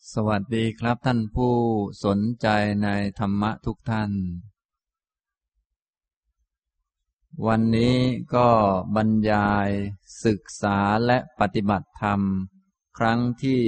สวัสดีครับท่านผู้สนใจในธรรมะทุกท่าน วันนี้ก็บรรยายศึกษาและปฏิบัติธรรมครั้งที่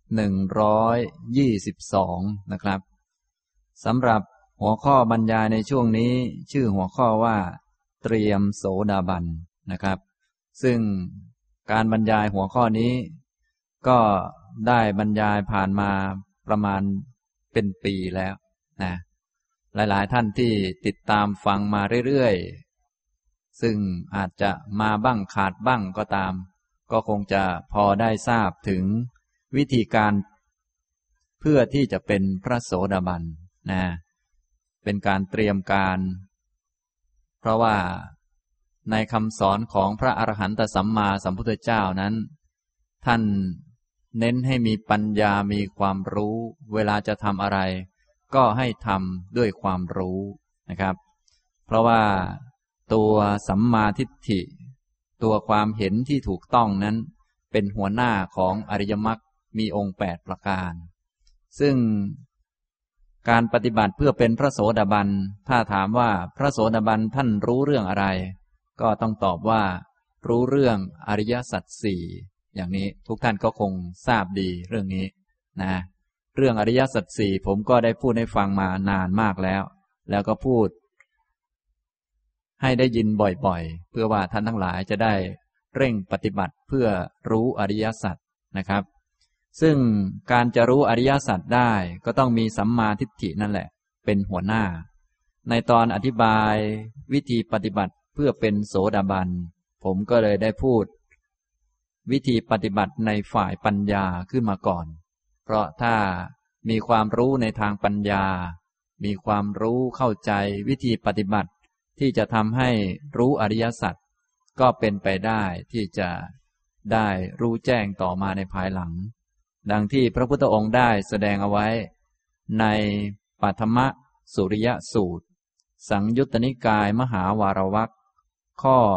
122นะครับสำหรับหัวข้อบรรยายในช่วงนี้ชื่อหัวข้อว่าเตรียมโสดาบันนะครับซึ่งการบรรยายหัวข้อนี้ก็ได้บรรยายผ่านมาประมาณเป็นปีแล้วนะหลายๆท่านที่ติดตามฟังมาเรื่อยๆซึ่งอาจจะมาบ้างขาดบ้างก็ตามก็คงจะพอได้ทราบถึงวิธีการเพื่อที่จะเป็นพระโสดาบันนะเป็นการเตรียมการเพราะว่าในคำสอนของพระอรหันตสัมมาสัมพุทธเจ้านั้นท่านเน้นให้มีปัญญามีความรู้เวลาจะทำอะไรก็ให้ทำด้วยความรู้นะครับเพราะว่าตัวสัมมาทิฏฐิตัวความเห็นที่ถูกต้องนั้นเป็นหัวหน้าของอริยมรรคมีองค์8ประการซึ่งการปฏิบัติเพื่อเป็นพระโสดาบันถ้าถามว่าพระโสดาบันท่านรู้เรื่องอะไรก็ต้องตอบว่ารู้เรื่องอริยสัจสี่อย่างนี้ทุกท่านก็คงทราบดีเรื่องนี้นะเรื่องอริยสัจสี่ผมก็ได้พูดให้ฟังมานานมากแล้วก็พูดให้ได้ยินบ่อยๆเพื่อว่าท่านทั้งหลายจะได้เร่งปฏิบัติเพื่อรู้อริยสัจนะครับซึ่งการจะรู้อริยสัจได้ก็ต้องมีสัมมาทิฏฐินั่นแหละเป็นหัวหน้าในตอนอธิบายวิธีปฏิบัติเพื่อเป็นโสดาบันผมก็เลยได้พูดวิธีปฏิบัติในฝ่ายปัญญาขึ้นมาก่อนเพราะถ้ามีความรู้ในทางปัญญามีความรู้เข้าใจวิธีปฏิบัติที่จะทำให้รู้อริยสัจก็เป็นไปได้ที่จะได้รู้แจ้งต่อมาในภายหลังดังที่พระพุทธองค์ได้แสดงเอาไว้ในปัฐมสุริยสูตรสังยุตตนิกายมหาวารวรรคข้อ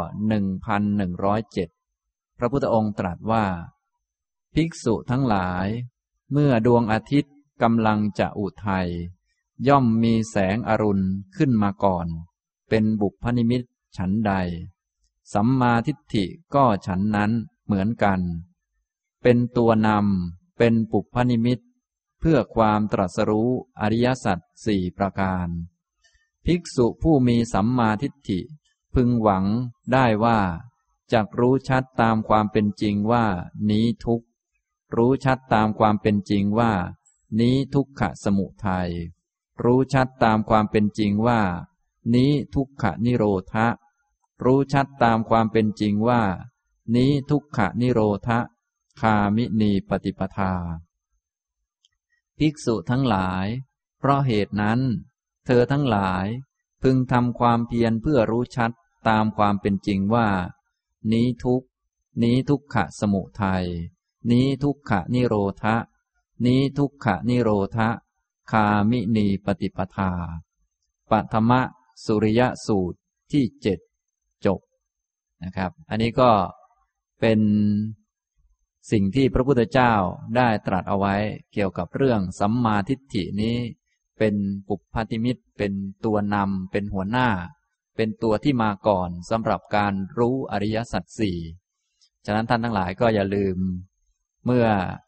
1107พระพุทธองค์ตรัสว่าภิกษุทั้งหลายเมื่อดวงอาทิตย์กำลังจะอุทัยย่อมมีแสงอรุณขึ้นมาก่อนเป็นบุพนิมิตฉันใดสัมมาทิฏฐิก็ฉันนั้นเหมือนกันเป็นตัวนำเป็นปุพพนิมิตเพื่อความตรัสรู้อริยสัจสี่ประการภิกษุผู้มีสัมมาทิฏฐิพึงหวังได้ว่าจักรู้ชัดตามความเป็นจริงว่านี้ทุกข์รู้ชัดตามความเป็นจริงว่านี้ทุกขสมุทัยรู้ชัดตามความเป็นจริงว่านี้ทุกขนิโรธะรู้ชัดตามความเป็นจริงว่านี้ทุกขนิโรธะคามินีปฏิปทาภิกษุทั้งหลายเพราะเหตุนั้นเธอทั้งหลายพึงทำความเพียรเพื่อรู้ชัดตามความเป็นจริงว่านี้ทุกข์นี้ทุกขสมุทัยนี้ทุกขนิโรธะนี้ทุกขนิโรธะคามินีปฏิปทาปัฐมสุริยสูตรที่7จบนะครับอันนี้ก็เป็นสิ่งที่พระพุทธเจ้าได้ตรัสเอาไว้เกี่ยวกับเรื่องสัมมาทิฏฐินี้เป็นปุพพนิมิตเป็นตัวนำเป็นหัวหน้าเป็นตัวที่มาก่อนสำหรับการรู้อริยสัจสี่ฉะนั้นท่านทั้งหลายก็อย่าลืมเมื่อ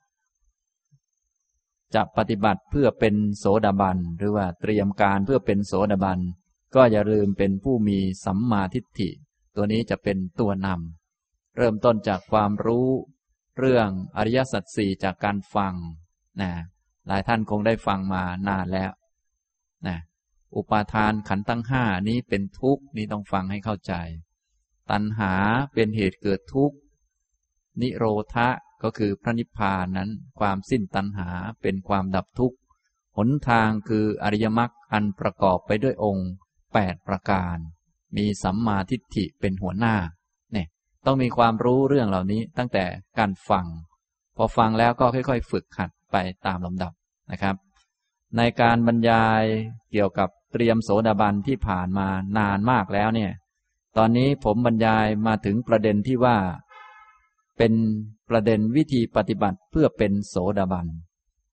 จะปฏิบัติเพื่อเป็นโสดาบันหรือว่าเตรียมการเพื่อเป็นโสดาบันก็อย่าลืมเป็นผู้มีสัมมาทิฏฐิตัวนี้จะเป็นตัวนำเริ่มต้นจากความรู้เรื่องอริยสัจสี่จากการฟังนะหลายท่านคงได้ฟังมานานแล้วนะอุปาทานขันธ์ทั้งห้านี้เป็นทุกข์นี้ต้องฟังให้เข้าใจตัณหาเป็นเหตุเกิดทุกข์นิโรธะก็คือพระนิพพานนั้นความสิ้นตัณหาเป็นความดับทุกข์หนทางคืออริยมรรคอันประกอบไปด้วยองค์8ประการมีสัมมาทิฏฐิเป็นหัวหน้าเนี่ยต้องมีความรู้เรื่องเหล่านี้ตั้งแต่การฟังพอฟังแล้วก็ค่อยๆฝึกหัดไปตามลำดับนะครับในการบรรยายเกี่ยวกับเตรียมโสดาบันที่ผ่านมานานมากแล้วเนี่ยตอนนี้ผมบรรยายมาถึงประเด็นที่ว่าเป็นประเด็นวิธีปฏิบัติเพื่อเป็นโสดาบัน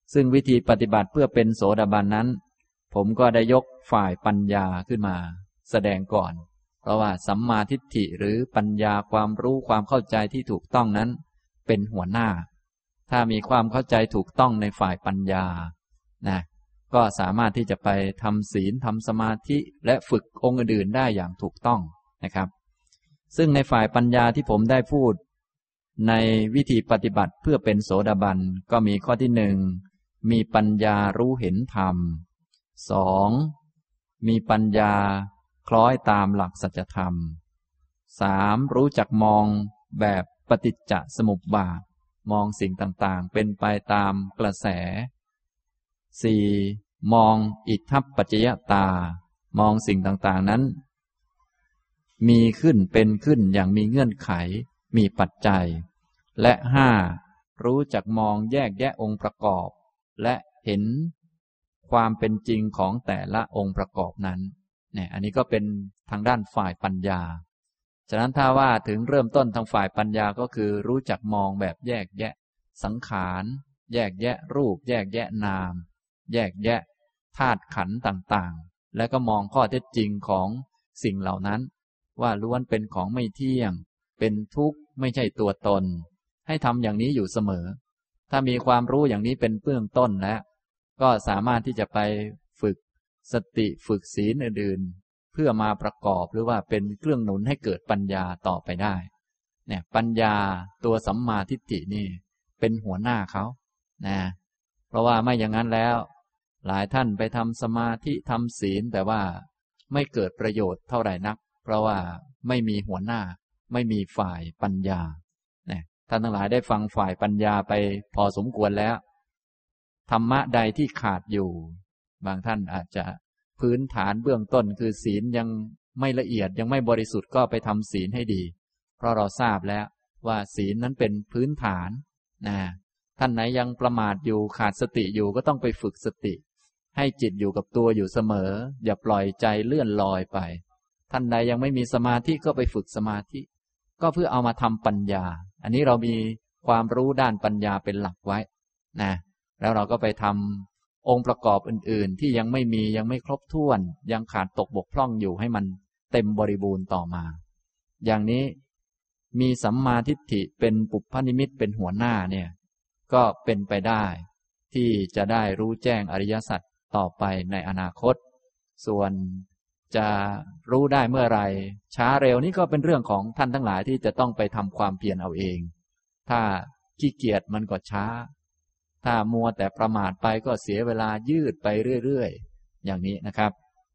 ซึ่งวิธีปฏิบัติเพื่อเป็นโสดาบันนั้นผมก็ได้ยกฝ่ายปัญญาขึ้นมาแสดงก่อนเพราะว่าสัมมาทิฏฐิหรือปัญญาความรู้ความเข้าใจที่ถูกต้องนั้นเป็นหัวหน้าถ้ามีความเข้าใจถูกต้องในฝ่ายปัญญานะก็สามารถที่จะไปทำศีลทำสมาธิและฝึกองค์อื่นได้อย่างถูกต้องนะครับซึ่งในฝ่ายปัญญาที่ผมได้พูดในวิธีปฏิบัติเพื่อเป็นโสดาบันก็มีข้อที่หนึ่งมีปัญญารู้เห็นธรรมสองมีปัญญาคล้อยตามหลักสัจธรรมสามรู้จักมองแบบปฏิจจสมุปบาทมองสิ่งต่างๆเป็นไปตามกระแสสี่มองอิทธัปปัจจยตามองสิ่งต่างๆนั้นมีขึ้นเป็นขึ้นอย่างมีเงื่อนไขมีปัจจัยและห้ารู้จักมองแยกแยะองค์ประกอบและเห็นความเป็นจริงของแต่ละองค์ประกอบนั้นเนี่ยอันนี้ก็เป็นทางด้านฝ่ายปัญญาฉะนั้นถ้าว่าถึงเริ่มต้นทางฝ่ายปัญญาก็คือรู้จักมองแบบแยกแยะสังขารแยกแยะรูปแยกแยะนามแยกแยะธาตุขันธ์ต่างๆแล้วก็มองข้อเท็จจริงของสิ่งเหล่านั้นว่าล้วนเป็นของไม่เที่ยงเป็นทุกข์ไม่ใช่ตัวตนให้ทำอย่างนี้อยู่เสมอถ้ามีความรู้อย่างนี้เป็นเบื้องต้นแล้วก็สามารถที่จะไปฝึกสติฝึกศีลอื่นๆเพื่อมาประกอบหรือว่าเป็นเครื่องหนุนให้เกิดปัญญาต่อไปได้เนี่ยปัญญาตัวสัมมาทิฏฐินี่เป็นหัวหน้าเขานะเพราะว่าไม่อย่างนั้นแล้วหลายท่านไปทำสมาธิทำศีลแต่ว่าไม่เกิดประโยชน์เท่าไหร่นักเพราะว่าไม่มีหัวหน้าไม่มีฝ่ายปัญญาเนี่ยท่านทั้งหลายได้ฟังฝ่ายปัญญาไปพอสมควรแล้วธรรมะใดที่ขาดอยู่บางท่านอาจจะพื้นฐานเบื้องต้นคือศีลยังไม่ละเอียดยังไม่บริสุทธิ์ก็ไปทำศีลให้ดีเพราะเราทราบแล้วว่าศีลนั้นเป็นพื้นฐานนะท่านไหนยังประมาทอยู่ขาดสติอยู่ก็ต้องไปฝึกสติให้จิตอยู่กับตัวอยู่เสมออย่าปล่อยใจเลื่อนลอยไปท่านใดยังไม่มีสมาธิก็ไปฝึกสมาธิก็เพื่อเอามาทำปัญญาอันนี้เรามีความรู้ด้านปัญญาเป็นหลักไว้นะแล้วเราก็ไปทำองค์ประกอบอื่นๆที่ยังไม่มียังไม่ครบถ้วนยังขาดตกบกพร่องอยู่ให้มันเต็มบริบูรณ์ต่อมาอย่างนี้มีสัมมาทิฏฐิเป็นปุพพนิมิตเป็นหัวหน้าเนี่ยก็เป็นไปได้ที่จะได้รู้แจ้งอริยสัจต่อไปในอนาคตส่วนจะรู้ได้เมื่อไรช้าเร็วนี่ก็เป็นเรื่องของท่านทั้งหลายที่จะต้องไปทำความเพียรเอาเองถ้าขี้เกียจมันก็ช้าถ้ามัวแต่ประมาทไปก็เสียเวลายืดไปเรื่อยๆอย่างนี้นะครับ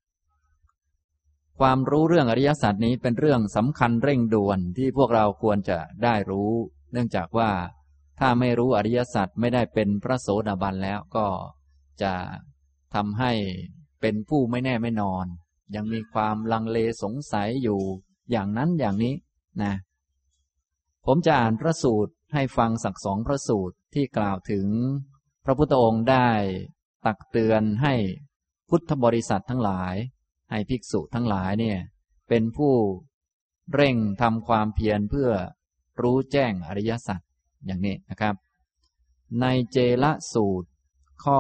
ความรู้เรื่องอริยสัจนี้เป็นเรื่องสำคัญเร่งด่วนที่พวกเราควรจะได้รู้เนื่องจากว่าถ้าไม่รู้อริยสัจไม่ได้เป็นพระโสดาบันแล้วก็จะทำให้เป็นผู้ไม่แน่ไม่นอนยังมีความลังเลสงสัยอยู่อย่างนั้นอย่างนี้นะผมจะอ่านพระสูตรให้ฟังสัก2พระสูตรที่กล่าวถึงพระพุทธองค์ได้ตักเตือนให้พุทธบริษัททั้งหลายให้ภิกษุทั้งหลายเนี่ยเป็นผู้เร่งทำความเพียรเพื่อรู้แจ้งอริยสัจอย่างนี้นะครับในเจละสูตรข้อ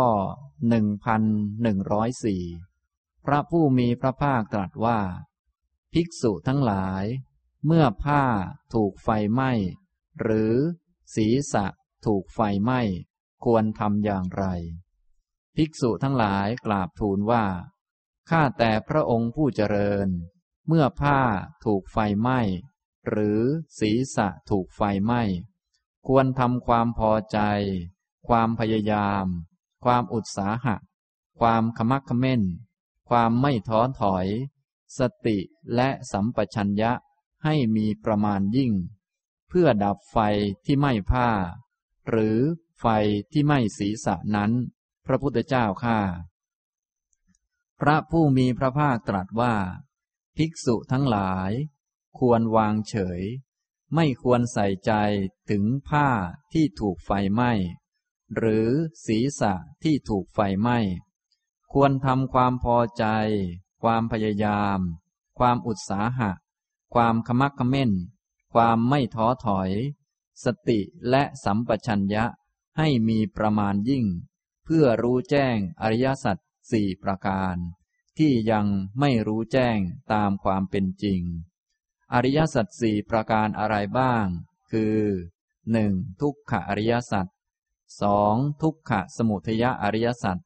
1104 พระผู้มีพระภาคตรัสว่าภิกษุทั้งหลายเมื่อผ้าถูกไฟไหม้หรือศีรษะถูกไฟไหม้ควรทำอย่างไรภิกษุทั้งหลายกราบทูลว่าข้าแต่พระองค์ผู้เจริญเมื่อผ้าถูกไฟไหม้หรือศีรษะถูกไฟไหม้ควรทำความพอใจความพยายามความอุตสาหะความขมักเขม้นความไม่ท้อถอยสติและสัมปชัญญะให้มีประมาณยิ่งเพื่อดับไฟที่ไหม้ผ้าหรือไฟที่ไหม้ศีรษะนั้นพระพุทธเจ้าข้าพระผู้มีพระภาคตรัสว่าภิกษุทั้งหลายควรวางเฉยไม่ควรใส่ใจถึงผ้าที่ถูกไฟไหม้หรือศีรษะที่ถูกไฟไหม้ควรทำความพอใจความพยายามความอุตสาหะความขมักเขม้นความไม่ท้อถอยสติและสัมปชัญญะให้มีประมาณยิ่งเพื่อรู้แจ้งอริยสัจสี่ประการที่ยังไม่รู้แจ้งตามความเป็นจริงอริยสัจสี่ประการอะไรบ้างคือ 1. ทุกขอริยสัจ 2. ทุกขสมุทัยอริยสัจ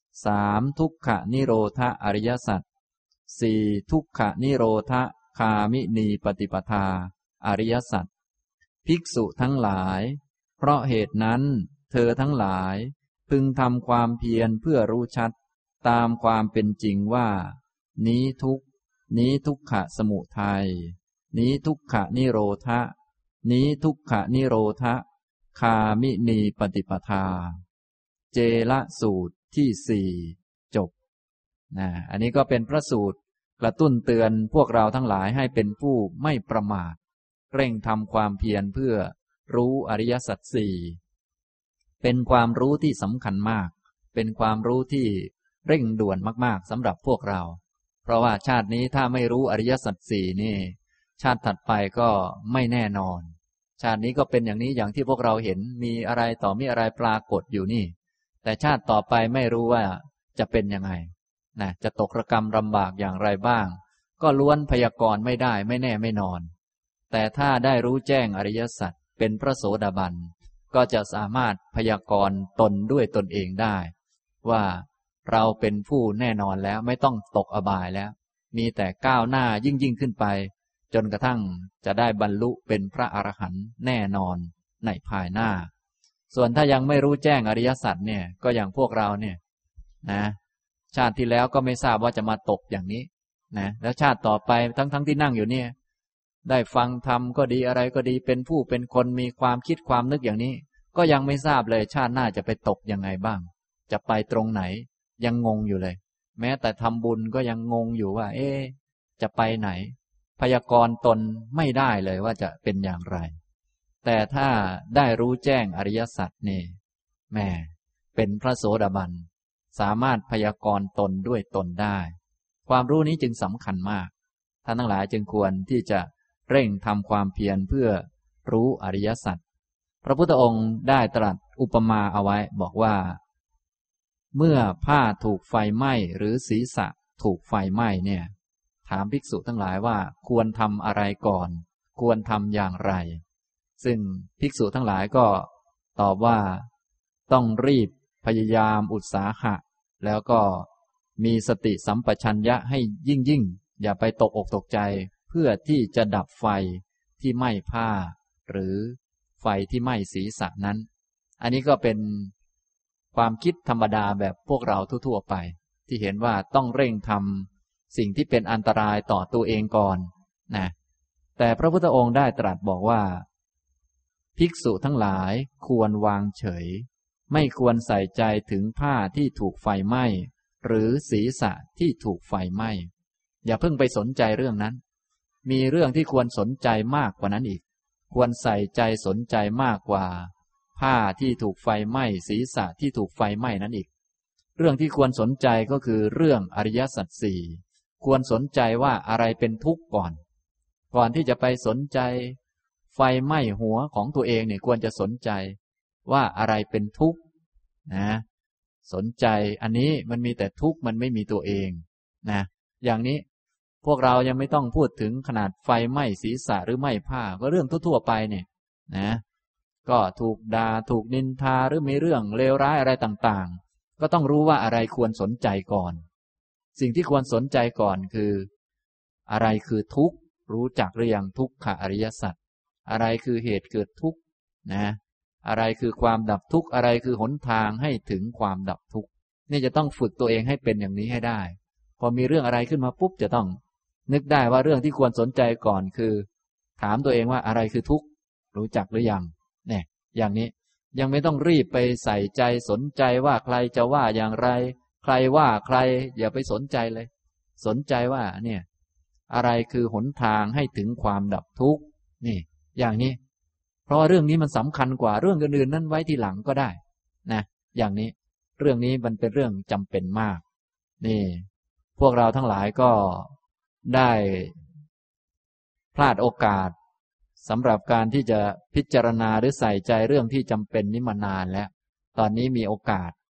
3. ทุกขนิโรธอริยสัจ 4. ทุกขนิโรธคามินีปฏิปทาอริยสัจภิกษุทั้งหลายเพราะเหตุนั้นเธอทั้งหลายพึงทำความเพียรเพื่อรู้ชัดตามความเป็นจริงว่านี้ทุกข์นี้ทุกขสมุทัยนี้ทุกขนิโรธนี้ทุกขนิโรธคามินีปฏิปทาเจละสูตรที่สี่จบอันนี้ก็เป็นพระสูตรกระตุ้นเตือนพวกเราทั้งหลายให้เป็นผู้ไม่ประมาทเร่งทำความเพียรเพื่อรู้อริยสัจสี่เป็นความรู้ที่สำคัญมากเป็นความรู้ที่เร่งด่วนมากๆสำหรับพวกเราเพราะว่าชาตินี้ถ้าไม่รู้อริยสัจสี่นี่ชาติถัดไปก็ไม่แน่นอนชาตินี้ก็เป็นอย่างนี้อย่างที่พวกเราเห็นมีอะไรต่อมีอะไรปรากฏอยู่นี่แต่ชาติต่อไปไม่รู้ว่าจะเป็นยังไงจะตกระกำลำบากอย่างไรบ้างก็ล้วนพยากรณ์ไม่ได้ไม่แน่ไม่นอนแต่ถ้าได้รู้แจ้งอริยสัจเป็นพระโสดาบันก็จะสามารถพยากรณ์ตนด้วยตนเองได้ว่าเราเป็นผู้แน่นอนแล้วไม่ต้องตกอบายแล้วมีแต่ก้าวหน้ายิ่งขึ้นไปจนกระทั่งจะได้บรรลุเป็นพระอรหันต์แน่นอนในภายหน้าส่วนถ้ายังไม่รู้แจ้งอริยสัจเนี่ยก็อย่างพวกเราเนี่ยชาติที่แล้วก็ไม่ทราบว่าจะมาตกอย่างนี้แล้วชาติต่อไปทั้งที่นั่งอยู่เนี่ยได้ฟังธรรมก็ดีอะไรก็ดีเป็นผู้เป็นคนมีความคิดความนึกอย่างนี้ก็ยังไม่ทราบเลยชาติหน้าจะไปตกยังไงบ้างจะไปตรงไหนยังงงอยู่เลยแม้แต่ทำบุญก็ยังงงอยู่ว่าจะไปไหนพยากรณ์ตนไม่ได้เลยว่าจะเป็นอย่างไรแต่ถ้าได้รู้แจ้งอริยสัจนี่แม่เป็นพระโสดาบันสามารถพยากรณ์ตนด้วยตนได้ความรู้นี้จึงสำคัญมากท่านทั้งหลายจึงควรที่จะเร่งทำความเพียรเพื่อรู้อริยสัจพระพุทธองค์ได้ตรัสอุปมาเอาไว้บอกว่าเมื่อผ้าถูกไฟไหม้หรือศีรษะถูกไฟไหม้เนี่ยถามภิกษุทั้งหลายว่าควรทำอะไรก่อนควรทำอย่างไรซึ่งภิกษุทั้งหลายก็ตอบว่าต้องรีบพยายามอุตสาหะแล้วก็มีสติสัมปชัญญะให้ยิ่งอย่าไปตกอกตกใจเพื่อที่จะดับไฟที่ไหม้ผ้าหรือไฟที่ไหม้ศีรษะนั้นอันนี้ก็เป็นความคิดธรรมดาแบบพวกเราทั่วๆไปที่เห็นว่าต้องเร่งทำสิ่งที่เป็นอันตรายต่อตัวเองก่อนแต่พระพุทธองค์ได้ตรัสบอกว่าภิกษุทั้งหลายควรวางเฉยไม่ควรใส่ใจถึงผ้าที่ถูกไฟไหม้หรือศีรษะที่ถูกไฟไหม้อย่าเพิ่งไปสนใจเรื่องนั้นมีเรื่องที่ควรสนใจมากกว่านั้นอีกควรใส่ใจสนใจมากกว่าผ้าที่ถูกไฟไหม้ศีรษะที่ถูกไฟไหม้นั้นอีกเรื่องที่ควรสนใจก็คือเรื่องอริยสัจสี่ควรสนใจว่าอะไรเป็นทุกข์ก่อนที่จะไปสนใจไฟไหม้หัวของตัวเองเนี่ยควรจะสนใจว่าอะไรเป็นทุกข์สนใจอันนี้มันมีแต่ทุกข์มันไม่มีตัวเองอย่างนี้พวกเรายังไม่ต้องพูดถึงขนาดไฟไหม้ศีรษะหรือไหม้ผ้าก็เรื่องทั่วๆไปเนี่ยก็ถูกด่าถูกนินทาหรือมีเรื่องเลวร้ายอะไรต่างๆก็ต้องรู้ว่าอะไรควรสนใจก่อนสิ่งที่ควรสนใจก่อนคืออะไรคือทุกข์รู้จักหรือยังทุกขอริยสัจอะไรคือเหตุเกิดทุกข์อะไรคือความดับทุกข์อะไรคือหนทางให้ถึงความดับทุกข์นี่จะต้องฝึกตัวเองให้เป็นอย่างนี้ให้ได้พอมีเรื่องอะไรขึ้นมาปุ๊บจะต้องนึกได้ว่าเรื่องที่ควรสนใจก่อนคือถามตัวเองว่าอะไรคือทุกข์รู้จักหรือยังเนี่ยอย่างนี้ยังไม่ต้องรีบไปใส่ใจสนใจว่าใครจะว่าอย่างไรใครว่าใครอย่าไปสนใจเลยสนใจว่าเนี่ยอะไรคือหนทางให้ถึงความดับทุกข์นี่อย่างนี้เพราะเรื่องนี้มันสำคัญกว่าเรื่องอื่นๆนั้นไว้ทีหลังก็ได้อย่างนี้เรื่องนี้มันเป็นเรื่องจำเป็นมากนี่พวกเราทั้งหลายก็ได้พลาดโอกาสสำหรับการที่จะพิจารณาหรือใส่ใจเรื่องที่จำเป็นนี้มานานแล้วตอนนี้มีโอกาส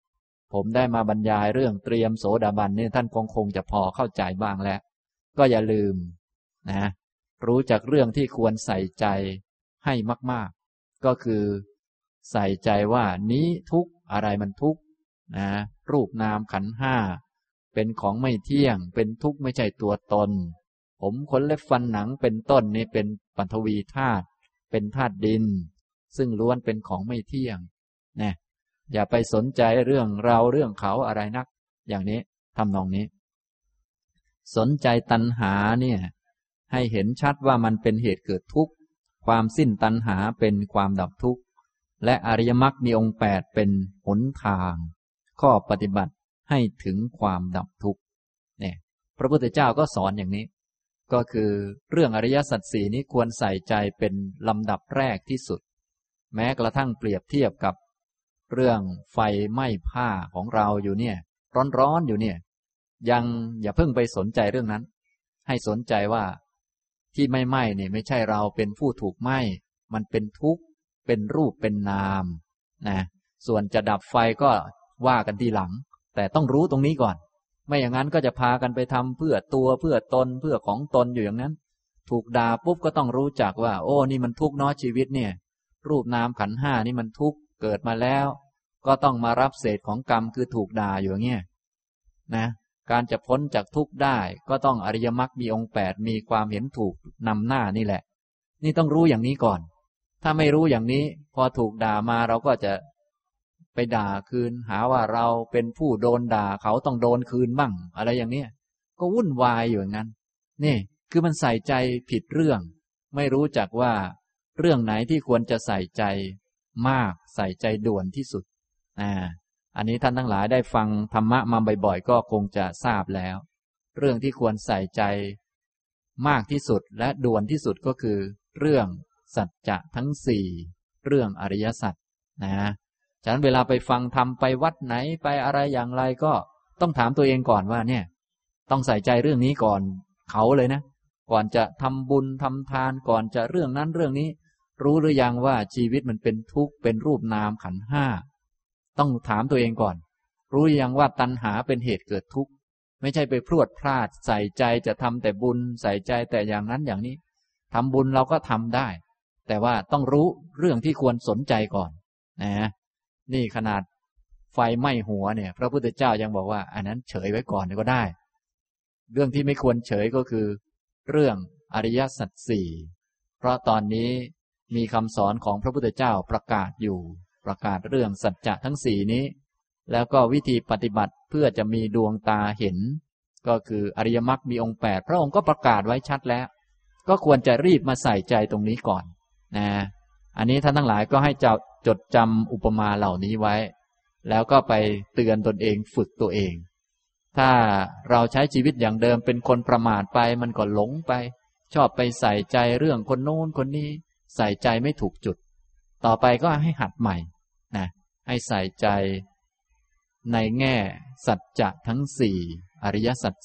ผมได้มาบรรยายเรื่องเตรียมโสดาบันนี่ท่านคงจะพอเข้าใจบ้างแล้วก็อย่าลืมนะรู้จักเรื่องที่ควรใส่ใจให้มากๆก็คือใส่ใจว่านี้ทุกข์อะไรมันทุกข์นะรูปนามขันธ์ห้าเป็นของไม่เที่ยงเป็นทุกข์ไม่ใช่ตัวตนผมขนเล็บฟันหนังเป็นต้นนี่เป็นปฐวีธาตุเป็นธาตุดินซึ่งล้วนเป็นของไม่เที่ยงนะอย่าไปสนใจเรื่องเราเรื่องเขาอะไรนักอย่างนี้ทำนองนี้สนใจตัณหาเนี่ยให้เห็นชัดว่ามันเป็นเหตุเกิดทุกข์ความสิ้นตัณหาเป็นความดับทุกข์และอริยมรรคมีองค์8เป็นหนทางข้อปฏิบัติให้ถึงความดับทุกข์เนี่ยพระพุทธเจ้าก็สอนอย่างนี้ก็คือเรื่องอริยสัจสี่นี้ควรใส่ใจเป็นลำดับแรกที่สุดแม้กระทั่งเปรียบเทียบกับเรื่องไฟไหม้ผ้าของเราอยู่เนี่ยร้อนๆอยู่เนี่ยยังอย่าเพิ่งไปสนใจเรื่องนั้นให้สนใจว่าที่ไม่ไหม้เนี่ยไม่ใช่เราเป็นผู้ถูกไหม้มันเป็นทุกข์เป็นรูปเป็นนามนะส่วนจะดับไฟก็ว่ากันทีหลังแต่ต้องรู้ตรงนี้ก่อนไม่อย่างนั้นก็จะพากันไปทำเพื่อตัวเพื่อตนเพื่อของตนอยู่อย่างนั้นถูกด่าปุ๊บก็ต้องรู้จักว่าโอ้นี่มันทุกข์เนาะชีวิตเนี่ยรูปนามขันธ์ห้านี่มันทุกข์เกิดมาแล้วก็ต้องมารับเศษของกรรมคือถูกด่าอยู่อย่างเงี้ยนะการจะพ้นจากทุกข์ได้ก็ต้องอริยมรรคมีองค์8มีความเห็นถูกนำหน้านี่แหละนี่ต้องรู้อย่างนี้ก่อนถ้าไม่รู้อย่างนี้พอถูกด่ามาเราก็จะไปด่าคืนหาว่าเราเป็นผู้โดนด่าเขาต้องโดนคืนบ้างอะไรอย่างเนี้ยก็วุ่นวายอยู่อย่างนั้นนี่คือมันใส่ใจผิดเรื่องไม่รู้จักว่าเรื่องไหนที่ควรจะใส่ใจมากใส่ใจด่วนที่สุดอันนี้ท่านทั้งหลายได้ฟังธรรมะมาบ่อยๆก็คงจะทราบแล้วเรื่องที่ควรใส่ใจมากที่สุดและด่วนที่สุดก็คือเรื่องสัจจะทั้ง4เรื่องอริยสัจฉะนั้นเวลาไปฟังธรรมไปวัดไหนไปอะไรอย่างไรก็ต้องถามตัวเองก่อนว่าเนี่ยต้องใส่ใจเรื่องนี้ก่อนเขาเลยนะก่อนจะทำบุญทำทานก่อนจะเรื่องนั้นเรื่องนี้รู้หรือยังว่าชีวิตมันเป็นทุกข์เป็นรูปนามขันธ์ห้าต้องถามตัวเองก่อนรู้หรือยังว่าตัณหาเป็นเหตุเกิดทุกข์ไม่ใช่ไปพรวดพลาดใส่ใจจะทำแต่บุญใส่ใจแต่อย่างนั้นอย่างนี้ทำบุญเราก็ทำได้แต่ว่าต้องรู้เรื่องที่ควรสนใจก่อนนะนี่ขนาดไฟไหม้หัวเนี่ยพระพุทธเจ้ายังบอกว่าอันนั้นเฉยไว้ก่อนก็ได้เรื่องที่ไม่ควรเฉยก็คือเรื่องอริยสัจสี่เพราะตอนนี้มีคำสอนของพระพุทธเจ้าประกาศอยู่ประกาศเรื่องสัจจะทั้ง4นี้แล้วก็วิธีปฏิบัติเพื่อจะมีดวงตาเห็นก็คืออริยมรรคมีองค์8พระองค์ก็ประกาศไว้ชัดแล้วก็ควรจะรีบมาใส่ใจตรงนี้ก่อนนะอันนี้ท่านทั้งหลายก็ให้จดจำอุปมาเหล่านี้ไว้แล้วก็ไปเตือนตนเองฝึกตัวเองถ้าเราใช้ชีวิตอย่างเดิมเป็นคนประมาทไปมันก็หลงไปชอบไปใส่ใจเรื่องคนโน้นคนนี้ใส่ใจไม่ถูกจุดต่อไปก็ให้หัดใหม่นะให้ใส่ใจในแง่สัจจะทั้ง4อริยสัจ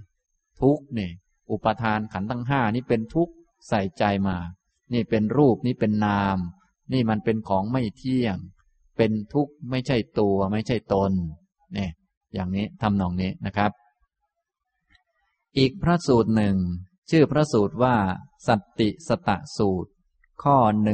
4ทุกข์นี่อุปทานขันธ์ทั้ง5นี่เป็นทุกข์ใส่ใจมานี่เป็นรูปนี่เป็นนามนี่มันเป็นของไม่เที่ยงเป็นทุกข์ไม่ใช่ตัวไม่ใช่ตนเนี่ยอย่างนี้ทำนองนี้นะครับอีกพระสูตรหนึ่งชื่อพระสูตรว่าสัตติสตะสูตรข้อ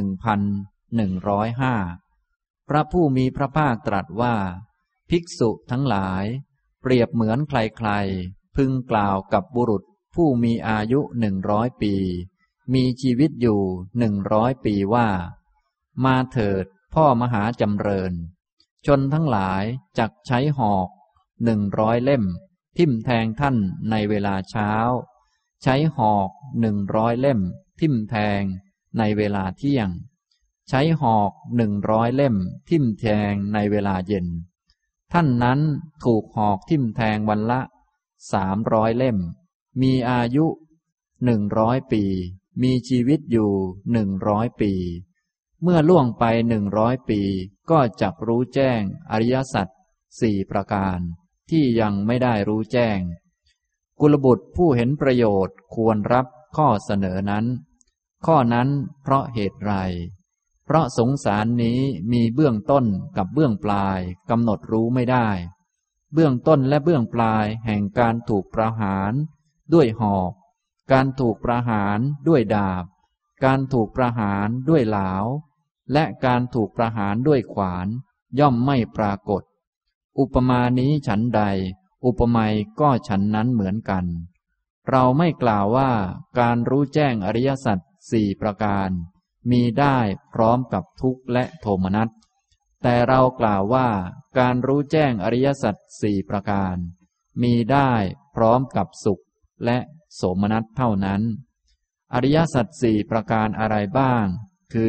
1105พระผู้มีพระภาคตรัสว่าภิกษุทั้งหลายเปรียบเหมือนใครๆพึงกล่าวกับบุรุษผู้มีอายุ100 ปีมีชีวิตอยู่100 ปีว่ามาเถิดพ่อมหาจำเริญชนทั้งหลายจักใช้หอก100 เล่มทิ่มแทงท่านในเวลาเช้าใช้หอก100 เล่มทิ่มแทงในเวลาเที่ยงใช้หอก100 เล่มทิ่มแทงในเวลาเย็นท่านนั้นถูกหอกทิ่มแทงวันละ300 เล่มมีอายุ100 ปีมีชีวิตอยู่100 ปีเมื่อล่วงไป100 ปีก็จักรู้แจ้งอริยสัจ4ประการที่ยังไม่ได้รู้แจ้งกุลบุตรผู้เห็นประโยชน์ควรรับข้อเสนอนั้นข้อนั้นเพราะเหตุไรเพราะสงสารนี้มีเบื้องต้นกับเบื้องปลายกำหนดรู้ไม่ได้เบื้องต้นและเบื้องปลายแห่งการถูกประหารด้วยหอกการถูกประหารด้วยดาบการถูกประหารด้วยหลาวและการถูกประหารด้วยขวานย่อมไม่ปรากฏอุปมานี้ฉันใดอุปไมยก็ฉันนั้นเหมือนกันเราไม่กล่าวว่าการรู้แจ้งอริยสัจสี่ประการมีได้พร้อมกับทุกข์และโทมนัสแต่เรากล่าวว่าการรู้แจ้งอริยสัจสี่ประการมีได้พร้อมกับสุขและโสมนัสเท่านั้นอริยสัจสี่ประการอะไรบ้างคือ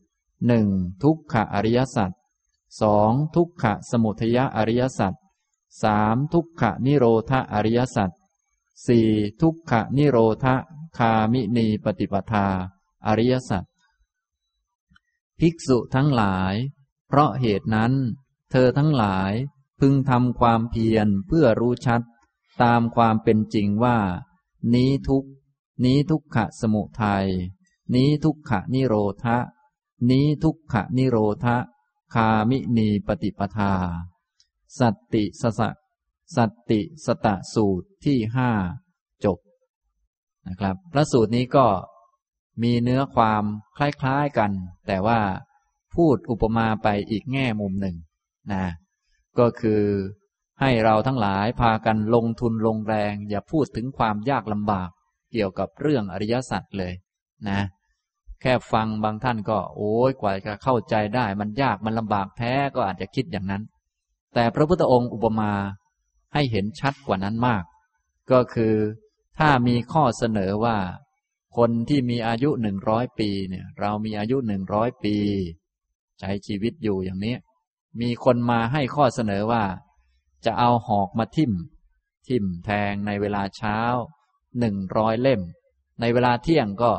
1. ทุกขอริยสัจ 2. ทุกขสมุทัยอริยสัจ 3. ทุกขนิโรธอริยสัจ 4. ทุกขนิโรธคามินีปฏิปทาอริยสัจภิกษุทั้งหลายเพราะเหตุนั้นเธอทั้งหลายพึงทำความเพียรเพื่อรู้ชัดตามความเป็นจริงว่านี้ทุกข์นี้ทุกขสมุทัยนี้ทุกขนิโรธนี้ทุกขนิโรธคามินีปฏิปทาสัตติสตะสูตรที่5จบนะครับพระสูตรนี้ก็มีเนื้อความคล้ายๆกันแต่ว่าพูดอุปมาไปอีกแง่มุมหนึ่งนะก็คือให้เราทั้งหลายพากันลงทุนลงแรงอย่าพูดถึงความยากลำบากเกี่ยวกับเรื่องอริยสัจเลยนะแค่ฟังบางท่านก็โอ้ยกว่าจะเข้าใจได้มันยากมันลำบากแท้ก็อาจจะคิดอย่างนั้นแต่พระพุทธองค์อุปมาให้เห็นชัดกว่านั้นมากก็คือถ้ามีข้อเสนอว่าคนที่มีอายุ100 ปีเนี่ยเรามีอายุ100 ปีใช้ชีวิตอยู่อย่างนี้มีคนมาให้ข้อเสนอว่าจะเอาหอกมาทิ่มแทงในเวลาเช้า100 เล่มในเวลาเที่ยงก็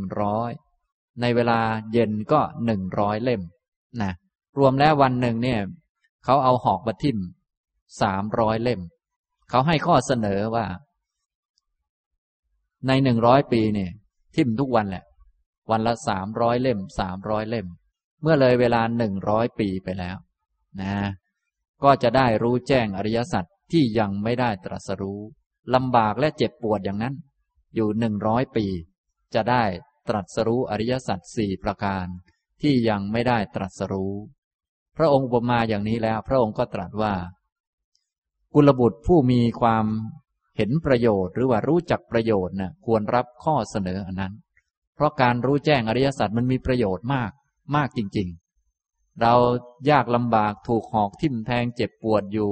100ในเวลาเย็นก็100 เล่มนะรวมแล้ววันหนึ่งเนี่ยเขาเอาหอกมาทิ่ม300 เล่มเขาให้ข้อเสนอว่าใน100 ปีเนี่ยทิ่มทุกวันแหละวันละ300 เล่ม300 เล่มเมื่อเลยเวลา100 ปีไปแล้วนะก็จะได้รู้แจ้งอริยสัจที่ยังไม่ได้ตรัสรู้ลำบากและเจ็บปวดอย่างนั้นอยู่100 ปีจะได้ตรัสรู้อริยสัจ4ประการที่ยังไม่ได้ตรัสรู้พระองค์อุปมาอย่างนี้แล้วพระองค์ก็ตรัสว่ากุลบุตรผู้มีความเห็นประโยชน์หรือว่ารู้จักประโยชน์นะควรรับข้อเสนออันนั้นเพราะการรู้แจ้งอริยสัจมันมีประโยชน์มากจริงๆเรายากลำบากถูกหอกทิ่มแทงเจ็บปวดอยู่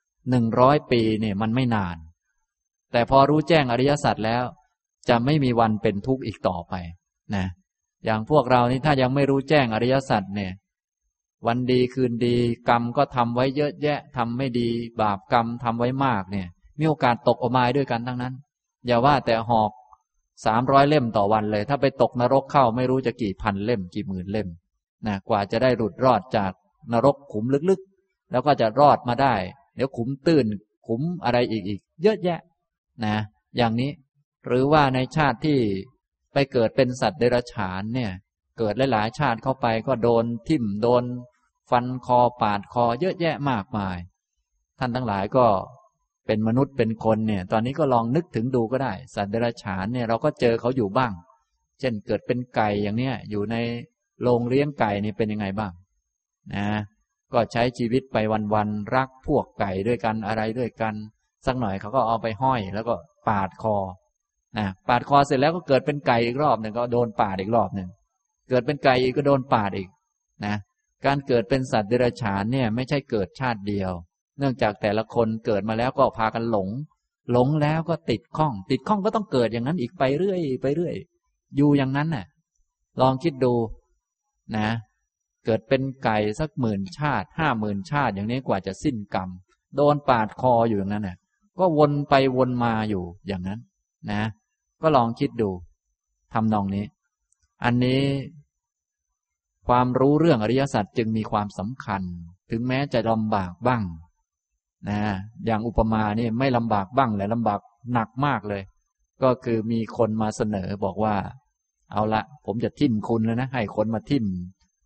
100 ปีเนี่ยมันไม่นานแต่พอรู้แจ้งอริยสัจแล้วจะไม่มีวันเป็นทุกข์อีกต่อไปนะอย่างพวกเรานี่ถ้ายังไม่รู้แจ้งอริยสัจเนี่ยวันดีคืนดีกรรมก็ทำไว้เยอะแยะทำไม่ดีบาปกรรมทำไว้มากเนี่ยมีโอกาสตกอบายด้วยกันทั้งนั้นอย่าว่าแต่หอก300 เล่มต่อวันเลยถ้าไปตกนรกเข้าไม่รู้จะกี่พันเล่มกี่หมื่นเล่มนะกว่าจะได้หลุดรอดจากนรกขุมลึกๆแล้วก็จะรอดมาได้เดี๋ยวขุมตื้นขุมอะไรอีกเยอะแยะนะอย่างนี้หรือว่าในชาติที่ไปเกิดเป็นสัตว์เดรัจฉานเนี่ยเกิดหลายๆชาติเข้าไปก็โดนทิ่มโดนฟันคอปาดคอเยอะแยะมากมายท่านทั้งหลายก็เป็นมนุษย์เป็นคนเนี่ยตอนนี้ก็ลองนึกถึงดูก็ได้สัตว์เดรัจฉานเนี่ยเราก็เจอเขาอยู่บ้างเช่นเกิดเป็นไก่อย่างเนี้ยอยู่ในโรงเลี้ยงไก่นี่เป็นยังไงบ้างนะก็ใช้ชีวิตไปวันๆรักพวกไก่ด้วยกันอะไรด้วยกันสักหน่อยเขาก็เอาไปห้อยแล้วก็ปาดคอนะปาดคอเสร็จแล้วก็เกิดเป็นไก่อีกรอบหนึ่งก็โดนปาดอีกรอบหนึ่งเกิดเป็นไก่อีกก็โดนปาดอีกนะการเกิดเป็นสัตว์เดรัจฉานเนี่ยไม่ใช่เกิดชาติเดียวเนื่องจากแต่ละคนเกิดมาแล้วก็พากันหลงแล้วก็ติดข้องก็ต้องเกิดอย่างนั้นอีกไปเรื่อยอยู่อย่างนั้นน่ะลองคิดดูนะเกิดเป็นไก่สัก10,000 ชาติ50,000 ชาติอย่างนี้กว่าจะสิ้นกรรมโดนปาดคออยู่อย่างนั้นน่ะก็วนไปวนมาอยู่อย่างนั้นนะก็ลองคิดดูทำนองนี้อันนี้ความรู้เรื่องอริยสัจจึงมีความสำคัญถึงแม้จะลำบากบ้างนะอย่างอุปมานี่ไม่ลำบากบ้างและลำบากหนักมากเลยก็คือมีคนมาเสนอบอกว่าเอาละผมจะทิ่มคุณแล้วนะให้คนมาทิ่ม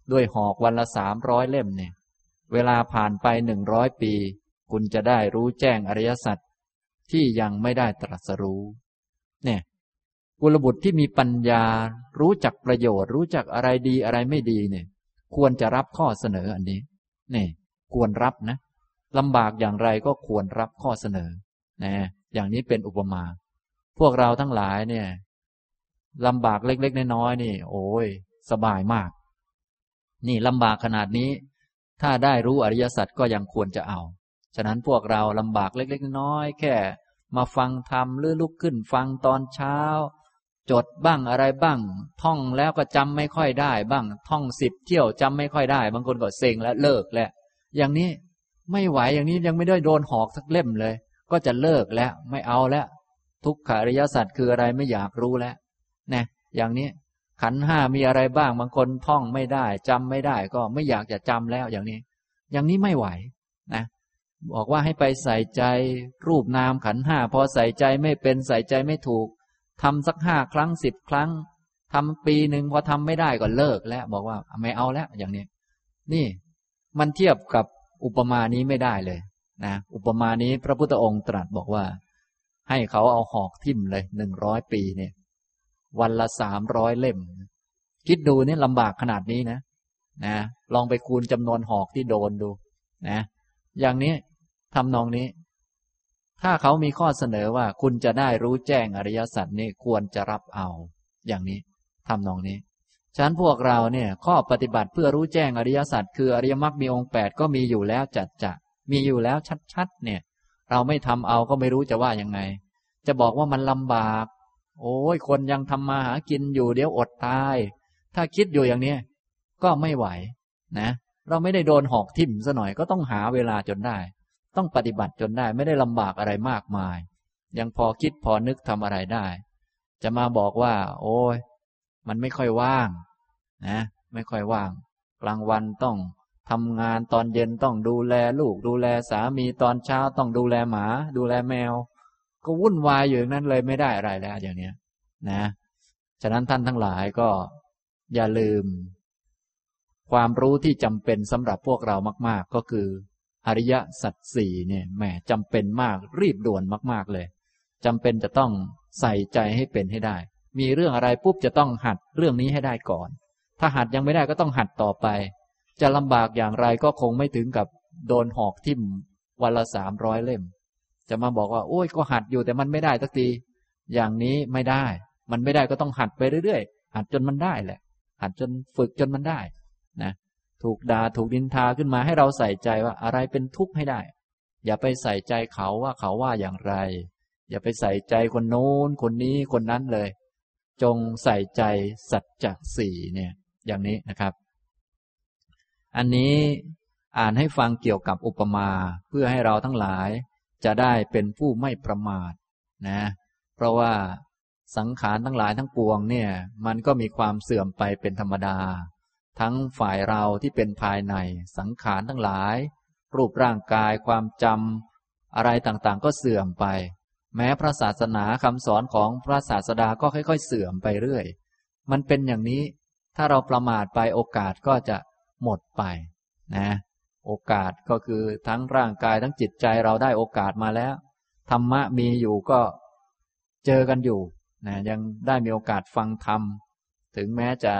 ด้วยหอกวันละ300 เล่มเนี่ยเวลาผ่านไป100 ปีคุณจะได้รู้แจ้งอริยสัจที่ยังไม่ได้ตรัสรู้เนี่ยกุลบุตรที่มีปัญญารู้จักประโยชน์รู้จักอะไรดีอะไรไม่ดีเนี่ยควรจะรับข้อเสนออันนี้นี่ควรรับนะลำบากอย่างไรก็ควรรับข้อเสนอนะอย่างนี้เป็นอุปมาพวกเราทั้งหลายเนี่ยลำบากเล็กๆน้อยๆนี่โอ้ยสบายมากนี่ลำบากขนาดนี้ถ้าได้รู้อริยสัจก็ยังควรจะเอาฉะนั้นพวกเราลำบากเล็กๆน้อยๆแค่มาฟังธรรมหรือลุกขึ้นฟังตอนเช้าจดบ้างอะไรบ้างท่องแล้วก็จำไม่ค่อยได้บ้างท่อง10 เที่ยวจำไม่ค่อยได้บางคนก็เซ็งแล้วเลิกแล้วอย่างนี้ไม่ไหวอย่างนี้ยังไม่ได้โดนหอกสักเล่มเลยก็จะเลิกแล้วไม่เอาแล้วทุกขอริยสัจคืออะไรไม่อยากรู้แล้วนะอย่างนี้ขันธ์ห้ามีอะไรบ้างบางคนท่องไม่ได้จำไม่ได้ก็ไม่อยากจะจำแล้วอย่างนี้ไม่ไหวนะบอกว่าให้ไปใส่ใจรูปนามขันธ์ห้าพอใส่ใจไม่เป็นใส่ใจไม่ถูกทำสัก5 ครั้ง10 ครั้งทำปีหนึ่งพอทำไม่ได้ก็เลิกแล้วบอกว่าไม่เอาแล้วอย่างนี้นี่มันเทียบกับอุปมานี้ไม่ได้เลยนะอุปมานี้พระพุทธองค์ตรัสบอกว่าให้เขาเอาหอกทิ่มเลย100 ปีเนี่ยวันละ300 เล่มคิดดูนี่ลำบากขนาดนี้นะลองไปคูณจำนวนหอกที่โดนดูนะอย่างนี้ทำนองนี้ถ้าเขามีข้อเสนอว่าคุณจะได้รู้แจ้งอริยสัจนี่ควรจะรับเอาอย่างนี้ทำนองนี้ฉะนั้นพวกเราเนี่ยข้อปฏิบัติเพื่อรู้แจ้งอริยสัจคืออริยมรรคมีองค์8ก็มีอยู่แล้วจะมีอยู่แล้วชัดๆเนี่ยเราไม่ทำเอาก็ไม่รู้จะว่ายังไงจะบอกว่ามันลำบากโอ้ยคนยังทำมาหากินอยู่เดี๋ยวอดตายถ้าคิดอยู่อย่างนี้ก็ไม่ไหวนะเราไม่ได้โดนหอกทิ่มซะหน่อยก็ต้องหาเวลาจนได้ต้องปฏิบัติจนได้ไม่ได้ลำบากอะไรมากมายยังพอคิดพอนึกทำอะไรได้จะมาบอกว่าโอ้ยมันไม่ค่อยว่างนะไม่ค่อยว่างกลางวันต้องทำงานตอนเย็นต้องดูแลลูกดูแลสามีตอนเช้าต้องดูแลหมาดูแลแมวก็วุ่นวายอยู่อย่างนั้นเลยไม่ได้อะไรแล้วอย่างนี้นะฉะนั้นท่านทั้งหลายก็อย่าลืมความรู้ที่จำเป็นสำหรับพวกเรามากๆก็คืออริยสัจสี่เนี่ยแหมจำเป็นมากรีบด่วนมากๆเลยจำเป็นจะต้องใส่ใจให้เป็นให้ได้มีเรื่องอะไรปุ๊บจะต้องหัดเรื่องนี้ให้ได้ก่อนถ้าหัดยังไม่ได้ก็ต้องหัดต่อไปจะลำบากอย่างไรก็คงไม่ถึงกับโดนหอกทิ่มวันละ300 เล่มจะมาบอกว่าโอ้ยก็หัดอยู่แต่มันไม่ได้สักทีอย่างนี้ไม่ได้มันไม่ได้ก็ต้องหัดไปเรื่อยๆหัดจนมันได้แหละหัดจนฝึกจนมันได้นะถูกด่าถูกนินทาขึ้นมาให้เราใส่ใจว่าอะไรเป็นทุกข์ให้ได้อย่าไปใส่ใจเขาว่าเขาว่าอย่างไรอย่าไปใส่ใจคนโน้นคนนี้คนนั้นเลยจงใส่ใจสัจจะสี่เนี่ยอย่างนี้นะครับอันนี้อ่านให้ฟังเกี่ยวกับอุปมาเพื่อให้เราทั้งหลายจะได้เป็นผู้ไม่ประมาทนะเพราะว่าสังขารทั้งหลายทั้งปวงเนี่ยมันก็มีความเสื่อมไปเป็นธรรมดาทั้งฝ่ายเราที่เป็นภายในสังขารทั้งหลายรูปร่างกายความจำอะไรต่างๆก็เสื่อมไปแม้พระศาสนาคำสอนของพระศาสดาก็ค่อยๆเสื่อมไปเรื่อยมันเป็นอย่างนี้ถ้าเราประมาทไปโอกาสก็จะหมดไปนะโอกาสก็คือทั้งร่างกายทั้งจิตใจเราได้โอกาสมาแล้วธรรมะมีอยู่ก็เจอกันอยู่นะยังได้มีโอกาสฟังธรรมถึงแม้จะ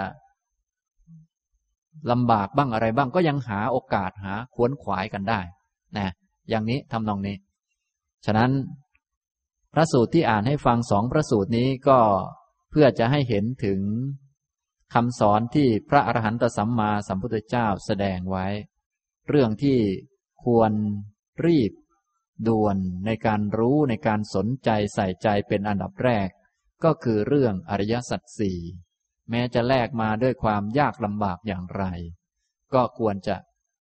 ลำบากบ้างอะไรบ้างก็ยังหาโอกาสหาขวนขวายกันได้นะอย่างนี้ทำนองนี้ฉะนั้นพระสูตรที่อ่านให้ฟัง2 พระสูตรนี้ก็เพื่อจะให้เห็นถึงคำสอนที่พระอรหันตสัมมาสัมพุทธเจ้าแสดงไว้เรื่องที่ควรรีบด่วนในการรู้ในการสนใจใส่ใจเป็นอันดับแรกก็คือเรื่องอริยสัจสี่แม้จะแลกมาด้วยความยากลำบากอย่างไรก็ควรจะ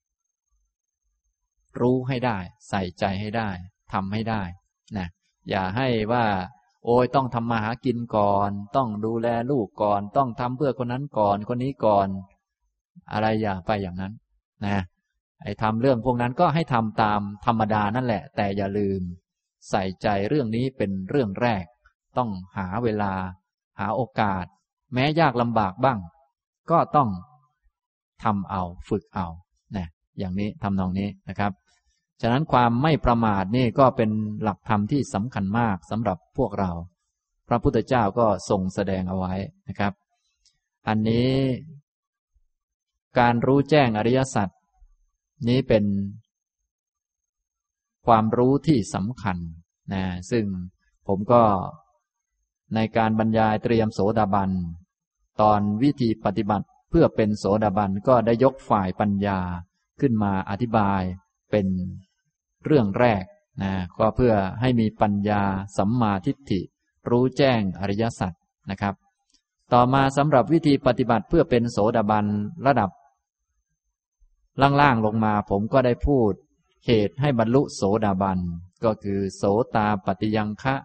รู้ให้ได้ใส่ใจให้ได้ทำให้ได้นะอย่าให้ว่าโอ้ยต้องทำมาหากินก่อนต้องดูแลลูกก่อนต้องทำเพื่อคนนั้นก่อนคนนี้ก่อนอะไรอย่าไปอย่างนั้นนะไอ้ทำเรื่องพวกนั้นก็ให้ทำตามธรรมดานั่นแหละแต่อย่าลืมใส่ใจเรื่องนี้เป็นเรื่องแรกต้องหาเวลาหาโอกาสแม้ยากลำบากบ้างก็ต้องทำเอาฝึกเอานะอย่างนี้ทำนองนี้นะครับฉะนั้นความไม่ประมาทนี่ก็เป็นหลักธรรมที่สำคัญมากสำหรับพวกเราพระพุทธเจ้าก็ทรงแสดงเอาไว้นะครับอันนี้การรู้แจ้งอริยสัจนี้เป็นความรู้ที่สำคัญนะซึ่งผมก็ในการบรรยายเตรียมโสดาบันตอนวิธีปฏิบัติเพื่อเป็นโสดาบันก็ได้ยกฝ่ายปัญญาขึ้นมาอธิบายเป็นเรื่องแรกนะก็เพื่อให้มีปัญญาสัมมาทิฏฐิรู้แจ้งอริยสัจนะครับต่อมาสำหรับวิธีปฏิบัติเพื่อเป็นโสดาบันระดับล่างๆลงมาผมก็ได้พูดเหตุให้บรรลุโสดาบันก็คือโสตาปัตติยังคะ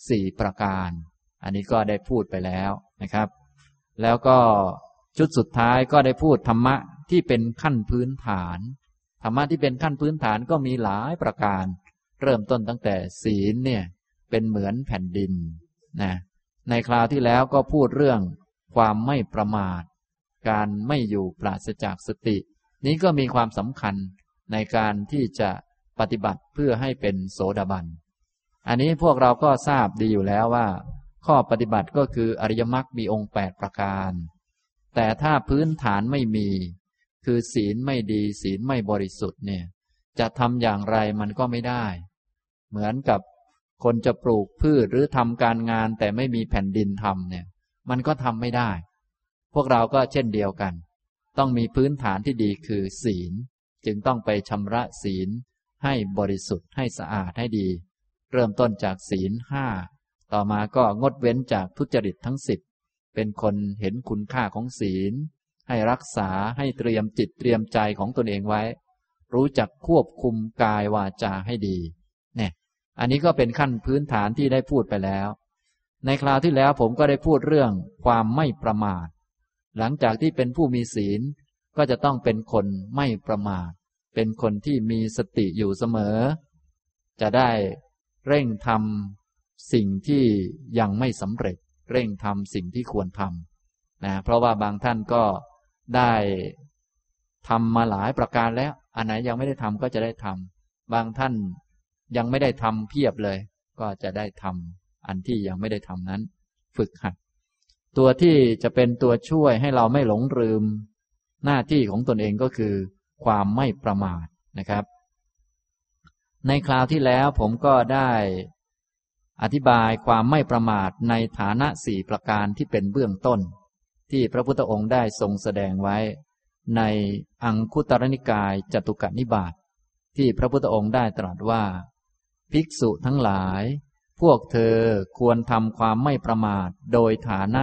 4ประการอันนี้ก็ได้พูดไปแล้วนะครับแล้วก็ชุดสุดท้ายก็ได้พูดธรรมะที่เป็นขั้นพื้นฐานธรรมะที่เป็นขั้นพื้นฐานก็มีหลายประการเริ่มต้นตั้งแต่ศีลเนี่ยเป็นเหมือนแผ่นดินนะในคราวที่แล้วก็พูดเรื่องความไม่ประมาทการไม่อยู่ปราศจากสตินี้ก็มีความสำคัญในการที่จะปฏิบัติเพื่อให้เป็นโสดาบันอันนี้พวกเราก็ทราบดีอยู่แล้วว่าข้อปฏิบัติก็คืออริยมรรคมีองค์8ประการแต่ถ้าพื้นฐานไม่มีคือศีลไม่ดีศีลไม่บริสุทธิ์เนี่ยจะทำอย่างไรมันก็ไม่ได้เหมือนกับคนจะปลูกพืชหรือทำการงานแต่ไม่มีแผ่นดินทำเนี่ยมันก็ทำไม่ได้พวกเราก็เช่นเดียวกันต้องมีพื้นฐานที่ดีคือศีลจึงต้องไปชำระศีลให้บริสุทธิ์ให้สะอาดให้ดีเริ่มต้นจากศีล5ต่อมาก็งดเว้นจากทุจริตทั้ง10เป็นคนเห็นคุณค่าของศีลให้รักษาให้เตรียมจิตเตรียมใจของตนเองไว้รู้จักควบคุมกายวาจาให้ดีเนี่ยอันนี้ก็เป็นขั้นพื้นฐานที่ได้พูดไปแล้วในคราวที่แล้วผมก็ได้พูดเรื่องความไม่ประมาทหลังจากที่เป็นผู้มีศีลก็จะต้องเป็นคนไม่ประมาทเป็นคนที่มีสติอยู่เสมอจะได้เร่งทำสิ่งที่ยังไม่สำเร็จเร่งทำสิ่งที่ควรทำนะเพราะว่าบางท่านก็ได้ทำมาหลายประการแล้วอันไหนยังไม่ได้ทำก็จะได้ทำบางท่านยังไม่ได้ทำเพียบเลยก็จะได้ทำอันที่ยังไม่ได้ทำนั้นฝึกหัดตัวที่จะเป็นตัวช่วยให้เราไม่หลงลืมหน้าที่ของตนเองก็คือความไม่ประมาทนะครับในคราวที่แล้วผมก็ได้อธิบายความไม่ประมาทในฐานะ4ประการที่เป็นเบื้องต้นที่พระพุทธองค์ได้ทรงแสดงไว้ในอังคุตรนิกายจตุกนิบาตที่พระพุทธองค์ได้ตรัสว่าภิกษุทั้งหลายพวกเธอควรทำความไม่ประมาทโดยฐานะ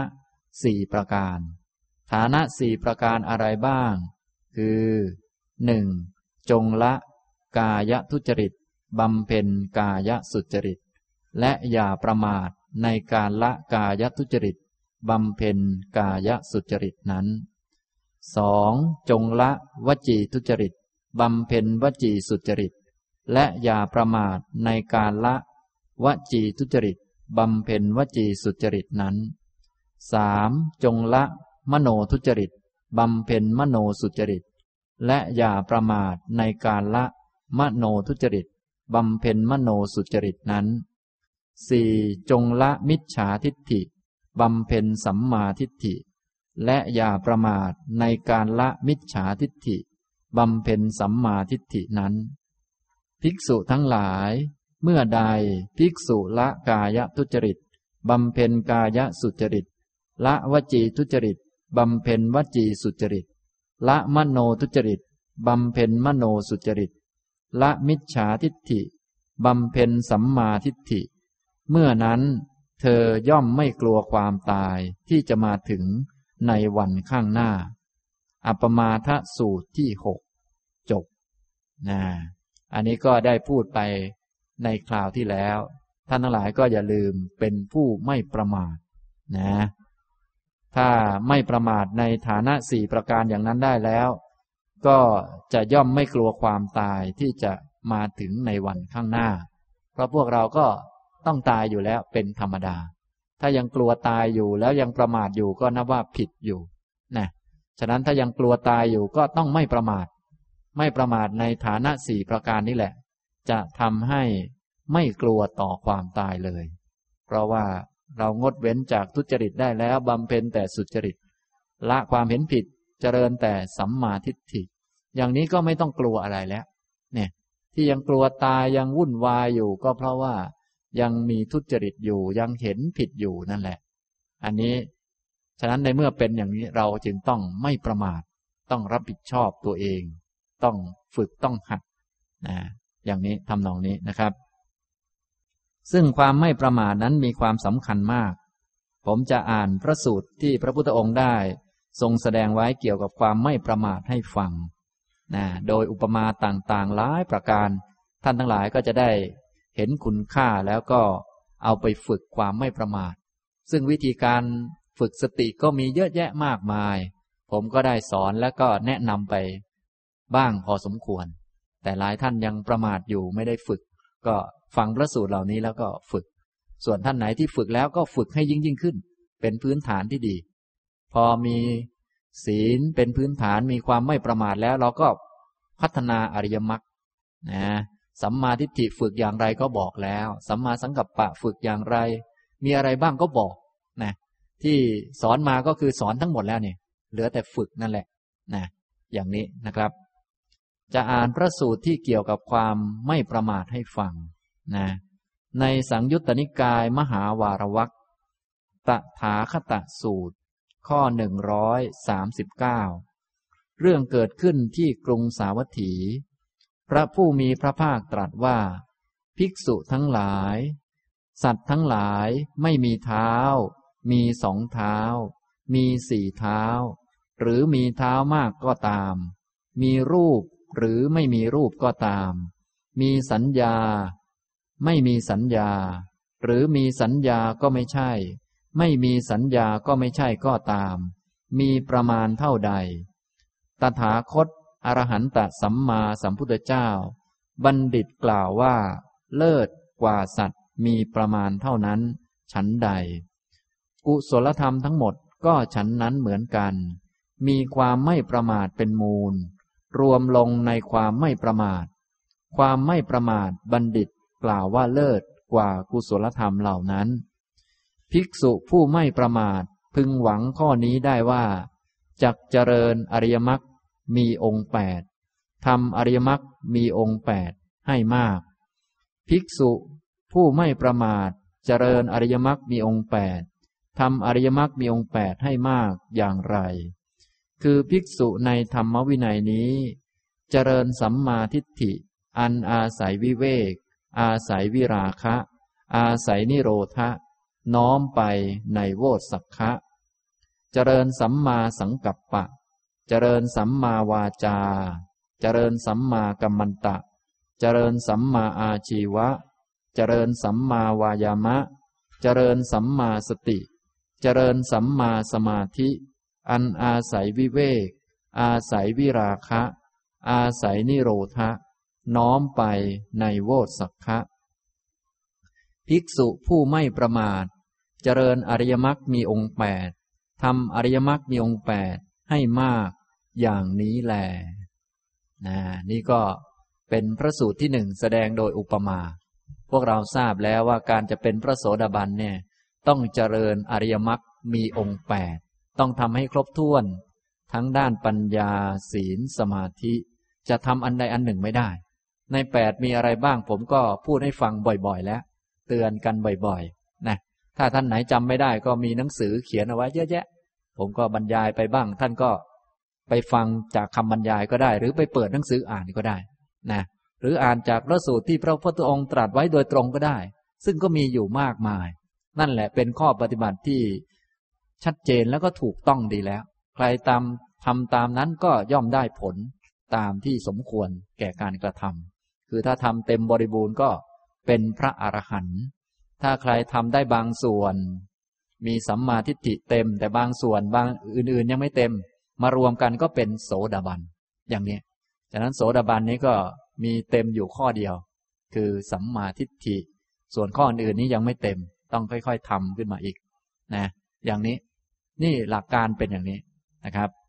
4ประการฐานะ4ประการอะไรบ้างคือ 1. จงละกายทุจริตบำเพ็ญกายสุจริตและอย่าประมาทในการละกายทุจริตบำเพ็ญกายสุจริตนั้น 2. จงละวจีทุจริตบำเพ็ญวจีสุจริตและอย่าประมาทในการละวจีทุจริตบำเพ็ญวจีสุจริตนั้น 3. จงละมโนทุจริตบำเพ็ญมโนสุจริตและอย่าประมาทในการละมโนทุจริตบำเพ็ญมโนสุจริตนั้น 4. จงละมิจฉาทิฏฐิบำเพ็ญสัมมาทิฏฐิและอย่าประมาทในการละมิจฉาทิฏฐิบำเพ็ญสัมมาทิฏฐินั้นภิกษุทั้งหลายเมื่อใดภิกษุละกายทุจริตบำเพ็ญกายสุจริตละวจีทุจริตบำเพ็ญวจีสุจริตละมโนทุจริตบำเพ็ญมโนสุจริตละมิจฉาทิฏฐิบำเพ็ญสัมมาทิฏฐิเมื่อนั้นเธอย่อมไม่กลัวความตายที่จะมาถึงในวันข้างหน้าอัปปมาทสูตรที่6จบอันนี้ก็ได้พูดไปในคราวที่แล้วท่านทั้งหลายก็อย่าลืมเป็นผู้ไม่ประมาทนะถ้าไม่ประมาทในฐานะ4ประการอย่างนั้นได้แล้วก็จะย่อมไม่กลัวความตายที่จะมาถึงในวันข้างหน้าเพราะพวกเราก็ต้องตายอยู่แล้วเป็นธรรมดาถ้ายังกลัวตายอยู่แล้วยังประมาทอยู่ก็นับว่าผิดอยู่นะฉะนั้นถ้ายังกลัวตายอยู่ก็ต้องไม่ประมาทไม่ประมาทในฐานะ4ประการนี้แหละจะทำให้ไม่กลัวต่อความตายเลยเพราะว่าเรางดเว้นจากทุจริตได้แล้วบำเพ็ญแต่สุจริตละความเห็นผิดเจริญแต่สัมมาทิฏฐิอย่างนี้ก็ไม่ต้องกลัวอะไรแล้วเนี่ยที่ยังกลัวตายยังวุ่นวายอยู่ก็เพราะว่ายังมีทุจริตอยู่ยังเห็นผิดอยู่นั่นแหละอันนี้ฉะนั้นในเมื่อเป็นอย่างนี้เราจึงต้องไม่ประมาทต้องรับผิดชอบตัวเองต้องฝึกต้องหัดอย่างนี้ทำนองนี้นะครับซึ่งความไม่ประมาทนั้นมีความสำคัญมากผมจะอ่านพระสูตรที่พระพุทธองค์ได้ทรงแสดงไว้เกี่ยวกับความไม่ประมาทให้ฟังโดยอุปมาต่างๆหลายประการท่านทั้งหลายก็จะได้เห็นคุณค่าแล้วก็เอาไปฝึกความไม่ประมาทซึ่งวิธีการฝึกสติก็มีเยอะแยะมากมายผมก็ได้สอนและก็แนะนำไปบ้างพอสมควรแต่หลายท่านยังประมาทอยู่ไม่ได้ฝึกก็ฟังพระสูตรเหล่านี้แล้วก็ฝึกส่วนท่านไหนที่ฝึกแล้วก็ฝึกให้ยิ่งขึ้นเป็นพื้นฐานที่ดีพอมีศีลเป็นพื้นฐานมีความไม่ประมาทแล้วเราก็พัฒนาอริยมรรคสัมมาทิฏฐิฝึกอย่างไรก็บอกแล้วสัมมาสังกัปปะฝึกอย่างไรมีอะไรบ้างก็บอกที่สอนมาก็คือสอนทั้งหมดแล้วเนี่ยเหลือแต่ฝึกนั่นแหละอย่างนี้นะครับจะอ่านพระสูตรที่เกี่ยวกับความไม่ประมาทให้ฟังในสังยุตตนิกายมหาวารวรรคตถาคตสูตรข้อ139เรื่องเกิดขึ้นที่กรุงสาวัตถีพระผู้มีพระภาคตรัสว่าภิกษุทั้งหลายสัตว์ทั้งหลายไม่มีเท้ามี2 เท้ามี4 เท้าหรือมีเท้ามากก็ตามมีรูปหรือไม่มีรูปก็ตามมีสัญญาไม่มีสัญญาหรือมีสัญญาก็ไม่ใช่ไม่มีสัญญาก็ไม่ใช่ก็ตามมีประมาณเท่าใดตถาคตอรหันตสัมมาสัมพุทธเจ้าบัณฑิตกล่าวว่าเลิศกว่าสัตว์มีประมาณเท่านั้นฉันใดกุศลธรรมทั้งหมดก็ฉันนั้นเหมือนกันมีความไม่ประมาทเป็นมูลรวมลงในความไม่ประมาทความไม่ประมาทบัณฑิตกล่าวว่าเลิศกว่ากุศลธรรมเหล่านั้นภิกษุผู้ไม่ประมาทพึงหวังข้อนี้ได้ว่าจักเจริญอริยมรรคมีองค์8ทำอริยมรรคมีองค์8ให้มากภิกษุผู้ไม่ประมาทเจริญอริยมรรคมีองค์8ทำอริยมรรคมีองค์8ให้มากอย่างไรคือภิกษุในธรรมวินัยนี้เจริญสัมมาทิฏฐิอันอาศัยวิเวกอาศัยวิราคะอาศัยนิโรธะน้อมไปในโวสักขะเจริญสัมมาสังกัปปะเจริญสัมมาวาจาเจริญสัมมากัมมันตะเจริญสัมมาอาชีวะเจริญสัมมาวายามะเจริญสัมมาสติเจริญสัมมาสมาธิอันอาศัยวิเวกอาศัยวิราคะอาศัยนิโรธะน้อมไปในโวสักขะภิกษุผู้ไม่ประมาทเจริญอริยมรรคมีองค์8ทำอริยมรรคมีองค์8ให้มากอย่างนี้แลนี่ก็เป็นพระสูตรที่1แสดงโดยอุปมาพวกเราทราบแล้วว่าการจะเป็นพระโสดาบันเนี่ยต้องเจริญอริยมรรคมีองค์8ต้องทำให้ครบถ้วนทั้งด้านปัญญาศีลสมาธิจะทำอันใดอันหนึ่งไม่ได้ใน8มีอะไรบ้างผมก็พูดให้ฟังบ่อยๆแล้วเตือนกันบ่อยๆถ้าท่านไหนจำไม่ได้ก็มีหนังสือเขียนเอาไว้เยอะแยะผมก็บรรยายไปบ้างท่านก็ไปฟังจากคำบรรยายก็ได้หรือไปเปิดหนังสืออ่านก็ได้หรืออ่านจากพระสูตรที่พระพุทธองค์ตรัสไว้โดยตรงก็ได้ซึ่งก็มีอยู่มากมายนั่นแหละเป็นข้อปฏิบัติที่ชัดเจนแล้วก็ถูกต้องดีแล้วใครทำตามนั้นก็ย่อมได้ผลตามที่สมควรแก่การกระทำคือถ้าทำเต็มบริบูรณ์ก็เป็นพระอรหันต์ถ้าใครทำได้บางส่วนมีสัมมาทิฏฐิเต็มแต่บางส่วนบางอื่นๆยังไม่เต็มมารวมกันก็เป็นโสดาบันอย่างนี้ฉะนั้นโสดาบันนี้ก็มีเต็มอยู่ข้อเดียวคือสัมมาทิฏฐิส่วนข้ออื่นนี้ยังไม่เต็มต้องค่อยๆทำขึ้นมาอีกอย่างนี้นี่หลักการเป็นอย่างนี้นะครับ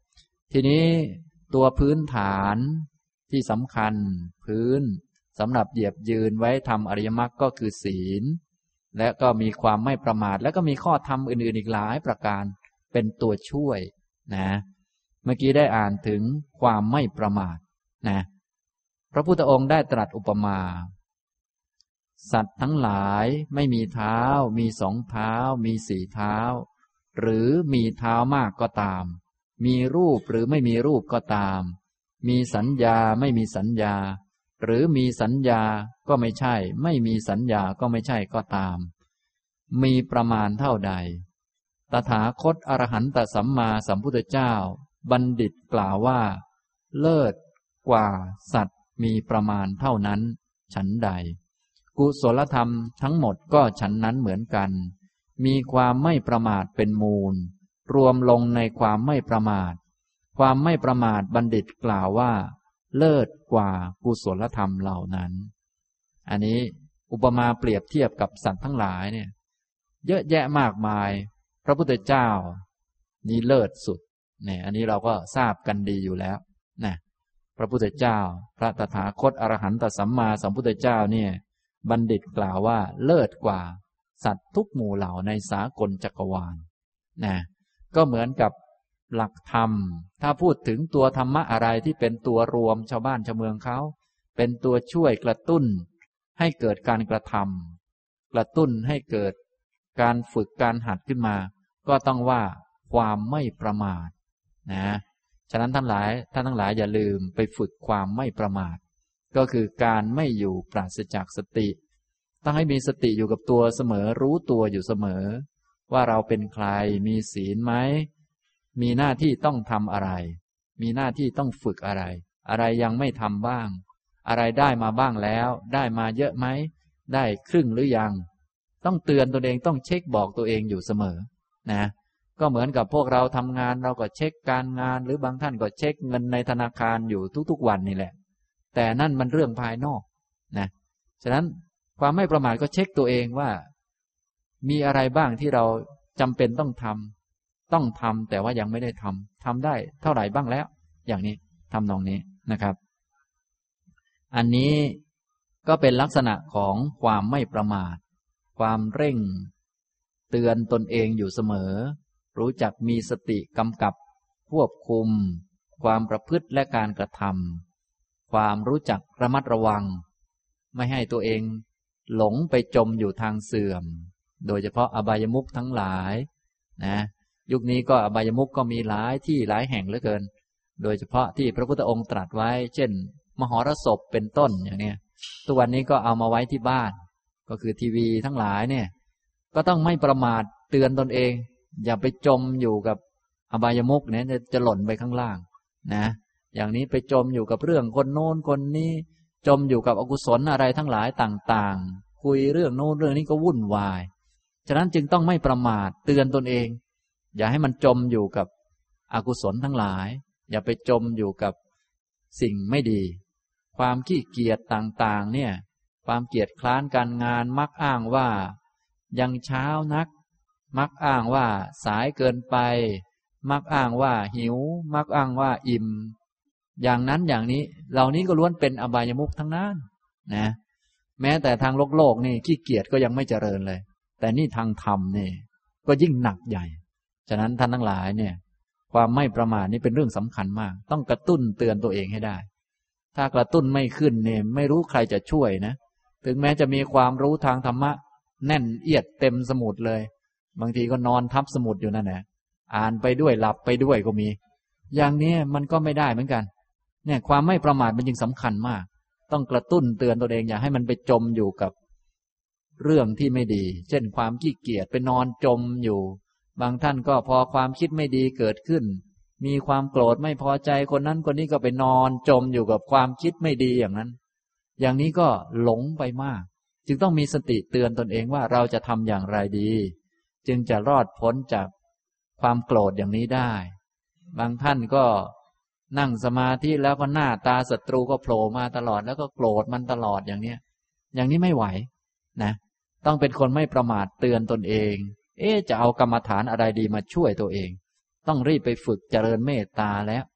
ทีนี้ตัวพื้นฐานที่สำคัญพื้นสำหรับเหยียบยืนไว้ทำอริยมรรคก็คือศีลและก็มีความไม่ประมาทและก็มีข้อธรรมอื่นๆอีกหลายประการเป็นตัวช่วยนะเมื่อกี้ได้อ่านถึงความไม่ประมาทนะพระพุทธองค์ได้ตรัสอุปมาสัตว์ทั้งหลายไม่มีเท้ามีสองเท้ามีสี่เท้าหรือมีเท้ามากก็ตามมีรูปหรือไม่มีรูปก็ตามมีสัญญาไม่มีสัญญาหรือมีสัญญาก็ไม่ใช่ไม่มีสัญญาก็ไม่ใช่ก็ตามมีประมาณเท่าใดตถาคตอรหันตสัมมาสัมพุทธเจ้าบัณฑิตกล่าวว่าเลิศกว่าสัตว์มีประมาณเท่านั้นฉันใดกุศลธรรมทั้งหมดก็ฉันนั้นเหมือนกันมีความไม่ประมาทเป็นมูลรวมลงในความไม่ประมาทความไม่ประมาทบัณฑิตกล่าวว่าเลิศกว่ากุศลธรรมเหล่านั้นอันนี้อุปมาเปรียบเทียบกับสัตว์ทั้งหลายเนี่ยเยอะแยะมากมายพระพุทธเจ้านี่เลิศสุดเนี่ยอันนี้เราก็ทราบกันดีอยู่แล้วนะพระพุทธเจ้าพระตถาคตอรหันตสัมมาสัมพุทธเจ้าเนี่ยบัณฑิตกล่าวว่าเลิศกว่าสัตว์ทุกหมู่เหล่าในสากลจักรวาลนะก็เหมือนกับหลักธรรมถ้าพูดถึงตัวธรรมะอะไรที่เป็นตัวรวมชาวบ้านชาวเมืองเขาเป็นตัวช่วยกระตุ้นให้เกิดการกระทำกระตุ้นให้เกิดการฝึกการหัดขึ้นมาก็ต้องว่าความไม่ประมาทนะฉะนั้นท่านทั้งหลายอย่าลืมไปฝึกความไม่ประมาทก็คือการไม่อยู่ปราศจากสติต้องให้มีสติอยู่กับตัวเสมอรู้ตัวอยู่เสมอว่าเราเป็นใครมีศีลไหมมีหน้าที่ต้องทำอะไรมีหน้าที่ต้องฝึกอะไรอะไรยังไม่ทำบ้างอะไรได้มาบ้างแล้วได้มาเยอะไหมได้ครึ่งหรือยังต้องเตือนตัวเองต้องเช็คบอกตัวเองอยู่เสมอนะก็เหมือนกับพวกเราทำงานเราก็เช็คการงานหรือบางท่านก็เช็คเงินในธนาคารอยู่ทุกๆวันนี่แหละแต่นั่นมันเรื่องภายนอกนะฉะนั้นความไม่ประมาทก็เช็คตัวเองว่ามีอะไรบ้างที่เราจำเป็นต้องทำแต่ว่ายังไม่ได้ทำได้เท่าไหร่บ้างแล้วอย่างนี้ทำนองนี้นะครับอันนี้ก็เป็นลักษณะของความไม่ประมาทความเร่งเตือนตนเองอยู่เสมอรู้จักมีสติกำกับควบคุมความประพฤติและการกระทำความรู้จักระมัดระวังไม่ให้ตัวเองหลงไปจมอยู่ทางเสื่อมโดยเฉพาะอบายมุขทั้งหลายนะยุคนี้ก็อบายมุขก็มีหลายที่หลายแห่งเหลือเกินโดยเฉพาะที่พระพุทธองค์ตรัสไว้เช่นมหรสพเป็นต้นอย่างนี้ทุกวันนี้ก็เอามาไว้ที่บ้านก็คือทีวีทั้งหลายเนี่ยก็ต้องไม่ประมาทเตือนตนเองอย่าไปจมอยู่กับอบายมุขเนี่ยจะหล่นไปข้างล่างนะอย่างนี้ไปจมอยู่กับเรื่องคนโน้นคนนี้จมอยู่กับอกุศลอะไรทั้งหลายต่างๆคุยเรื่องโน้นเรื่องนี้ก็วุ่นวายฉะนั้นจึงต้องไม่ประมาทเตือนตนเองอย่าให้มันจมอยู่กับอกุศลทั้งหลายอย่าไปจมอยู่กับสิ่งไม่ดีความขี้เกียจต่างๆเนี่ยความเกียจคร้านการงานมักอ้างว่ายังเช้านักมักอ้างว่าสายเกินไปมักอ้างว่าหิวมักอ้างว่าอิ่มอย่างนั้นอย่างนี้เหล่านี้ก็ล้วนเป็นอบายมุขทั้งนั้นนะแม้แต่ทางโลกนี่ขี้เกียจก็ยังไม่เจริญเลยแต่นี่ทางธรรมนี่ก็ยิ่งหนักใหญ่ฉะนั้นท่านทั้งหลายเนี่ยความไม่ประมาทนี่เป็นเรื่องสำคัญมากต้องกระตุ้นเตือนตัวเองให้ได้ถ้ากระตุ้นไม่ขึ้นเนี่ยไม่รู้ใครจะช่วยนะถึงแม้จะมีความรู้ทางธรรมะแน่นเอียดเต็มสมุดเลยบางทีก็นอนทับสมุดอยู่นั่นแหละอ่านไปด้วยหลับไปด้วยก็มีอย่างนี้มันก็ไม่ได้เหมือนกันเนี่ยความไม่ประมาทมันจึงสำคัญมากต้องกระตุ้นเตือนตัวเองอย่าให้มันไปจมอยู่กับเรื่องที่ไม่ดีเช่นความขี้เกียจไปนอนจมอยู่บางท่านก็พอความคิดไม่ดีเกิดขึ้นมีความโกรธไม่พอใจคนนั้นคนนี้ก็ไปนอนจมอยู่กับความคิดไม่ดีอย่างนั้นอย่างนี้ก็หลงไปมากจึงต้องมีสติเตือนตนเองว่าเราจะทำอย่างไรดีจึงจะรอดพ้นจากความโกรธอย่างนี้ได้บางท่านก็นั่งสมาธิแล้วก็หน้าตาศัตรูก็โผล่มาตลอดแล้วก็โกรธมันตลอดอย่างนี้ไม่ไหวนะต้องเป็นคนไม่ประมาทเตือนตนเองจะเอากรรมฐานอะไรดีมาช่วยตัวเองต้องรีบไปฝึกเจริญเมตตาแล้ว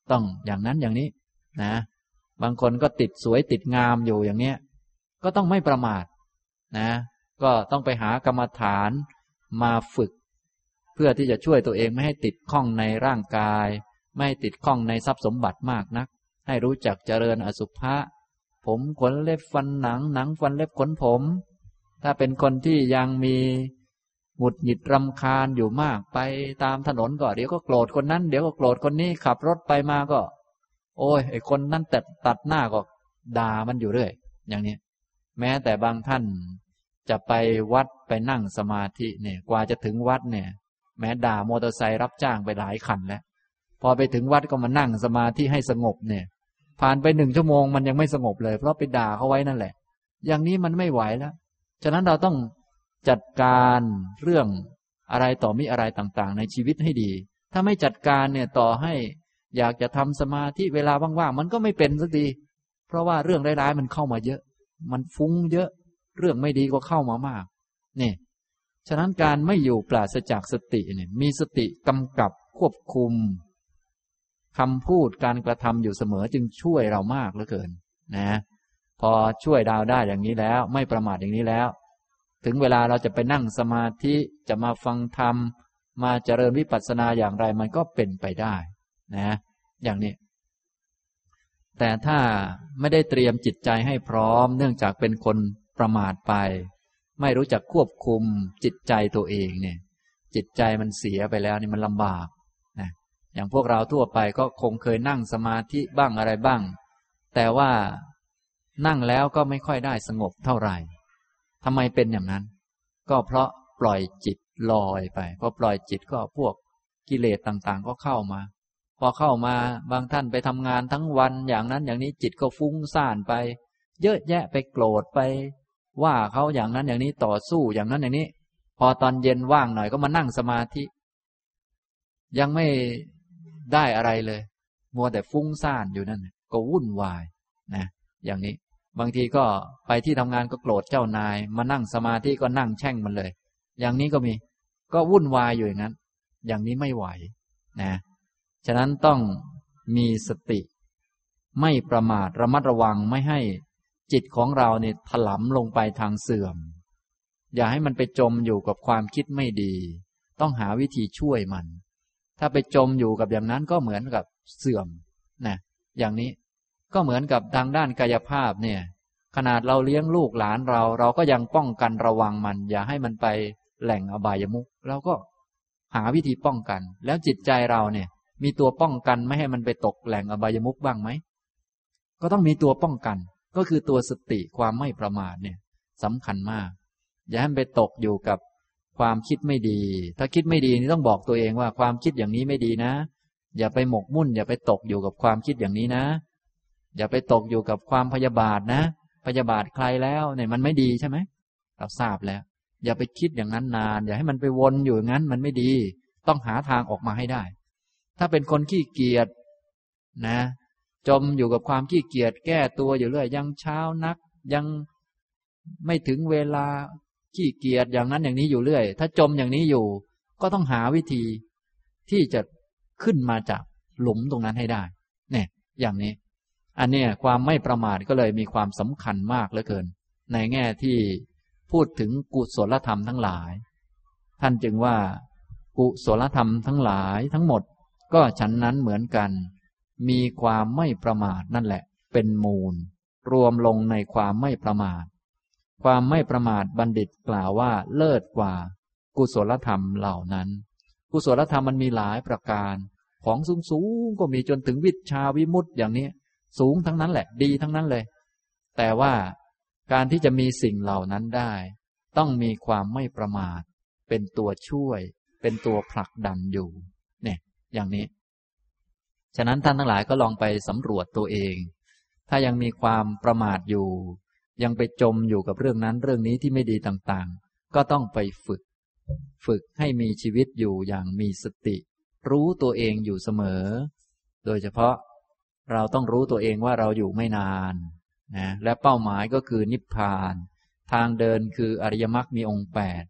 ต้องอย่างนั้นอย่างนี้นะบางคนก็ติดสวยติดงามอยู่อย่างเนี้ยก็ต้องไม่ประมาทนะก็ต้องไปหากรรมฐานมาฝึกเพื่อที่จะช่วยตัวเองไม่ให้ติดข้องในร่างกายไม่ให้ติดข้องในทรัพย์สมบัติมากนักให้รู้จักเจริญอสุภะผมขนเล็บฟันหนังหนังฟันเล็บขนผมถ้าเป็นคนที่ยังมีหงุดหงิดรำคาญอยู่มากไปตามถนนก็เดี๋ยวก็โกรธคนนั้นเดี๋ยวก็โกรธคนนี้ขับรถไปมาก็โอ้ยไอ้คนนั้นตัดหน้าก็ด่ามันอยู่เรื่อยอย่างนี้แม้แต่บางท่านจะไปวัดไปนั่งสมาธิเนี่ยกว่าจะถึงวัดเนี่ยแม้ด่ามอเตอร์ไซค์รับจ้างไปหลายคันแล้วพอไปถึงวัดก็มานั่งสมาธิให้สงบเนี่ยผ่านไป1 ชั่วโมงมันยังไม่สงบเลยเพราะไปด่าเขาไว้นั่นแหละอย่างนี้มันไม่ไหวแล้วฉะนั้นเราต้องจัดการเรื่องอะไรต่อมิอะไรต่างๆในชีวิตให้ดีถ้าไม่จัดการเนี่ยต่อให้อยากจะทำสมาธิเวลาว่างๆมันก็ไม่เป็นสักทีเพราะว่าเรื่องร้ายๆมันเข้ามาเยอะมันฟุ้งเยอะเรื่องไม่ดีก็เข้ามามากนี่ฉะนั้นการไม่อยู่ปราศจากสติเนี่ยมีสติกำกับควบคุมคำพูดการกระทำอยู่เสมอจึงช่วยเรามากเหลือเกินนะพอช่วยเราได้อย่างนี้แล้วไม่ประมาทอย่างนี้แล้วถึงเวลาเราจะไปนั่งสมาธิจะมาฟังธรรมมาเจริญวิปัสสนาอย่างไรมันก็เป็นไปได้นะอย่างนี้แต่ถ้าไม่ได้เตรียมจิตใจให้พร้อมเนื่องจากเป็นคนประมาทไปไม่รู้จักควบคุมจิตใจตัวเองเนี่ยจิตใจมันเสียไปแล้วนี่มันลำบากนะอย่างพวกเราทั่วไปก็คงเคยนั่งสมาธิบ้างอะไรบ้างแต่ว่านั่งแล้วก็ไม่ค่อยได้สงบเท่าไหร่ทำไมเป็นอย่างนั้นก็เพราะปล่อยจิตลอยไปพอปล่อยจิตก็พวกกิเลสต่างๆก็เข้ามาพอเข้ามาบางท่านไปทำงานทั้งวันอย่างนั้นอย่างนี้จิตก็ฟุ้งซ่านไปเยอะแยะไปโกรธไปว่าเขาอย่างนั้นอย่างนี้ต่อสู้อย่างนั้นอย่างนี้พอตอนเย็นว่างหน่อยก็มานั่งสมาธิยังไม่ได้อะไรเลยมัวแต่ฟุ้งซ่านอยู่นั่นก็วุ่นวายนะอย่างนี้บางทีก็ไปที่ทำงานก็โกรธเจ้านายมานั่งสมาธิก็นั่งแช่งมันเลยอย่างนี้ก็มีก็วุ่นวายอยู่อย่างนั้นอย่างนี้ไม่ไหวนะฉะนั้นต้องมีสติไม่ประมาทระมัดระวังไม่ให้จิตของเราเนี่ยถลำลงไปทางเสื่อมอย่าให้มันไปจมอยู่กับความคิดไม่ดีต้องหาวิธีช่วยมันถ้าไปจมอยู่กับอย่างนั้นก็เหมือนกับเสื่อมนะอย่างนี้ก็เหมือนกับทางด้านกายภาพเนี่ยขนาดเราเลี้ยงลูกหลานเราก็ยังป้องกันระวังมันอย่าให้มันไปแหล่งอบายมุขเราก็หาวิธีป้องกันแล้วจิตใจเราเนี่ยมีตัวป้องกันไม่ให้มันไปตกแหล่งอบายมุขบ้างไหมก็ต้องมีตัวป้องกันก็คือตัวสติความไม่ประมาทเนี่ยสำคัญมากอย่าให้มันไปตกอยู่กับความคิดไม่ดีถ้าคิดไม่ดีนี่ต้องบอกตัวเองว่าความคิดอย่างนี้ไม่ดีนะอย่าไปหมกมุ่นอย่าไปตกอยู่กับความคิดอย่างนี้นะอย่าไปตกอยู่กับความพยาบาทนะพยาบาทใครแล้วเนี่ยมันไม่ดีใช่ไหมเราทราบแล้วอย่าไปคิดอย่างนั้นนานอย่าให้มันไปวนอยู่อย่างนั้นมันไม่ดีต้องหาทางออกมาให้ได้ถ้าเป็นคนขี้เกียจนะจมอยู่กับความขี้เกียจแก้ตัวอยู่เรื่อยยังเช้านักยังไม่ถึงเวลาขี้เกียจอย่างนั้นอย่างนี้อยู่เรื่อยถ้าจมอย่างนี้อยู่ก็ต้องหาวิธีที่จะขึ้นมาจากหลุมตรงนั้นให้ได้เนี่ยอย่างนี้อันเนี้ยความไม่ประมาทก็เลยมีความสำคัญมากเหลือเกินในแง่ที่พูดถึงกุศลธรรมทั้งหลายท่านจึงว่ากุศลธรรมทั้งหลายทั้งหมดก็ฉันนั้นเหมือนกันมีความไม่ประมาทนั่นแหละเป็นมูลรวมลงในความไม่ประมาทความไม่ประมาทบัณฑิตกล่าวว่าเลิศกว่ากุศลธรรมเหล่านั้นกุศลธรรมมันมีหลายประการของสูงก็มีจนถึงวิชาวิมุตติอย่างนี้สูงทั้งนั้นแหละดีทั้งนั้นเลยแต่ว่าการที่จะมีสิ่งเหล่านั้นได้ต้องมีความไม่ประมาทเป็นตัวช่วยเป็นตัวผลักดันอยู่เนี่ยอย่างนี้ฉะนั้นท่านทั้งหลายก็ลองไปสำรวจตัวเองถ้ายังมีความประมาทอยู่ยังไปจมอยู่กับเรื่องนั้นเรื่องนี้ที่ไม่ดีต่างๆก็ต้องไปฝึกให้มีชีวิตอยู่อย่างมีสติรู้ตัวเองอยู่เสมอโดยเฉพาะเราต้องรู้ตัวเองว่าเราอยู่ไม่นานนะและเป้าหมายก็คือนิพพานทางเดินคืออริยมรรคมีองค์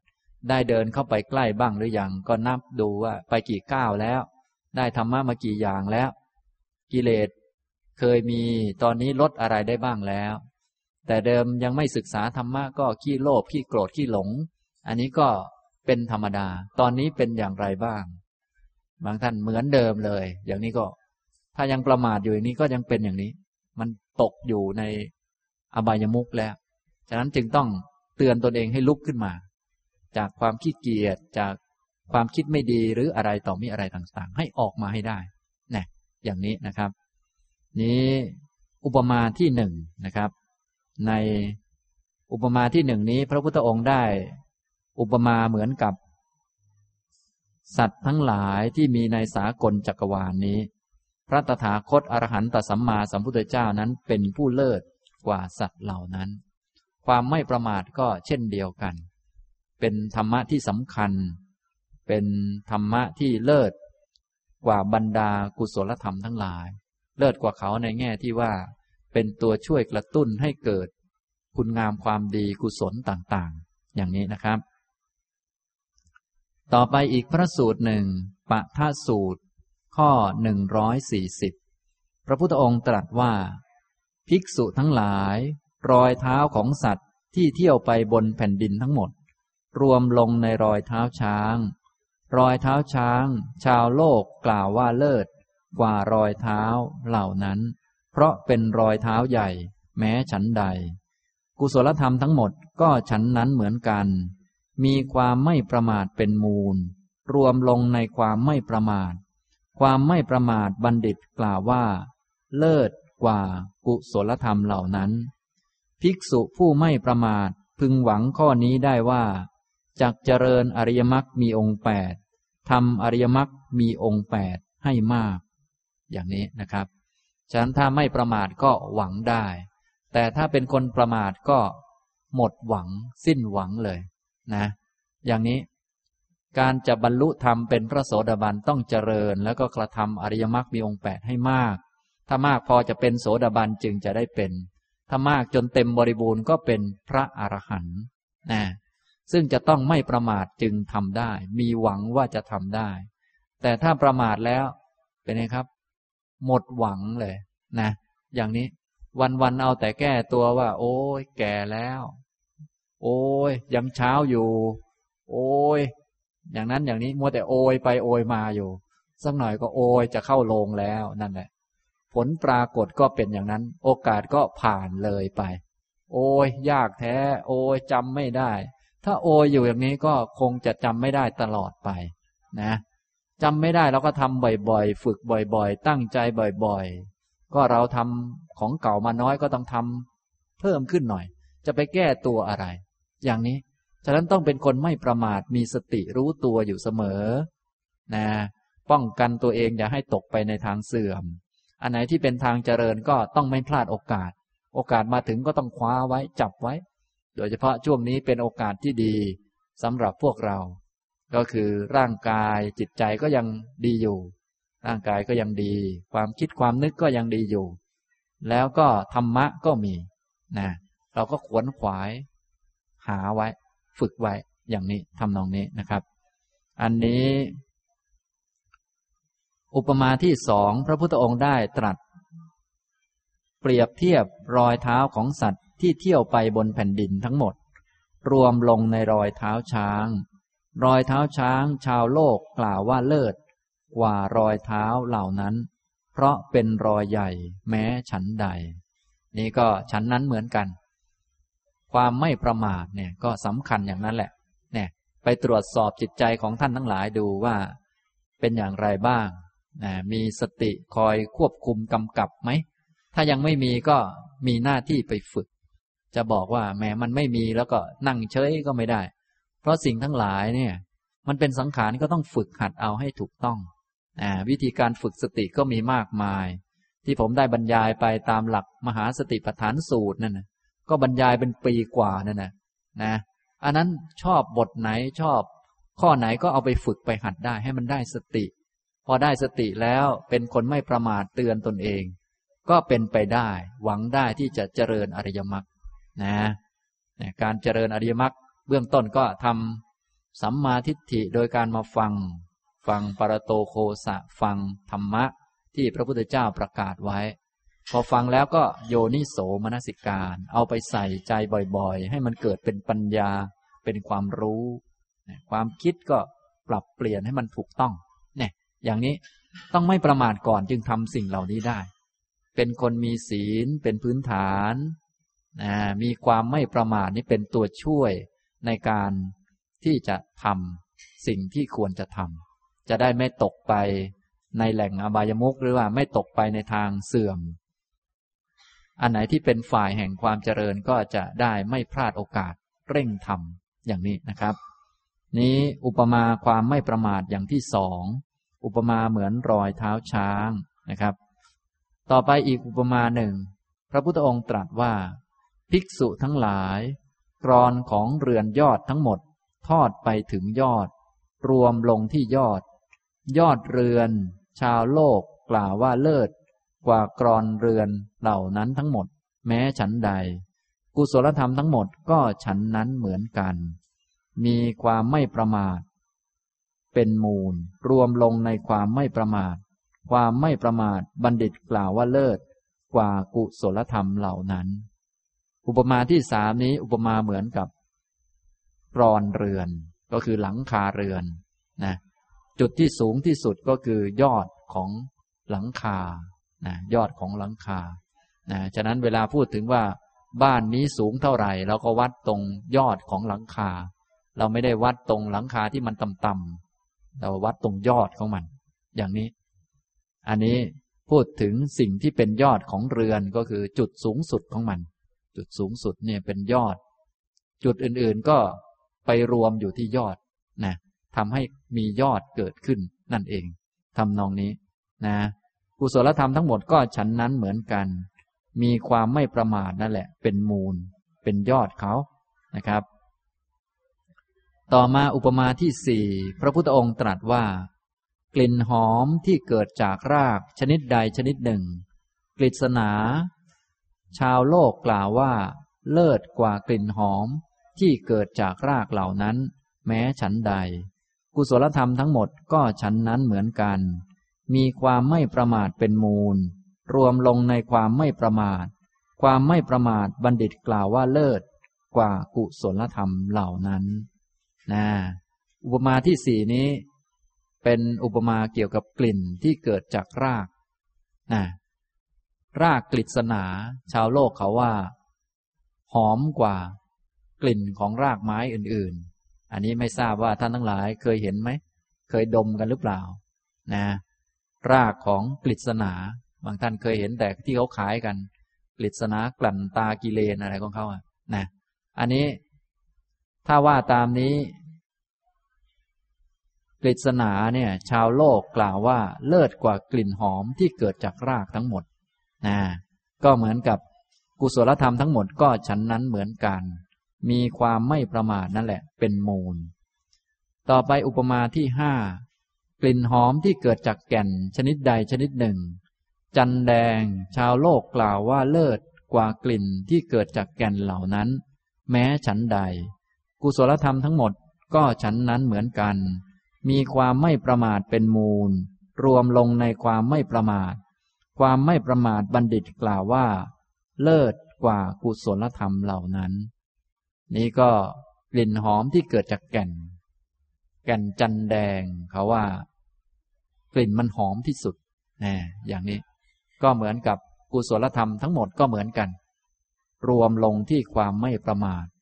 8ได้เดินเข้าไปใกล้บ้างหรือยังก็นับดูว่าไปกี่ก้าวแล้วได้ธรรมะมากี่อย่างแล้วกิเลสเคยมีตอนนี้ลดอะไรได้บ้างแล้วแต่เดิมยังไม่ศึกษาธรรมะก็ขี้โลภขี้โกรธขี้หลงอันนี้ก็เป็นธรรมดาตอนนี้เป็นอย่างไรบ้างบางท่านเหมือนเดิมเลยอย่างนี้ก็ถ้ายังประมาทอยู่อย่างนี้ก็ยังเป็นอย่างนี้มันตกอยู่ในอบายมุขแล้วฉะนั้นจึงต้องเตือนตนเองให้ลุกขึ้นมาจากความขี้เกียจจากความคิดไม่ดีหรืออะไรต่อมีอะไรต่างๆให้ออกมาให้ได้นะอย่างนี้นะครับนี้อุปมาที่หนึ่งนะครับในอุปมาที่หนึ่งนี้พระพุทธองค์ได้อุปมาเหมือนกับสัตว์ทั้งหลายที่มีในสากลจักรวาลนี้พระตถาคตอรหันตสัมมาสัมพุทธเจ้านั้นเป็นผู้เลิศกว่าสัตว์เหล่านั้นความไม่ประมาทก็เช่นเดียวกันเป็นธรรมะที่สำคัญเป็นธรรมะที่เลิศกว่าบรรดากุศลธรรมทั้งหลายเลิศกว่าเขาในแง่ที่ว่าเป็นตัวช่วยกระตุ้นให้เกิดคุณงามความดีกุศลต่างๆอย่างนี้นะครับต่อไปอีกพระสูตรหนึ่งปะทะสูตรข้อ140พระพุทธองค์ตรัสว่าภิกษุทั้งหลายรอยเท้าของสัตว์ที่เที่ยวไปบนแผ่นดินทั้งหมดรวมลงในรอยเท้าช้างรอยเท้าช้างชาวโลกกล่าวว่าเลิศกว่ารอยเท้าเหล่านั้นเพราะเป็นรอยเท้าใหญ่แม้ฉันใดกุศลธรรมทั้งหมดก็ฉันนั้นเหมือนกันมีความไม่ประมาทเป็นมูลรวมลงในความไม่ประมาทความไม่ประมาทบัณฑิตกล่าวว่าเลิศกว่ากุศลธรรมเหล่านั้นภิกษุผู้ไม่ประมาทพึงหวังข้อนี้ได้ว่าจักเจริญอริยมรรคมีองค์8ทำอริยมรรคมีองค์8ให้มากอย่างนี้นะครับฉะนั้นถ้าไม่ประมาทก็หวังได้แต่ถ้าเป็นคนประมาทก็หมดหวังสิ้นหวังเลยนะอย่างนี้การจะบรรลุธรรมเป็นพระโสดาบันต้องเจริญแล้วก็กระทำอริยมรรคมีองค์8ให้มากถ้ามากพอจะเป็นโสดาบันจึงจะได้เป็นถ้ามากจนเต็มบริบูรณ์ก็เป็นพระอรหันต์นะซึ่งจะต้องไม่ประมาทจึงทำได้มีหวังว่าจะทำได้แต่ถ้าประมาทแล้วเป็นไงครับหมดหวังเลยนะอย่างนี้วันๆเอาแต่แก้ตัวว่าโอ้ยแก่แล้วโอ้ยยังเช้าอยู่โอ้ยอย่างนั้นอย่างนี้มัวแต่โอยไปโอยมาอยู่สักหน่อยก็โอยจะเข้าโรงแล้วนั่นแหละผลปรากฏก็เป็นอย่างนั้นโอกาสก็ผ่านเลยไปโอ้ยยากแท้โอ้ยจำไม่ได้ถ้าโอยอยู่อย่างนี้ก็คงจะจำไม่ได้ตลอดไปนะจำไม่ได้เราก็ทำบ่อยๆฝึกบ่อยๆตั้งใจบ่อยๆก็เราทำของเก่ามาน้อยก็ต้องทำเพิ่มขึ้นหน่อยจะไปแก้ตัวอะไรอย่างนี้ฉะนั้นต้องเป็นคนไม่ประมาทมีสติรู้ตัวอยู่เสมอนะป้องกันตัวเองอย่าให้ตกไปในทางเสื่อมอันไหนที่เป็นทางเจริญก็ต้องไม่พลาดโอกาสมาถึงก็ต้องคว้าไว้จับไว้โดยเฉพาะช่วงนี้เป็นโอกาสที่ดีสำหรับพวกเราก็คือร่างกายจิตใจก็ยังดีอยู่ร่างกายก็ยังดีความคิดความนึกก็ยังดีอยู่แล้วก็ธรรมะก็มีนะเราก็ขวนขวายหาไว้ฝึกไว้อย่างนี้ทำนองนี้นะครับอันนี้อุปมาที่สองพระพุทธองค์ได้ตรัสเปรียบเทียบรอยเท้าของสัตว์ที่เที่ยวไปบนแผ่นดินทั้งหมดรวมลงในรอยเท้าช้างรอยเท้าช้างชาวโลกกล่าวว่าเลิศกว่ารอยเท้าเหล่านั้นเพราะเป็นรอยใหญ่แม้ฉันใดนี่ก็ฉันนั้นเหมือนกันความไม่ประมาทเนี่ยก็สำคัญอย่างนั้นแหละเนี่ยไปตรวจสอบจิตใจของท่านทั้งหลายดูว่าเป็นอย่างไรบ้างมีสติคอยควบคุมกำกับไหมถ้ายังไม่มีก็มีหน้าที่ไปฝึกจะบอกว่าแม้มันไม่มีแล้วก็นั่งเฉยก็ไม่ได้เพราะสิ่งทั้งหลายเนี่ยมันเป็นสังขารก็ต้องฝึกหัดเอาให้ถูกต้องวิธีการฝึกสติก็มีมากมายที่ผมได้บรรยายไปตามหลักมหาสติปัฏฐานสูตรนั่นนะก็บรรยายเป็นปีกว่านั่นนะอันนั้นชอบบทไหนชอบข้อไหนก็เอาไปฝึกไปหัดได้ให้มันได้สติพอได้สติแล้วเป็นคนไม่ประมาทเตือนตนเองก็เป็นไปได้หวังได้ที่จะเจริญอริยมรรคนะการเจริญอริยมรรคเบื้องต้นก็ทำสัมมาทิฏฐิโดยการมาฟังปรโตโคสะฟังธรรมะที่พระพุทธเจ้าประกาศไว้พอฟังแล้วก็โยนิโสมนสิการเอาไปใส่ใจบ่อยๆให้มันเกิดเป็นปัญญาเป็นความรู้ความคิดก็ปรับเปลี่ยนให้มันถูกต้องเนี่ยอย่างนี้ต้องไม่ประมาทก่อนจึงทำสิ่งเหล่านี้ได้เป็นคนมีศีลเป็นพื้นฐานมีความไม่ประมาทนี่เป็นตัวช่วยในการที่จะทำสิ่งที่ควรจะทำจะได้ไม่ตกไปในแหล่งอบายมุขหรือว่าไม่ตกไปในทางเสื่อมอันไหนที่เป็นฝ่ายแห่งความเจริญก็จะได้ไม่พลาดโอกาสเร่งทำอย่างนี้นะครับนี้อุปมาความไม่ประมาทอย่างที่สองอุปมาเหมือนรอยเท้าช้างนะครับต่อไปอีกอุปมาหนึ่งพระพุทธองค์ตรัสว่าภิกษุทั้งหลายกรอนของเรือนยอดทั้งหมดทอดไปถึงยอดรวมลงที่ยอดเรือนชาวโลกกล่าวว่าเลิศกว่ากรอนเรือนเหล่านั้นทั้งหมดแม้ฉันใดกุศลธรรมทั้งหมดก็ฉันนั้นเหมือนกันมีความไม่ประมาทเป็นมูลรวมลงในความไม่ประมาทความไม่ประมาทบัณฑิตกล่าวว่าเลิศกว่ากุศลธรรมเหล่านั้นอุปมาที่สามนี้อุปมาเหมือนกับกรอนเรือนก็คือหลังคาเรือนนะจุดที่สูงที่สุดก็คือยอดของหลังคานะยอดของหลังคานะฉะนั้นเวลาพูดถึงว่าบ้านนี้สูงเท่าไหร่เราก็วัดตรงยอดของหลังคาเราไม่ได้วัดตรงหลังคาที่มันต่ำๆเราวัดตรงยอดของมันอย่างนี้อันนี้พูดถึงสิ่งที่เป็นยอดของเรือนก็คือจุดสูงสุดของมันจุดสูงสุดเนี่ยเป็นยอดจุดอื่นๆก็ไปรวมอยู่ที่ยอดนะทำให้มียอดเกิดขึ้นนั่นเองทำนองนี้นะกุศลธรรมทั้งหมดก็ฉันนั้นเหมือนกันมีความไม่ประมาทนั่นแหละเป็นมูลเป็นยอดเขานะครับต่อมาอุปมาที่สี่พระพุทธองค์ตรัสว่ากลิ่นหอมที่เกิดจากรากชนิดใดชนิดหนึ่งกฤษณาชาวโลกกล่าวว่าเลิศกว่ากลิ่นหอมที่เกิดจากรากเหล่านั้นแม้ฉันใดกุศลธรรมทั้งหมดก็ฉันนั้นเหมือนกันมีความไม่ประมาทเป็นมูลรวมลงในความไม่ประมาทความไม่ประมาทบัณฑิตกล่าวว่าเลิศกว่ากุศลธรรมเหล่านั้นนะอุปมาที่สี่นี้เป็นอุปมาเกี่ยวกับกลิ่นที่เกิดจากรากนะรากกฤษณาชาวโลกเขาว่าหอมกว่ากลิ่นของรากไม้อื่นๆอันนี้ไม่ทราบว่าท่านทั้งหลายเคยเห็นไหมเคยดมกันหรือเปล่านะรากของกฤษณาบางท่านเคยเห็นแต่ที่เขาขายกันกฤษณากลั่นตากิเลนอะไรของเขานะอันนี้ถ้าว่าตามนี้กฤษณาเนี่ยชาวโลกกล่าวว่าเลิศกว่ากลิ่นหอมที่เกิดจากรากทั้งหมดนะก็เหมือนกับกุศลธรรมทั้งหมดก็ฉันนั้นเหมือนกันมีความไม่ประมาทนั่นแหละเป็นมูลต่อไปอุปมาที่ห้ากลิ่นหอมที่เกิดจากแก่นชนิดใดชนิดหนึ่งจันแดงชาวโลกกล่าวว่าเลิศกว่ากลิ่นที่เกิดจากแก่นเหล่านั้นแม้ฉันใดกุศลธรรมทั้งหมดก็ฉันนั้นเหมือนกันมีความไม่ประมาทเป็นมูลรวมลงในความไม่ประมาทความไม่ประมาทบัณฑิตกล่าวว่าเลิศกว่ากุศลธรรมเหล่านั้นนี่ก็กลิ่นหอมที่เกิดจากแก่นจันแดงเขาว่ากลิ่นมันหอมที่สุดอย่างนี้ก็เหมือนกับกุศลธรรมทั้งหมดก็เหมือนกันรวมลงที่ความไม่ประมาท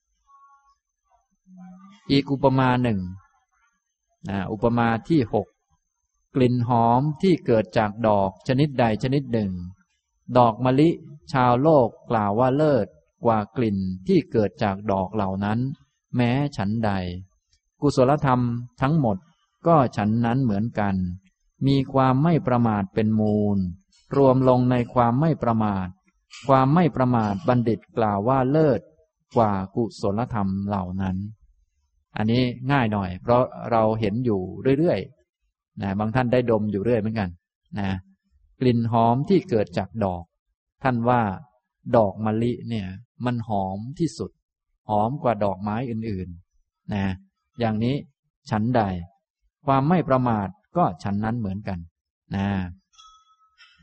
อีกอุปมาหนึ่งอุปมาที่หกกลิ่นหอมที่เกิดจากดอกชนิดใดชนิดหนึ่งดอกมะลิชาวโลกกล่าวว่าเลิศกว่ากลิ่นที่เกิดจากดอกเหล่านั้นแม้ฉันใดกุศลธรรมทั้งหมดก็ฉันนั้นเหมือนกันมีความไม่ประมาทเป็นมูลรวมลงในความไม่ประมาทความไม่ประมาทบัณฑิตกล่าวว่าเลิศกว่ากุศลธรรมเหล่านั้นอันนี้ง่ายหน่อยเพราะเราเห็นอยู่เรื่อยๆนะบางท่านได้ดมอยู่เรื่อยเหมือนกันนะกลิ่นหอมที่เกิดจากดอกท่านว่าดอกมะลิเนี่ยมันหอมที่สุดหอมกว่าดอกไม้อื่นๆนะอย่างนี้ฉันใดความไม่ประมาทก็ฉันนั้นเหมือนกันนะ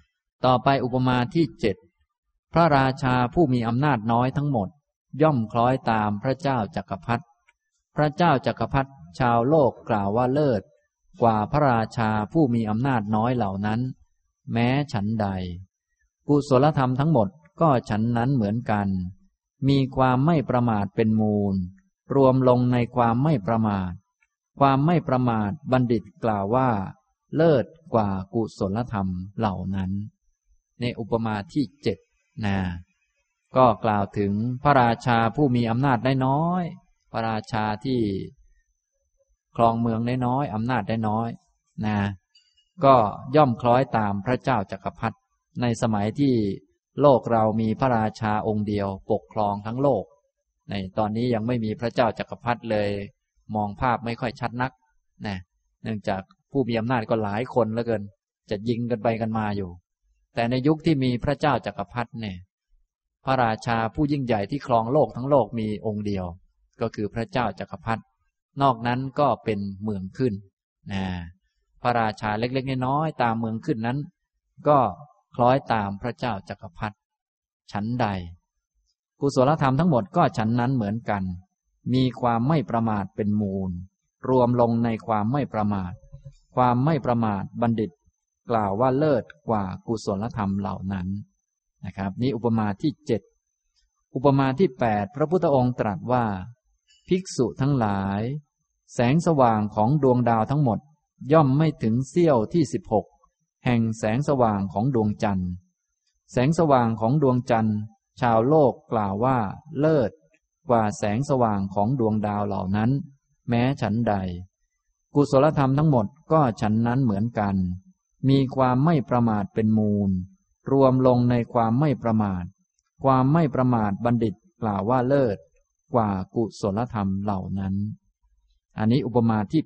ต่อไปอุปมาที่7พระราชาผู้มีอำนาจน้อยทั้งหมดย่อมคล้อยตามพระเจ้าจักรพรรดิพระเจ้าจักรพรรดิชาวโลกกล่าวว่าเลิศกว่าพระราชาผู้มีอำนาจน้อยเหล่านั้นแม้ฉันใดกุศลธรรมทั้งหมดก็ฉันนั้นเหมือนกันมีความไม่ประมาทเป็นมูลรวมลงในความไม่ประมาทความไม่ประมาทบัณฑิตกล่าวว่าเลิศกว่ากุศลธรรมเหล่านั้นในอุปมาที่7นะก็กล่าวถึงพระราชาผู้มีอำนาจน้อยพระราชาที่ครองเมืองน้อยอำนาจน้อยนะก็ย่อมคล้อยตามพระเจ้าจักรพรรดิในสมัยที่โลกเรามีพระราชาองค์เดียวปกครองทั้งโลกในตอนนี้ยังไม่มีพระเจ้าจักรพรรดิเลยมองภาพไม่ค่อยชัดนักนะเนื่องจากผู้มีอำนาจก็หลายคนเหลือเกินจะยิงกันไปกันมาอยู่แต่ในยุคที่มีพระเจ้าจักรพรรดิเนี่ยพระราชาผู้ยิ่งใหญ่ที่ครองโลกทั้งโลกมีองค์เดียวก็คือพระเจ้าจักรพรรดินอกนั้นก็เป็นเมืองขึ้นนะพระราชาเล็กๆน้อยๆตามเมืองขึ้นนั้นก็คล้อยตามพระเจ้าจักรพรรดิฉันใดกุศลธรรมทั้งหมดก็ฉันนั้นเหมือนกันมีความไม่ประมาทเป็นมูลรวมลงในความไม่ประมาทความไม่ประมาทบัณฑิตกล่าวว่าเลิศกว่ากุศลธรรมเหล่านั้นนะครับนี่อุปมาที่7อุปมาที่8พระพุทธองค์ตรัสว่าภิกษุทั้งหลายแสงสว่างของดวงดาวทั้งหมดย่อมไม่ถึงเสี้ยวที่16แห่งแสงสว่างของดวงจันทร์แสงสว่างของดวงจันทร์ชาวโลกกล่าวว่าเลิศกว่าแสงสว่างของดวงดาวเหล่านั้นแม้ฉันใดกุศลธรรมทั้งหมดก็ฉันนั้นเหมือนกันมีความไม่ประมาทเป็นมูลรวมลงในความไม่ประมาทความไม่ประมาทบัณฑิตกล่าวว่าเลิศกว่ากุศลธรรมเหล่านั้นอันนี้อุปมาที่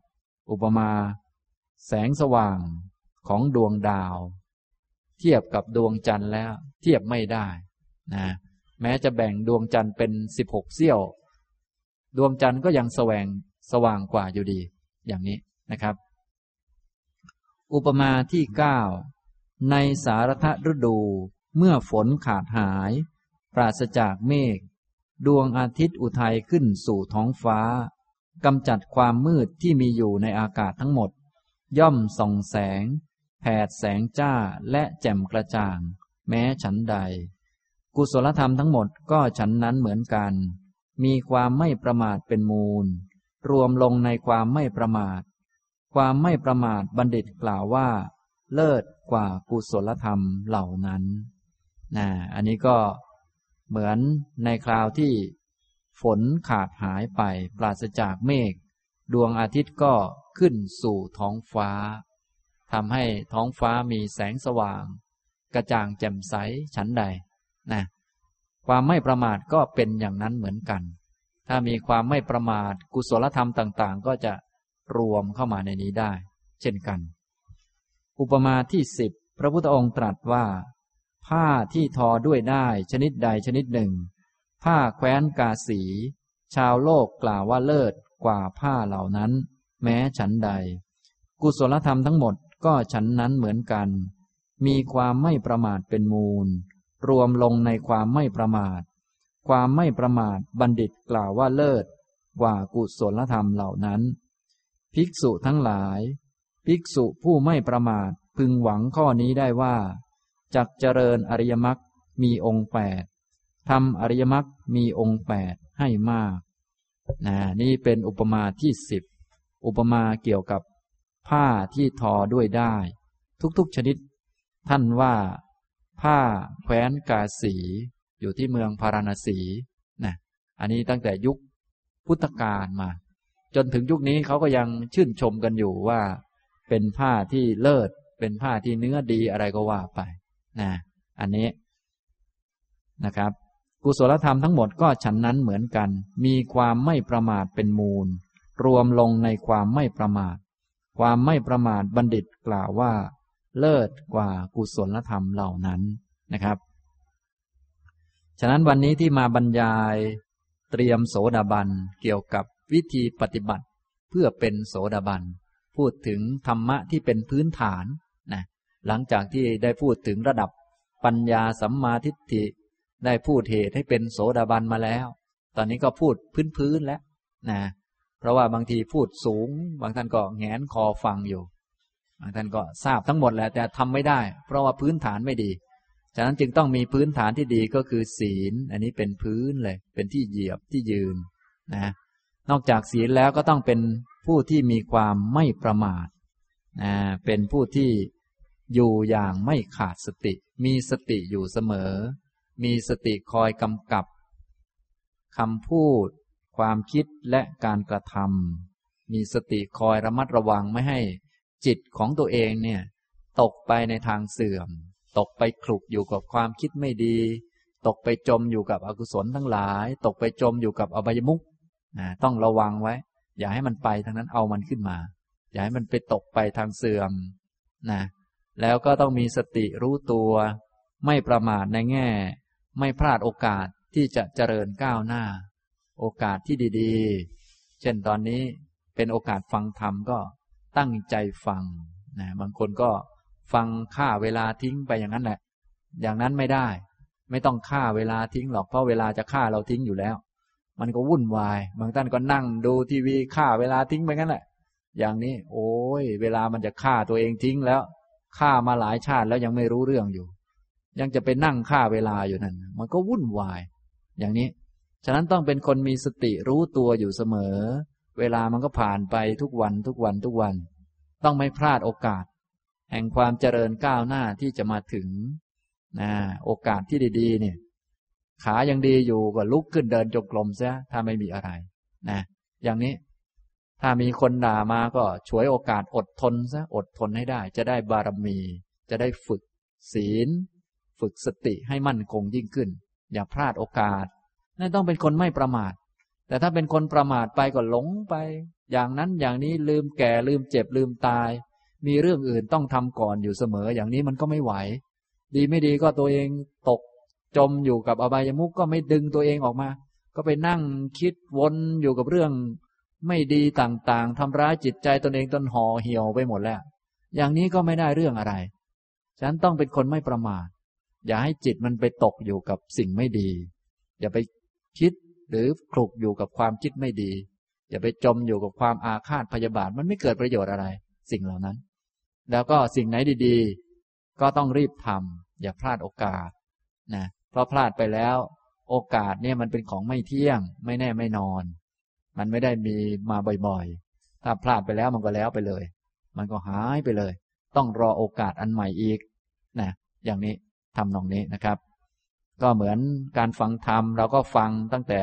8อุปมาแสงสว่างของดวงดาวเทียบกับดวงจันทร์แล้วเทียบไม่ได้นะแม้จะแบ่งดวงจันทร์เป็น16เสี้ยวดวงจันทร์ก็ยังสว่างกว่าอยู่ดีอย่างนี้นะครับอุปมาที่9ในสารทฤดูเมื่อฝนขาดหายปราศจากเมฆดวงอาทิตย์อุทัยขึ้นสู่ท้องฟ้ากำจัดความมืดที่มีอยู่ในอากาศทั้งหมดย่อมส่องแสงแผดแสงจ้าและแจ่มกระจ่างแม้ฉันใดกุศลธรรมทั้งหมดก็ฉันนั้นเหมือนกันมีความไม่ประมาทเป็นมูลรวมลงในความไม่ประมาทความไม่ประมาทบัณฑิตกล่าวว่าเลิศกว่ากุศลธรรมเหล่านั้นอันนี้ก็เหมือนในคราวที่ฝนขาดหายไปปราศจากเมฆดวงอาทิตย์ก็ขึ้นสู่ท้องฟ้าทำให้ท้องฟ้ามีแสงสว่างกระจ่างแจ่มใสฉันใดความไม่ประมาทก็เป็นอย่างนั้นเหมือนกันถ้ามีความไม่ประมาทกุศลธรรมต่างๆก็จะรวมเข้ามาในนี้ได้เช่นกันอุปมาที่10พระพุทธองค์ตรัสว่าผ้าที่ทอด้วยได้ชนิดใดชนิดหนึ่งผ้าแคว้นกาสีชาวโลกกล่าวว่าเลิศกว่าผ้าเหล่านั้นแม้ฉันใดกุศลธรรมทั้งหมดก็ฉันนั้นเหมือนกันมีความไม่ประมาทเป็นมูลรวมลงในความไม่ประมาทความไม่ประมาทบัณฑิตกล่าวว่าเลิศกว่ากุศลธรรมเหล่านั้นภิกษุทั้งหลายภิกษุผู้ไม่ประมาทพึงหวังข้อนี้ได้ว่าจักเจริญอริยมรรคมีองค์8ทำอริยมรรคมีองค์8ให้มากนี่เป็นอุปมาที่10อุปมาเกี่ยวกับผ้าที่ทอด้วยได้ทุกๆชนิดท่านว่าผ้าแคว้นกาสีอยู่ที่เมืองพาราณสีอันนี้ตั้งแต่ยุคพุทธกาลมาจนถึงยุคนี้เขาก็ยังชื่นชมกันอยู่ว่าเป็นผ้าที่เลิศเป็นผ้าที่เนื้อดีอะไรก็ว่าไปอันนี้นะครับกุศลธรรมทั้งหมดก็ฉันนั้นเหมือนกันมีความไม่ประมาทเป็นมูลรวมลงในความไม่ประมาทความไม่ประมาทบัณฑิตกล่าวว่าเลิศกว่ากุศลธรรมเหล่านั้นนะครับฉะนั้นวันนี้ที่มาบรรยายเตรียมโสดาบันเกี่ยวกับวิธีปฏิบัติเพื่อเป็นโสดาบันพูดถึงธรรมะที่เป็นพื้นฐานหลังจากที่ได้พูดถึงระดับปัญญาสัมมาทิฏฐิได้พูดเหตุให้เป็นโสดาบันมาแล้วตอนนี้ก็พูดพื้นๆแล้วนะเพราะว่าบางทีพูดสูงบางท่านก็แหงนคอฟังอยู่บางท่านก็ทราบทั้งหมดแหละแต่ทำไม่ได้เพราะว่าพื้นฐานไม่ดีฉะนั้นจึงต้องมีพื้นฐานที่ดีก็คือศีลอันนี้เป็นพื้นเลยเป็นที่เหยียบที่ยืนนะนอกจากศีลแล้วก็ต้องเป็นผู้ที่มีความไม่ประมาทเป็นผู้ที่อยู่อย่างไม่ขาดสติมีสติอยู่เสมอมีสติคอยกำกับคำพูดความคิดและการกระทำมีสติคอยระมัดระวังไม่ให้จิตของตัวเองเนี่ยตกไปในทางเสื่อมตกไปคลุกอยู่กับความคิดไม่ดีตกไปจมอยู่กับอกุศลทั้งหลายตกไปจมอยู่กับอบายมุขต้องระวังไว้อย่าให้มันไปทางนั้นเอามันขึ้นมาอย่าให้มันไปตกไปทางเสื่อมนะแล้วก็ต้องมีสติรู้ตัวไม่ประมาทในแง่ไม่พลาดโอกาสที่จะเจริญก้าวหน้าโอกาสที่ดีๆเช่นตอนนี้เป็นโอกาสฟังธรรมก็ตั้งใจฟังนะบางคนก็ฟังฆ่าเวลาทิ้งไปอย่างนั้นแหละอย่างนั้นไม่ได้ไม่ต้องฆ่าเวลาทิ้งหรอกเพราะเวลาจะฆ่าเราทิ้งอยู่แล้วมันก็วุ่นวายบางท่านก็นั่งดูทีวีฆ่าเวลาทิ้งไปงั้นแหละอย่างนี้โอ้ยเวลามันจะฆ่าตัวเองทิ้งแล้วฆ่ามาหลายชาติแล้วยังไม่รู้เรื่องอยู่ยังจะไปนั่งฆ่าเวลาอยู่นั่นมันก็วุ่นวายอย่างนี้ฉะนั้นต้องเป็นคนมีสติรู้ตัวอยู่เสมอเวลามันก็ผ่านไปทุกวันต้องไม่พลาดโอกาสแห่งความเจริญก้าวหน้าที่จะมาถึงโอกาสที่ดีๆเนี่ยขายังดีอยู่ก็ลุกขึ้นเดินจงกรมซะถ้าไม่มีอะไรนะอย่างนี้ถ้ามีคนด่ามาก็ฉวยโอกาสอดทนซะอดทนให้ได้จะได้บารมีจะได้ฝึกศีลฝึกสติให้มั่นคงยิ่งขึ้นอย่าพลาดโอกาสนั่นต้องเป็นคนไม่ประมาทแต่ถ้าเป็นคนประมาทไปก็หลงไปอย่างนั้นอย่างนี้ลืมแก่ลืมเจ็บลืมตายมีเรื่องอื่นต้องทำก่อนอยู่เสมออย่างนี้มันก็ไม่ไหวดีไม่ดีก็ตัวเองตกจมอยู่กับอบายมุขก็ไม่ดึงตัวเองออกมาก็ไปนั่งคิดวนอยู่กับเรื่องไม่ดีต่างๆทำร้ายจิตใจตนเองจนห่อเหี่ยวไปหมดแล้วอย่างนี้ก็ไม่ได้เรื่องอะไรฉันต้องเป็นคนไม่ประมาทอย่าให้จิตมันไปตกอยู่กับสิ่งไม่ดีอย่าไปคิดหรือคลุกอยู่กับความคิดไม่ดีอย่าไปจมอยู่กับความอาฆาตพยาบาทมันไม่เกิดประโยชน์อะไรสิ่งเหล่านั้นแล้วก็สิ่งไหนดีๆก็ต้องรีบทำอย่าพลาดโอกาสนะเพราะพลาดไปแล้วโอกาสเนี่ยมันเป็นของไม่เที่ยงไม่แน่ไม่นอนมันไม่ได้มีมาบ่อยๆถ้าพลาดไปแล้วมันก็แล้วไปเลยมันก็หายไปเลยต้องรอโอกาสอันใหม่อีกนะอย่างนี้ทำนองนี้นะครับก็เหมือนการฟังธรรมเราก็ฟังตั้งแต่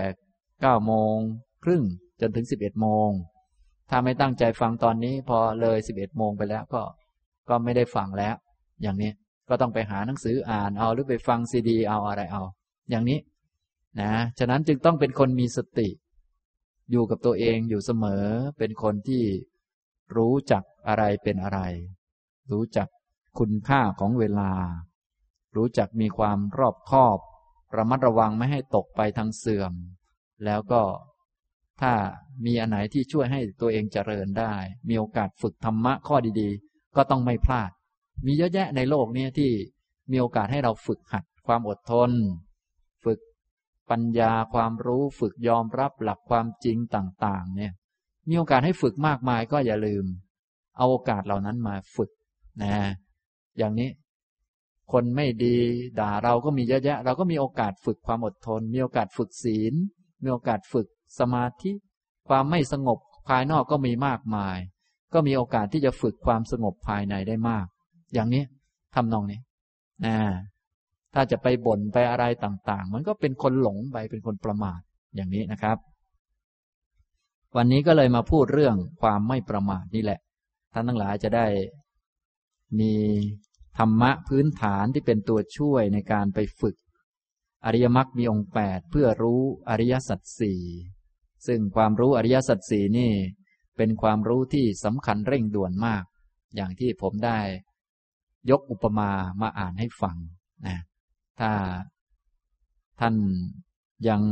9:30จนถึง11:00ถ้าไม่ตั้งใจฟังตอนนี้พอเลย11:00ไปแล้วก็ไม่ได้ฟังแล้วอย่างนี้ก็ต้องไปหาหนังสืออ่านเอาหรือไปฟังซีดีเอาอะไรเอาอย่างนี้นะฉะนั้นจึงต้องเป็นคนมีสติอยู่กับตัวเองอยู่เสมอเป็นคนที่รู้จักอะไรเป็นอะไรรู้จักคุณค่าของเวลารู้จักมีความรอบคอบระมัดระวังไม่ให้ตกไปทางเสื่อมแล้วก็ถ้ามีอันไหนที่ช่วยให้ตัวเองเจริญได้มีโอกาสฝึกธรรมะข้อดีๆก็ต้องไม่พลาดมีเยอะแยะในโลกนี้ที่มีโอกาสให้เราฝึกหัดความอดทนฝึกปัญญาความรู้ฝึกยอมรับหลักความจริงต่างๆเนี่ยมีโอกาสให้ฝึกมากมายก็อย่าลืมเอาโอกาสเหล่านั้นมาฝึกนะอย่างนี้คนไม่ดีด่าเราก็มีเยอะแยะเราก็มีโอกาสฝึกความอดทนมีโอกาสฝึกศีลมีโอกาสฝึกสมาธิความไม่สงบภายนอกก็มีมากมายก็มีโอกาสที่จะฝึกความสงบภายในได้มากอย่างนี้ทำนองนี้ถ้าจะไปบ่นไปอะไรต่างๆมันก็เป็นคนหลงไปเป็นคนประมาทอย่างนี้นะครับวันนี้ก็เลยมาพูดเรื่องความไม่ประมาทนี่แหละท่านทั้งหลายจะได้มีธรรมะพื้นฐานที่เป็นตัวช่วยในการไปฝึกอริยมรรคมีองค์8เพื่อรู้อริยสัจ4ซึ่งความรู้อริยสัจ4นี่เป็นความรู้ที่สำคัญเร่งด่วนมากอย่างที่ผมได้ยกอุปมามาอ่านให้ฟังนะถ้าท่านยัง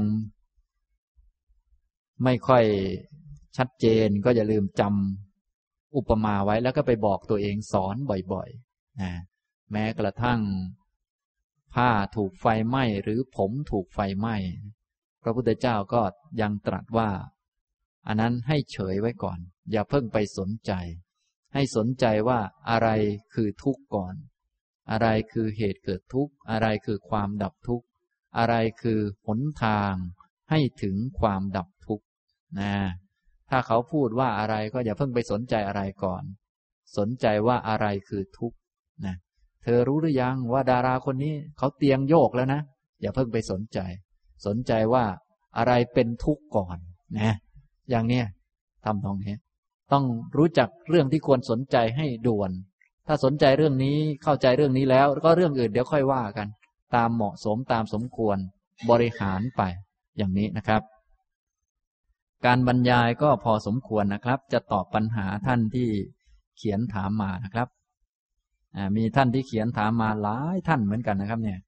ไม่ค่อยชัดเจนก็อย่าลืมจำอุปมาไว้แล้วก็ไปบอกตัวเองสอนบ่อยๆนะแม้กระทั่งผ้าถูกไฟไหม้หรือผมถูกไฟไหม้พระพุทธเจ้าก็ยังตรัสว่าอันนั้นให้เฉยไว้ก่อนอย่าเพิ่งไปสนใจให้สนใจว่าอะไรคือทุกข์ก่อนอะไรคือเหตุเกิดทุกข์อะไรคือความดับทุกข์อะไรคือหนทางให้ถึงความดับทุกข์นะถ้าเขาพูดว่าอะไรก็อย่าเพิ่งไปสนใจอะไรก่อนสนใจว่าอะไรคือทุกข์นะเธอรู้หรือยังว่าดาราคนนี้เขาเตียงโยกแล้วนะอย่าเพิ่งไปสนใจสนใจว่าอะไรเป็นทุกข์ก่อนนะอย่างเนี้ยทำตรงนี้ต้องรู้จักเรื่องที่ควรสนใจให้ด่วนถ้าสนใจเรื่องนี้เข้าใจเรื่องนี้แล้วก็เรื่องอื่นเดี๋ยวค่อยว่ากันตามเหมาะสมตามสมควรบริหารไปอย่างนี้นะครับการบรรยายก็พอสมควรนะครับจะตอบปัญหาท่านที่เขียนถามมานะครับมีท่านที่เขียนถามมาหลายท่านเหมือนกันนะครับเนี่ย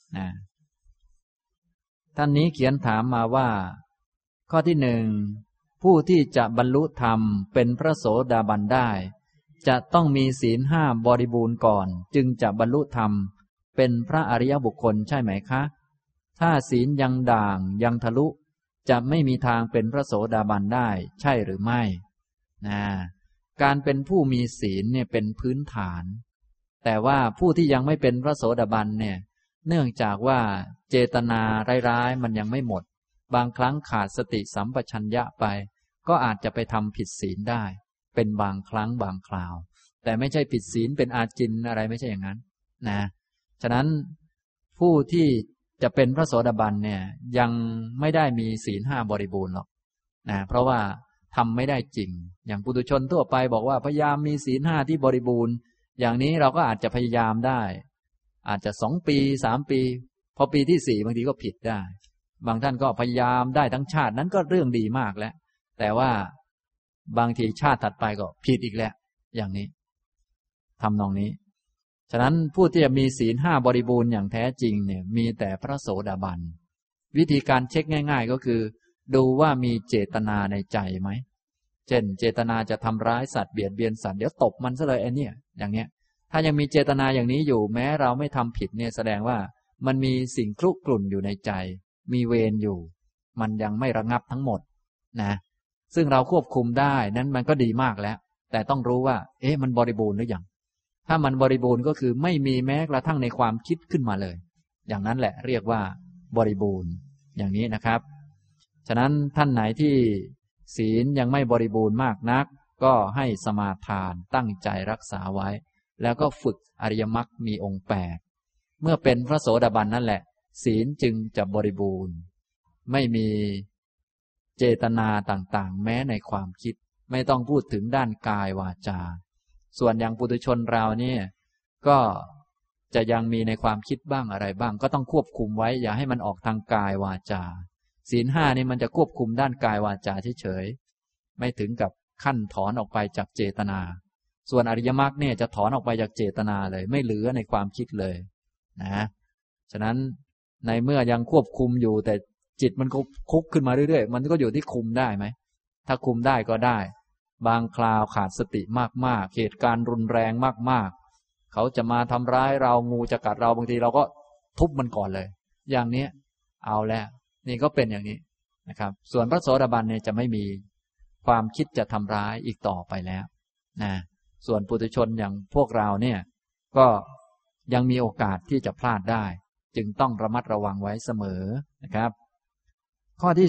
ท่านนี้เขียนถามมาว่าข้อที่หนึ่งผู้ที่จะบรรลุธรรมเป็นพระโสดาบันได้จะต้องมีศีลห้าบริบูรณ์ก่อนจึงจะบรรลุธรรมเป็นพระอริยบุคคลใช่ไหมคะถ้าศีลยังด่างยังทะลุจะไม่มีทางเป็นพระโสดาบันได้ใช่หรือไม่การเป็นผู้มีศีลเนี่ยเป็นพื้นฐานแต่ว่าผู้ที่ยังไม่เป็นพระโสดาบันเนี่ยเนื่องจากว่าเจตนาร้ายๆมันยังไม่หมดบางครั้งขาดสติสัมปชัญญะไปก็อาจจะไปทำผิดศีลได้เป็นบางครั้งบางคราวแต่ไม่ใช่ผิดศีลเป็นอาจินอะไรไม่ใช่อย่างนั้นนะฉะนั้นผู้ที่จะเป็นพระโสดาบันเนี่ยยังไม่ได้มีศีลห้าบริบูรณ์หรอกนะเพราะว่าทำไม่ได้จริงอย่างปุถุชนทั่วไปบอกว่าพยายามมีศีลห้าที่บริบูรณ์อย่างนี้เราก็อาจจะพยายามได้อาจจะ2 ปี3 ปีพอปีที่4บางทีก็ผิดได้บางท่านก็พยายามได้ทั้งชาตินั้นก็เรื่องดีมากแล้วแต่ว่าบางทีชาติถัดไปก็ผิดอีกแล้วอย่างนี้ทำนองนี้ฉะนั้นผู้ที่จะมีศีลห้าบริบูรณ์อย่างแท้จริงเนี่ยมีแต่พระโสดาบันวิธีการเช็คง่ายๆก็คือดูว่ามีเจตนาในใจไหมเช่นเจตนาจะทำร้ายสัตว์เบียดเบียนสัตว์เดี๋ยวตบมันซะเลยไอ้เนี่ยอย่างเนี้ยถ้ายังมีเจตนาอย่างนี้อยู่แม้เราไม่ทำผิดเนี่ยแสดงว่ามันมีสิ่งคลุกกลุ่นอยู่ในใจมีเวรอยู่มันยังไม่ระงับทั้งหมดนะซึ่งเราควบคุมได้นั้นมันก็ดีมากแล้วแต่ต้องรู้ว่ามันบริบูรณ์หรือยังถ้ามันบริบูรณ์ก็คือไม่มีแม้กระทั่งในความคิดขึ้นมาเลยอย่างนั้นแหละเรียกว่าบริบูรณ์อย่างนี้นะครับฉะนั้นท่านไหนที่ศีลยังไม่บริบูรณ์มากนักก็ให้สมาทานตั้งใจรักษาไว้แล้วก็ฝึกอริยมรรคมีองค์8เมื่อเป็นพระโสดาบันนั่นแหละศีลจึงจะบริบูรณ์ไม่มีเจตนาต่างๆแม้ในความคิดไม่ต้องพูดถึงด้านกายวาจาส่วนอย่างปุถุชนเราเนี่ยก็จะยังมีในความคิดบ้างอะไรบ้างก็ต้องควบคุมไว้อย่าให้มันออกทางกายวาจาศีลห้านี่มันจะควบคุมด้านกายวาจาเฉยๆไม่ถึงกับขั้นถอนออกไปจากเจตนาส่วนอริยมรรคเนี่ยจะถอนออกไปจากเจตนาเลยไม่เหลือในความคิดเลยนะฉะนั้นในเมื่อยังควบคุมอยู่แต่จิตมันก็คุกขึ้นมาเรื่อยๆมันก็อยู่ที่คุมได้ไหมถ้าคุมได้ก็ได้บางคราวขาดสติมากๆเหตุการณ์รุนแรงมากๆเขาจะมาทำร้ายเรางูจะกัดเราบางทีเราก็ทุบมันก่อนเลยอย่างนี้เอาแล้วนี่ก็เป็นอย่างนี้นะครับส่วนพระโสดาบันเนี่ยจะไม่มีความคิดจะทำร้ายอีกต่อไปแล้วนะส่วนปุถุชนอย่างพวกเราเนี่ยก็ยังมีโอกาสที่จะพลาดได้จึงต้องระมัดระวังไว้เสมอนะครับข้อที่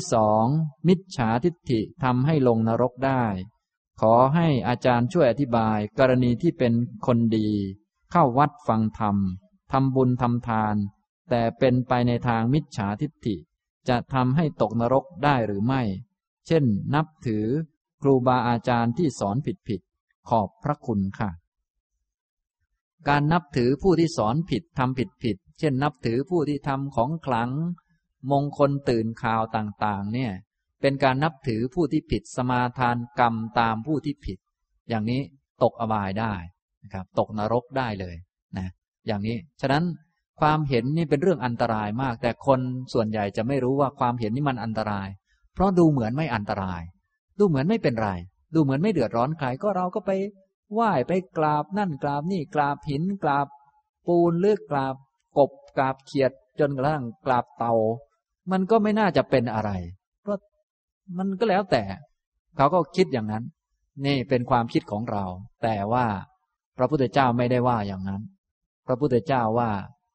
2มิจฉาทิฏฐิทำให้ลงนรกได้ขอให้อาจารย์ช่วยอธิบายกรณีที่เป็นคนดีเข้าวัดฟังธรรมทำบุญทำทานแต่เป็นไปในทางมิจฉาทิฏฐิจะทำให้ตกนรกได้หรือไม่เช่นนับถือครูบาอาจารย์ที่สอนผิดขอบพระคุณค่ะการนับถือผู้ที่สอนผิดทำผิดเช่นนับถือผู้ที่ทำของขลังมงคลตื่นข่าวต่างๆเนี่ยเป็นการนับถือผู้ที่ผิดสมาทานกรรมตามผู้ที่ผิดอย่างนี้ตกอบายได้นะครับตกนรกได้เลยนะอย่างนี้ฉะนั้นความเห็นนี่เป็นเรื่องอันตรายมากแต่คนส่วนใหญ่จะไม่รู้ว่าความเห็นนี่มันอันตรายเพราะดูเหมือนไม่อันตรายดูเหมือนไม่เป็นไรดูเหมือนไม่เดือดร้อนใครก็เราก็ไปไหว้ไปกราบนั่นกราบนี่กราบหินกราบปูนหรือกราบกบกราบเขียดจนกระทั่งกราบเต่ามันก็ไม่น่าจะเป็นอะไรเพราะมันก็แล้วแต่เขาก็คิดอย่างนั้นนี่เป็นความคิดของเราแต่ว่าพระพุทธเจ้าไม่ได้ว่าอย่างนั้นพระพุทธเจ้าว่า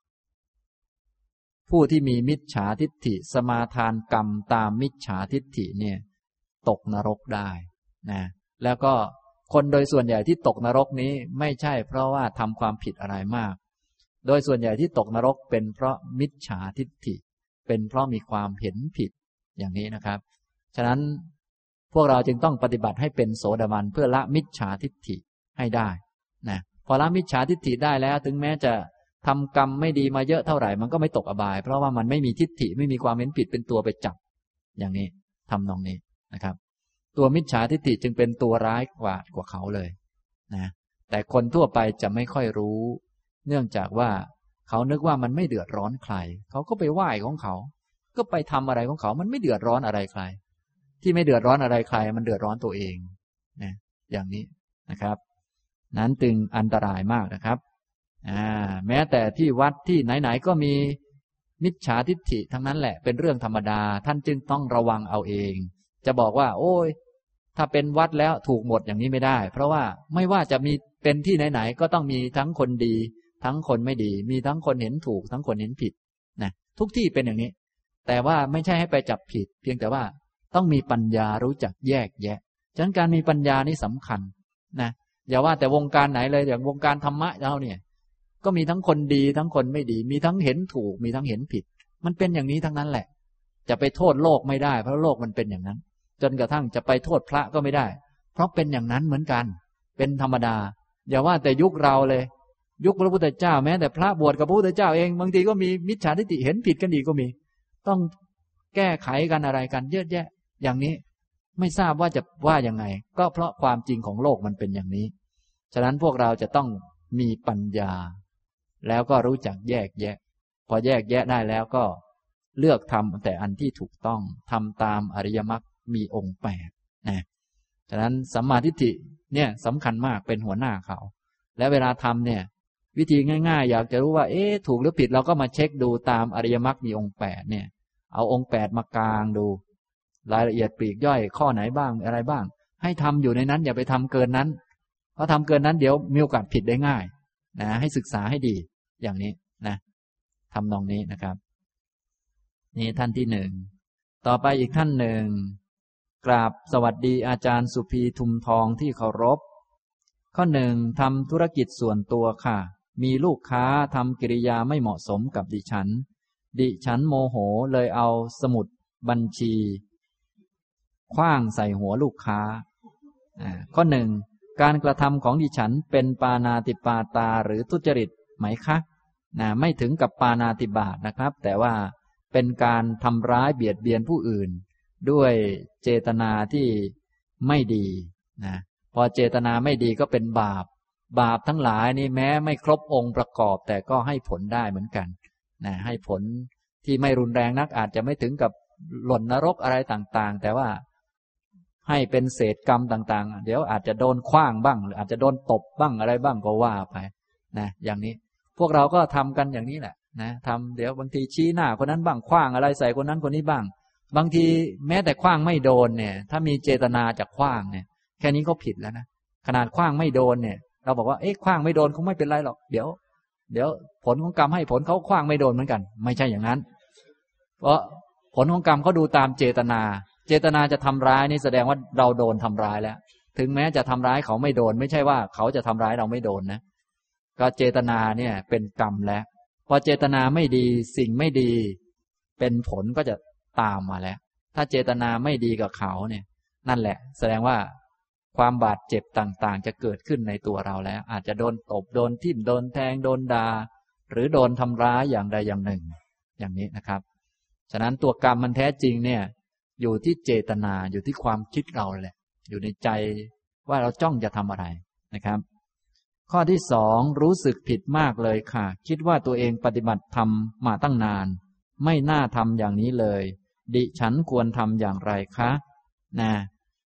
ผู้ที่มีมิจฉาทิฏฐิสมาทานกรรมตามมิจฉาทิฏฐิเนี่ยตกนรกได้นะแล้วก็คนโดยส่วนใหญ่ที่ตกนรกนี้ไม่ใช่เพราะว่าทำความผิดอะไรมากโดยส่วนใหญ่ที่ตกนรกเป็นเพราะมิจฉาทิฏฐิเป็นเพราะมีความเห็นผิดอย่างนี้นะครับฉะนั้นพวกเราจึงต้องปฏิบัติให้เป็นโสดาบันเพื่อละมิจฉาทิฏฐิให้ได้นะพอละมิจฉาทิฏฐิได้แล้วถึงแม้จะทำกรรมไม่ดีมาเยอะเท่าไหร่มันก็ไม่ตกอบายเพราะว่ามันไม่มีทิฏฐิไม่มีความเห็นผิดเป็นตัวไปจับอย่างนี้ทำนองนี้นะครับตัวมิจฉาทิฏฐิจึงเป็นตัวร้ายกว่าเขาเลยนะแต่คนทั่วไปจะไม่ค่อยรู้เนื่องจากว่าเขานึกว่ามันไม่เดือดร้อนใครเขาก็ไปไหว้ของเขาก็ไปทำอะไรของเขามันไม่เดือดร้อนอะไรใครที่ไม่เดือดร้อนอะไรใครมันเดือดร้อนตัวเองนะอย่างนี้นะครับนั้นจึงอันตรายมากนะครับแม้แต่ที่วัดที่ไหนๆก็มีมิจฉาทิฏฐิทั้งนั้นแหละเป็นเรื่องธรรมดาท่านจึงต้องระวังเอาเองจะบอกว่าโอ้ยถ้าเป็นวัดแล้วถูกหมดอย่างนี้ไม่ได้เพราะว่าไม่ว่าจะมีเป็นที่ไหนๆก็ต้องมีทั้งคนดีทั้งคนไม่ดีมีทั้งคนเห็นถูกทั้งคนเห็นผิดนะทุกที่เป็นอย่างนี้แต่ว่าไม่ใช่ให้ไปจับผิดเพียงแต่ว่าต้องมีปัญญารู้จักแยกแยะฉะนั้นการมีปัญญานี่สำคัญนะอย่าว่าแต่วงการไหนเลยอย่างวงการธรรมะเราเนี่ยก็มีทั้งคนดีทั้งคนไม่ดีมีทั้งเห็นถูกมีทั้งเห็นผิดมันเป็นอย่างนี้ทั้งนั้นแหละจะไปโทษโลกไม่ได้เพราะโลกมันเป็นอย่างนั้นจนกระทั่งจะไปโทษพระก็ไม่ได้เพราะเป็นอย่างนั้นเหมือนกันเป็นธรรมดาอย่าว่าแต่ยุคเราเลยยุคพระพุทธเจ้าแม้แต่พระบวชกับพระพุทธเจ้าเองบางทีก็มีมิจฉาทิฏฐิเห็นผิดกันอีกก็มีต้องแก้ไขกันอะไรกันเยอะแยะอย่างนี้ไม่ทราบว่าจะว่ายังไงก็เพราะความจริงของโลกมันเป็นอย่างนี้ฉะนั้นพวกเราจะต้องมีปัญญาแล้วก็รู้จักแยกแยะพอแยกแยะได้แล้วก็เลือกทำแต่อันที่ถูกต้องทำตามอริยมรรคมีองค์8นะฉะนั้นสัมมาทิฏฐิเนี่ยสำคัญมากเป็นหัวหน้าเขาและเวลาทำเนี่ยวิธีง่ายๆอยากจะรู้ว่าถูกหรือผิดเราก็มาเช็คดูตามอริยมรรคมีองค์8เนี่ยเอาองค์8มากางดูรายละเอียดปลีกย่อยข้อไหนบ้างอะไรบ้างให้ทำอยู่ในนั้นอย่าไปทำเกินนั้นเพราะทำเกินนั้นเดี๋ยวมีโอกาสผิดได้ง่ายนะให้ศึกษาให้ดีอย่างนี้นะทำนองนี้นะครับนี่ท่านที่1ต่อไปอีกท่านหนึ่งกราบสวัสดีอาจารย์สุภีทุมทองที่เคารพข้อ1ทำธุรกิจส่วนตัวค่ะมีลูกค้าทำกิริยาไม่เหมาะสมกับดิฉันโมโหเลยเอาสมุดบัญชีขว้างใส่หัวลูกค้าข้อ1การกระทำของดิฉันเป็นปาณาติปาตาหรือทุจริตไหมคะไม่ถึงกับปาณาติบาตนะครับแต่ว่าเป็นการทำร้ายเบียดเบียนผู้อื่นด้วยเจตนาที่ไม่ดีนะพอเจตนาไม่ดีก็เป็นบาปทั้งหลายนี่แม้ไม่ครบองค์ประกอบแต่ก็ให้ผลได้เหมือนกันนะให้ผลที่ไม่รุนแรงนักอาจจะไม่ถึงกับหล่นนรกอะไรต่างๆแต่ว่าให้เป็นเศษกรรมต่างๆเดี๋ยวอาจจะโดนขว้างบ้างหรืออาจจะโดนตบบ้างอะไรบ้างก็ว่าไปนะอย่างนี้พวกเราก็ทำกันอย่างนี้แหละนะทำเดี๋ยวบางทีชี้หน้าคนนั้นบ้างขว้างอะไรใส่คนนั้นคนนี้บ้างบางทีแม้แต่ขว้างไม่โดนเนี่ยถ้ามีเจตนาจะขว้างเนี่ยแค่นี้ก็ผิดแล้วนะขนาดขว้างไม่โดนเนี่ยเราบอกว่าขว้างไม่โดนคงไม่เป็นไรหรอกเดี๋ยวผลของกรรมให้ผลเขาขว้างไม่โดนเหมือนกันไม่ใช่อย่างนั้นเพราะผลของกรรมเขาดูตามเจตนาจะทำร้ายนี่แสดงว่าเราโดนทำร้ายแล้วถึงแม้จะทำร้ายเขาไม่โดนไม่ใช่ว่าเขาจะทำร้ายเราไม่โดนนะก็เจตนาเนี่ยเป็นกรรมแล้วพอเจตนาไม่ดีสิ่งไม่ดีเป็นผลก็จะตามมาแล้วถ้าเจตนาไม่ดีกับเขาเนี่ยนั่นแหละแสดงว่าความบาดเจ็บต่างๆจะเกิดขึ้นในตัวเราแล้วอาจจะโดนตบโดนทิ่มโดนแทงโดนด่าหรือโดนทำร้ายอย่างใดอย่างหนึ่งอย่างนี้นะครับฉะนั้นตัวกรรมมันแท้จริงเนี่ยอยู่ที่เจตนาอยู่ที่ความคิดเราแหละอยู่ในใจว่าเราจ้องจะทำอะไรนะครับข้อที่2รู้สึกผิดมากเลยค่ะคิดว่าตัวเองปฏิบัติธรรมมาตั้งนานไม่น่าทำอย่างนี้เลยดิฉันควรทำอย่างไรคะ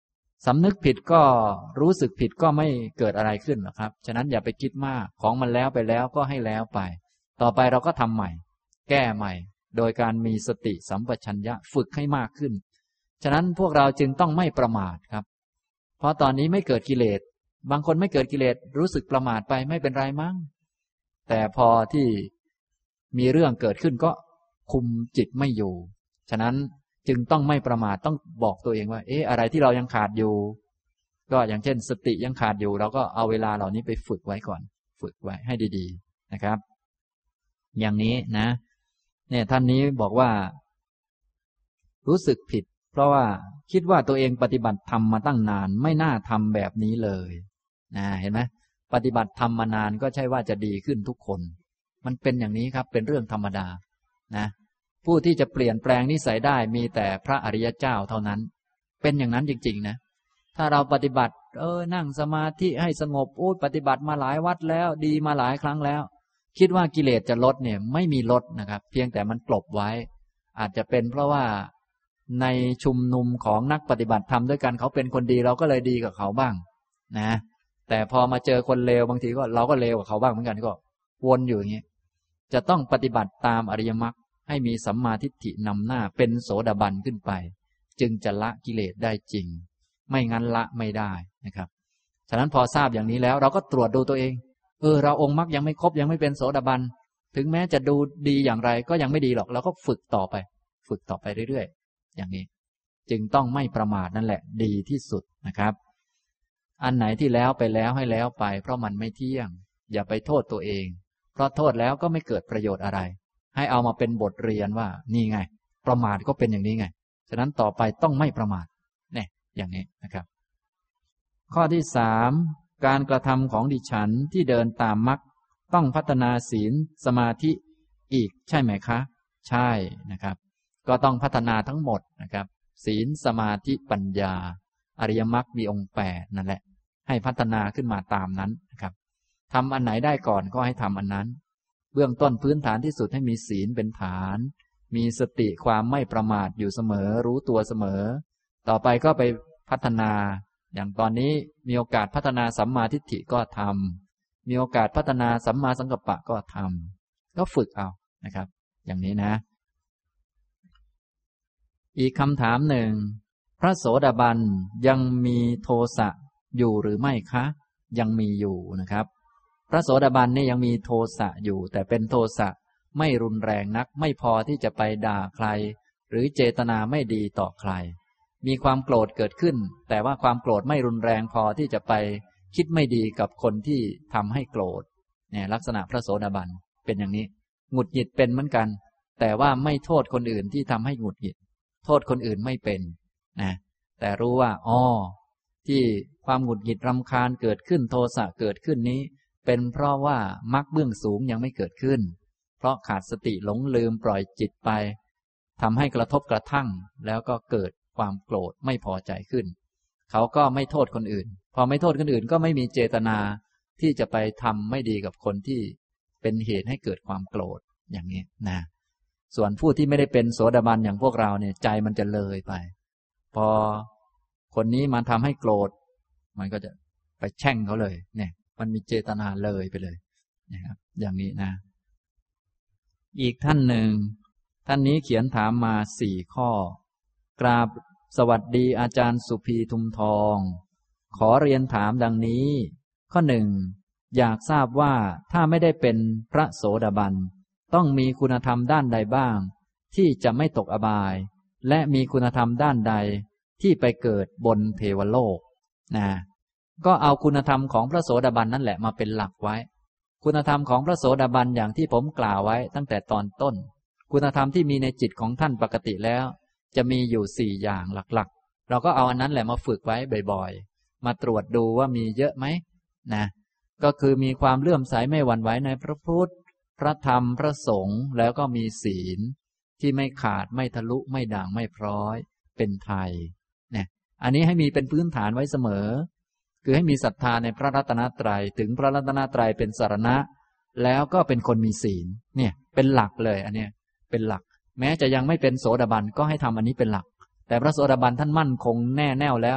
สำนึกผิดก็รู้สึกผิดก็ไม่เกิดอะไรขึ้นหรอกครับฉะนั้นอย่าไปคิดมากของมันแล้วไปแล้วก็ให้แล้วไปต่อไปเราก็ทำใหม่แก้ใหม่โดยการมีสติสัมปชัญญะฝึกให้มากขึ้นฉะนั้นพวกเราจึงต้องไม่ประมาทครับเพราะตอนนี้ไม่เกิดกิเลสบางคนไม่เกิดกิเลสรู้สึกประมาทไปไม่เป็นไรมั้งแต่พอที่มีเรื่องเกิดขึ้นก็คุมจิตไม่อยู่ฉะนั้นจึงต้องไม่ประมาทต้องบอกตัวเองว่าอะไรที่เรายังขาดอยู่ก็อย่างเช่นสติยังขาดอยู่เราก็เอาเวลาเหล่านี้ไปฝึกไว้ก่อนฝึกไว้ให้ดีๆนะครับอย่างนี้นะเนี่ยท่านนี้บอกว่ารู้สึกผิดเพราะว่าคิดว่าตัวเองปฏิบัติธรรมมาตั้งนานไม่น่าทำแบบนี้เลยนะเห็นไหมปฏิบัติธรรมมานานก็ใช่ว่าจะดีขึ้นทุกคนมันเป็นอย่างนี้ครับเป็นเรื่องธรรมดานะผู้ที่จะเปลี่ยนแปลงนิสัยได้มีแต่พระอริยเจ้าเท่านั้นเป็นอย่างนั้นจริงๆนะถ้าเราปฏิบัตินั่งสมาธิให้สงบปฏิบัติมาหลายวัดแล้วดีมาหลายครั้งแล้วคิดว่ากิเลสจะลดเนี่ยไม่มีลดนะครับเพียงแต่มันกลบไว้อาจจะเป็นเพราะว่าในชุมนุมของนักปฏิบัติธรรมด้วยกันเขาเป็นคนดีเราก็เลยดีกับเขาบ้างนะแต่พอมาเจอคนเลวบางทีก็เราก็เลวกับเขาบ้างเหมือนกันก็วนอยู่อย่างนี้จะต้องปฏิบัติตามอริยมรรคให้มีสัมมาทิฏฐินำหน้าเป็นโสดาบันขึ้นไปจึงจะละกิเลสได้จริงไม่งั้นละไม่ได้นะครับฉะนั้นพอทราบอย่างนี้แล้วเราก็ตรวจดูตัวเองเราองค์มรรคยังไม่ครบยังไม่เป็นโสดาบันถึงแม้จะดูดีอย่างไรก็ยังไม่ดีหรอกเราก็ฝึกต่อไปเรื่อยๆอย่างนี้จึงต้องไม่ประมาทนั่นแหละดีที่สุดนะครับอันไหนที่แล้วไปแล้วให้แล้วไปเพราะมันไม่เที่ยงอย่าไปโทษตัวเองเพราะโทษแล้วก็ไม่เกิดประโยชน์อะไรให้เอามาเป็นบทเรียนว่านี่ไงประมาทก็เป็นอย่างนี้ไงฉะนั้นต่อไปต้องไม่ประมาทเนี่ยอย่างนี้นะครับข้อที่3การกระทำของดิฉันที่เดินตามมรรคต้องพัฒนาศีลสมาธิอีกใช่ไหมคะใช่นะครับก็ต้องพัฒนาทั้งหมดนะครับศีลสมาธิปัญญาอริยมรรคมีองค์8นั่นแหละให้พัฒนาขึ้นมาตามนั้นนะครับทำอันไหนได้ก่อนก็ให้ทำอันนั้นเบื้องต้นพื้นฐานที่สุดให้มีศีลเป็นฐานมีสติความไม่ประมาทอยู่เสมอรู้ตัวเสมอต่อไปก็ไปพัฒนาอย่างตอนนี้มีโอกาสพัฒนาสัมมาทิฏฐิก็ทำมีโอกาสพัฒนาสัมมาสังกัปปะก็ทำก็ฝึกเอานะครับอย่างนี้นะอีกคำถามหนึ่งพระโสดาบันยังมีโทสะอยู่หรือไม่คะยังมีอยู่นะครับพระโสดาบันนี่ยังมีโทสะอยู่แต่เป็นโทสะไม่รุนแรงนักไม่พอที่จะไปด่าใครหรือเจตนาไม่ดีต่อใครมีความโกรธเกิดขึ้นแต่ว่าความโกรธไม่รุนแรงพอที่จะไปคิดไม่ดีกับคนที่ทำให้โกรธเนี่ยลักษณะพระโสดาบันเป็นอย่างนี้หงุดหงิดเป็นเหมือนกันแต่ว่าไม่โทษคนอื่นที่ทำให้หงุดหงิดโทษคนอื่นไม่เป็นนะแต่รู้ว่าที่ความหงุดหงิดรำคาญเกิดขึ้นโทสะเกิดขึ้นนี้เป็นเพราะว่ามรรคเบื้องสูงยังไม่เกิดขึ้นเพราะขาดสติหลงลืมปล่อยจิตไปทำให้กระทบกระทั่งแล้วก็เกิดความโกรธไม่พอใจขึ้นเขาก็ไม่โทษคนอื่นพอไม่โทษคนอื่นก็ไม่มีเจตนาที่จะไปทำไม่ดีกับคนที่เป็นเหตุให้เกิดความโกรธอย่างนี้นะส่วนผู้ที่ไม่ได้เป็นโสดาบันอย่างพวกเราเนี่ยใจมันจะเลยไปพอคนนี้มาทำให้โกรธมันก็จะไปแช่งเขาเลยเนี่ยมันมีเจตนาเลยไปเลยนะครับอย่างนี้นะอีกท่านหนึ่งท่านนี้เขียนถามมา4 ข้อกราบสวัสดีอาจารย์สุภีทุมทองขอเรียนถามดังนี้ข้อ 1อยากทราบว่าถ้าไม่ได้เป็นพระโสดาบันต้องมีคุณธรรมด้านใดบ้างที่จะไม่ตกอบายและมีคุณธรรมด้านใดที่ไปเกิดบนเทวโลกนะก็เอาคุณธรรมของพระโสดาบันนั่นแหละมาเป็นหลักไว้คุณธรรมของพระโสดาบันอย่างที่ผมกล่าวไว้ตั้งแต่ตอนต้นคุณธรรมที่มีในจิตของท่านปกติแล้วจะมีอยู่4 อย่างหลักๆเราก็เอาอันนั้นแหละมาฝึกไว้บ่อยๆมาตรวจดูว่ามีเยอะไหมนะก็คือมีความเลื่อมใสไม่หวั่นไหวในพระพุทธพระธรรมพระสงฆ์แล้วก็มีศีลที่ไม่ขาดไม่ทะลุไม่ด่างไม่พร้อยเป็นไทยเนี่ยอันนี้ให้มีเป็นพื้นฐานไว้เสมอคือให้มีศรัทธาในพระรัตนตรัยถึงพระรัตนตรัยเป็นสรณะแล้วก็เป็นคนมีศีลเนี่ยเป็นหลักเลยอันเนี้ยเป็นหลักแม้จะยังไม่เป็นโสดาบันก็ให้ทำอันนี้เป็นหลักแต่พระโสดาบันท่านมั่นคงแน่แน่วแล้ว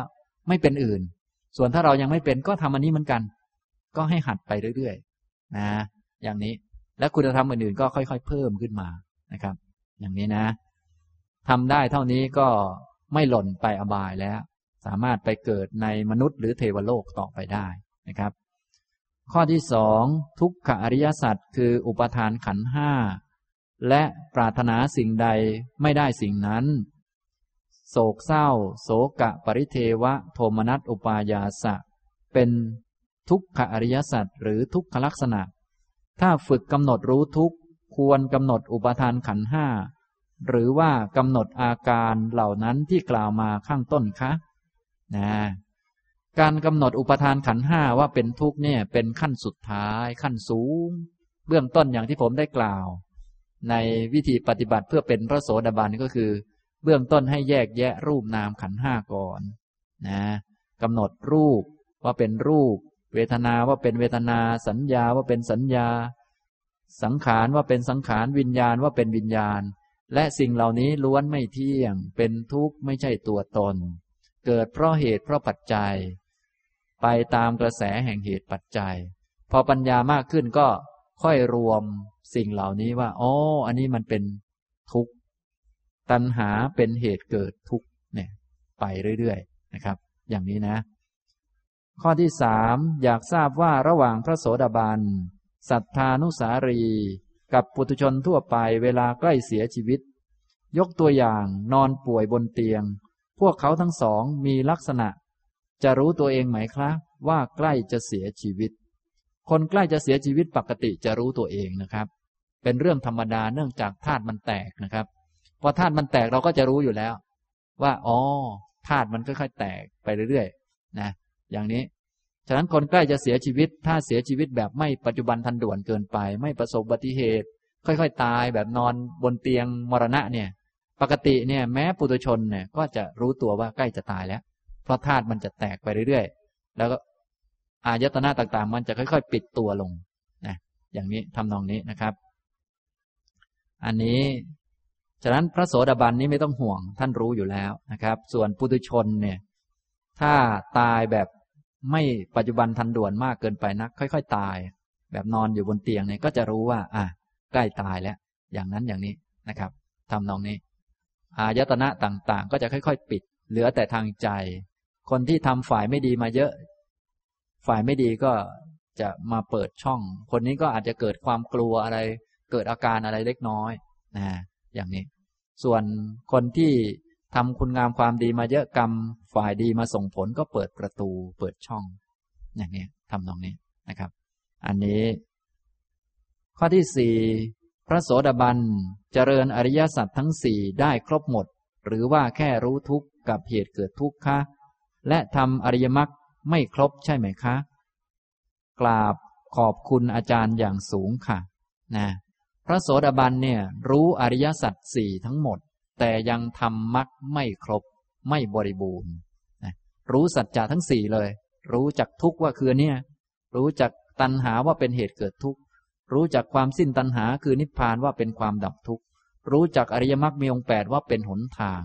ไม่เป็นอื่นส่วนถ้าเรายังไม่เป็นก็ทำอันนี้เหมือนกันก็ให้หัดไปเรื่อยๆนะอย่างนี้และคุณธรรมอื่นๆก็ค่อยๆเพิ่มขึ้นมานะครับอย่างนี้นะทำได้เท่านี้ก็ไม่หล่นไปอบายแล้วสามารถไปเกิดในมนุษย์หรือเทวโลกต่อไปได้นะครับข้อที่สองทุกขอริยสัจคืออุปทานขันธ์ห้าและปรารถนาสิ่งใดไม่ได้สิ่งนั้นโศกเศร้าโศกะปริเทวะโทมนัสอุปายาสะเป็นทุกขอริยสัจหรือทุกขลักษณะถ้าฝึกกำหนดรู้ทุกข์ควรกำหนดอุปทานขันธ์ห้าหรือว่ากำหนดอาการเหล่านั้นที่กล่าวมาข้างต้นคะนะการกำหนดอุปทานขันธ์ห้าว่าเป็นทุกข์เนี่ยเป็นขั้นสุดท้ายขั้นสูงเบื้องต้นอย่างที่ผมได้กล่าวในวิธีปฏิบัติเพื่อเป็นพระโสดาบันก็คือเบื้องต้นให้แยกแยะรูปนามขันธ์ห้าก่อนนะกำหนดรูปว่าเป็นรูปเวทนาว่าเป็นเวทนาสัญญาว่าเป็นสัญญาสังขารว่าเป็นสังขารวิญญาณว่าเป็นวิญญาณและสิ่งเหล่านี้ล้วนไม่เที่ยงเป็นทุกข์ไม่ใช่ตัวตนเกิดเพราะเหตุเพราะปัจจัยไปตามกระแสแห่งเหตุปัจจัยพอปัญญามากขึ้นก็ค่อยรวมสิ่งเหล่านี้ว่าอ๋ออันนี้มันเป็นทุกข์ตัณหาเป็นเหตุเกิดทุกข์เนี่ยไปเรื่อยๆนะครับอย่างนี้นะข้อที่สามอยากทราบว่าระหว่างพระโสดาบันสัทธานุสารีกับปุถุชนทั่วไปเวลาใกล้เสียชีวิตยกตัวอย่างนอนป่วยบนเตียงพวกเขาทั้งสองมีลักษณะจะรู้ตัวเองไหมครับว่าใกล้จะเสียชีวิตคนใกล้จะเสียชีวิตปกติจะรู้ตัวเองนะครับเป็นเรื่องธรรมดาเนื่องจากธาตุมันแตกนะครับพอธาตุมันแตกเราก็จะรู้อยู่แล้วว่าอ๋อธาตุมันค่อยๆแตกไปเรื่อยๆนะอย่างนี้ฉะนั้นคนใกล้จะเสียชีวิตถ้าเสียชีวิตแบบไม่ปัจจุบันทันด่วนเกินไปไม่ประสบอุบัติเหตุค่อยๆตายแบบนอนบนเตียงมรณะเนี่ยปกติเนี่ยแม้ปุถุชนเนี่ยก็จะรู้ตัวว่าใกล้จะตายแล้วเพราะธาตุมันจะแตกไปเรื่อยๆแล้วก็อายตนะต่างๆมันจะค่อยๆปิดตัวลงนะอย่างนี้ทำนองนี้นะครับอันนี้ฉะนั้นพระโสดาบันนี้ไม่ต้องห่วงท่านรู้อยู่แล้วนะครับส่วนปุถุชนเนี่ยถ้าตายแบบไม่ปัจจุบันทันด่วนมากเกินไปนักค่อยๆตายแบบนอนอยู่บนเตียงเนี่ยก็จะรู้ว่าใกล้ตายแล้วอย่างนั้นอย่างนี้นะครับทำนองนี้อายตนะต่างๆก็จะค่อยๆปิดเหลือแต่ทางใจคนที่ทำฝ่ายไม่ดีมาเยอะฝ่ายไม่ดีก็จะมาเปิดช่องคนนี้ก็อาจจะเกิดความกลัวอะไรเกิดอาการอะไรเล็กน้อยนะอย่างนี้ส่วนคนที่ทำคุณงามความดีมาเยอะกรรมฝ่ายดีมาส่งผลก็เปิดประตูเปิดช่องอย่างนี้ทำตรงนี้นะครับอันนี้ข้อที่สี่พระโสดาบันเจริญอริยสัจทั้งสี่ได้ครบหมดหรือว่าแค่รู้ทุกข์กับเหตุเกิดทุกข์คะและทำอริยมรรคไม่ครบใช่ไหมคะกราบขอบคุณอาจารย์อย่างสูงค่ะนะพระโสดาบันเนี่ยรู้อริยสัจสี่ทั้งหมดแต่ยังทำมรรคไม่ครบไม่บริบูรณ์นะรู้สัจจะทั้งสี่เลยรู้จักทุกข์ว่าคือเนี่ยรู้จักตัณหาว่าเป็นเหตุเกิดทุกข์รู้จักความสิ้นตัณหาคือนิพพานว่าเป็นความดับทุกข์รู้จักอริยมรรคมีองค์แปดว่าเป็นหนทาง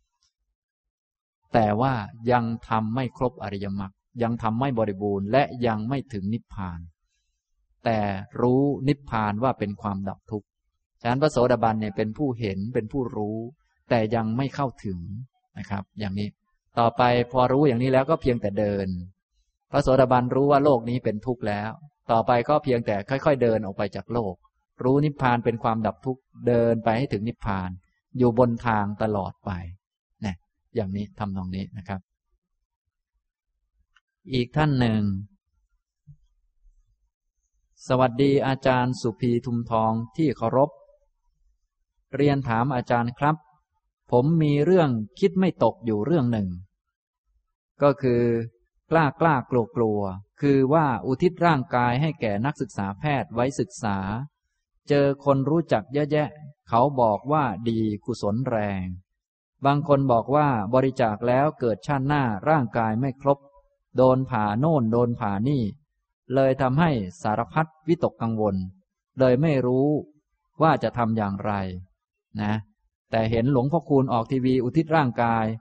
แต่ว่ายังทำไม่ครบอริยมรรคยังทำไม่บริบูรณ์และยังไม่ถึงนิพพานแต่รู้นิพพานว่าเป็นความดับทุกข์ฉะนั้นพระโสดาบันเนี่ยเป็นผู้เห็นเป็นผู้รู้แต่ยังไม่เข้าถึงนะครับอย่างนี้ต่อไปพอรู้อย่างนี้แล้วก็เพียงแต่เดินพระโสดาบันรู้ว่าโลกนี้เป็นทุกข์แล้วต่อไปก็เพียงแต่ค่อยๆเดินออกไปจากโลกรู้นิพพานเป็นความดับทุกข์เดินไปให้ถึงนิพพานอยู่บนทางตลอดไปนะอย่างนี้ทำนองนี้นะครับอีกท่านหนึ่งสวัสดีอาจารย์สุภีทุมทองที่เคารพเรียนถามอาจารย์ครับผมมีเรื่องคิดไม่ตกอยู่เรื่องหนึ่งก็คือกล้ากลัวกลัวคือว่าอุทิศร่างกายให้แก่นักศึกษาแพทย์ไว้ศึกษาเจอคนรู้จักเยอะแยะเขาบอกว่าดีกุศลแรงบางคนบอกว่าบริจาคแล้วเกิดชาติหน้าร่างกายไม่ครบโดนผ่าโน่นโดนผ่านี่เลยทำให้สารพัดวิตกกังวลเลยไม่รู้ว่าจะทำอย่างไรนะแต่เห็นหลวงพ่อคูณออกทีวีอุทิศร่างกาย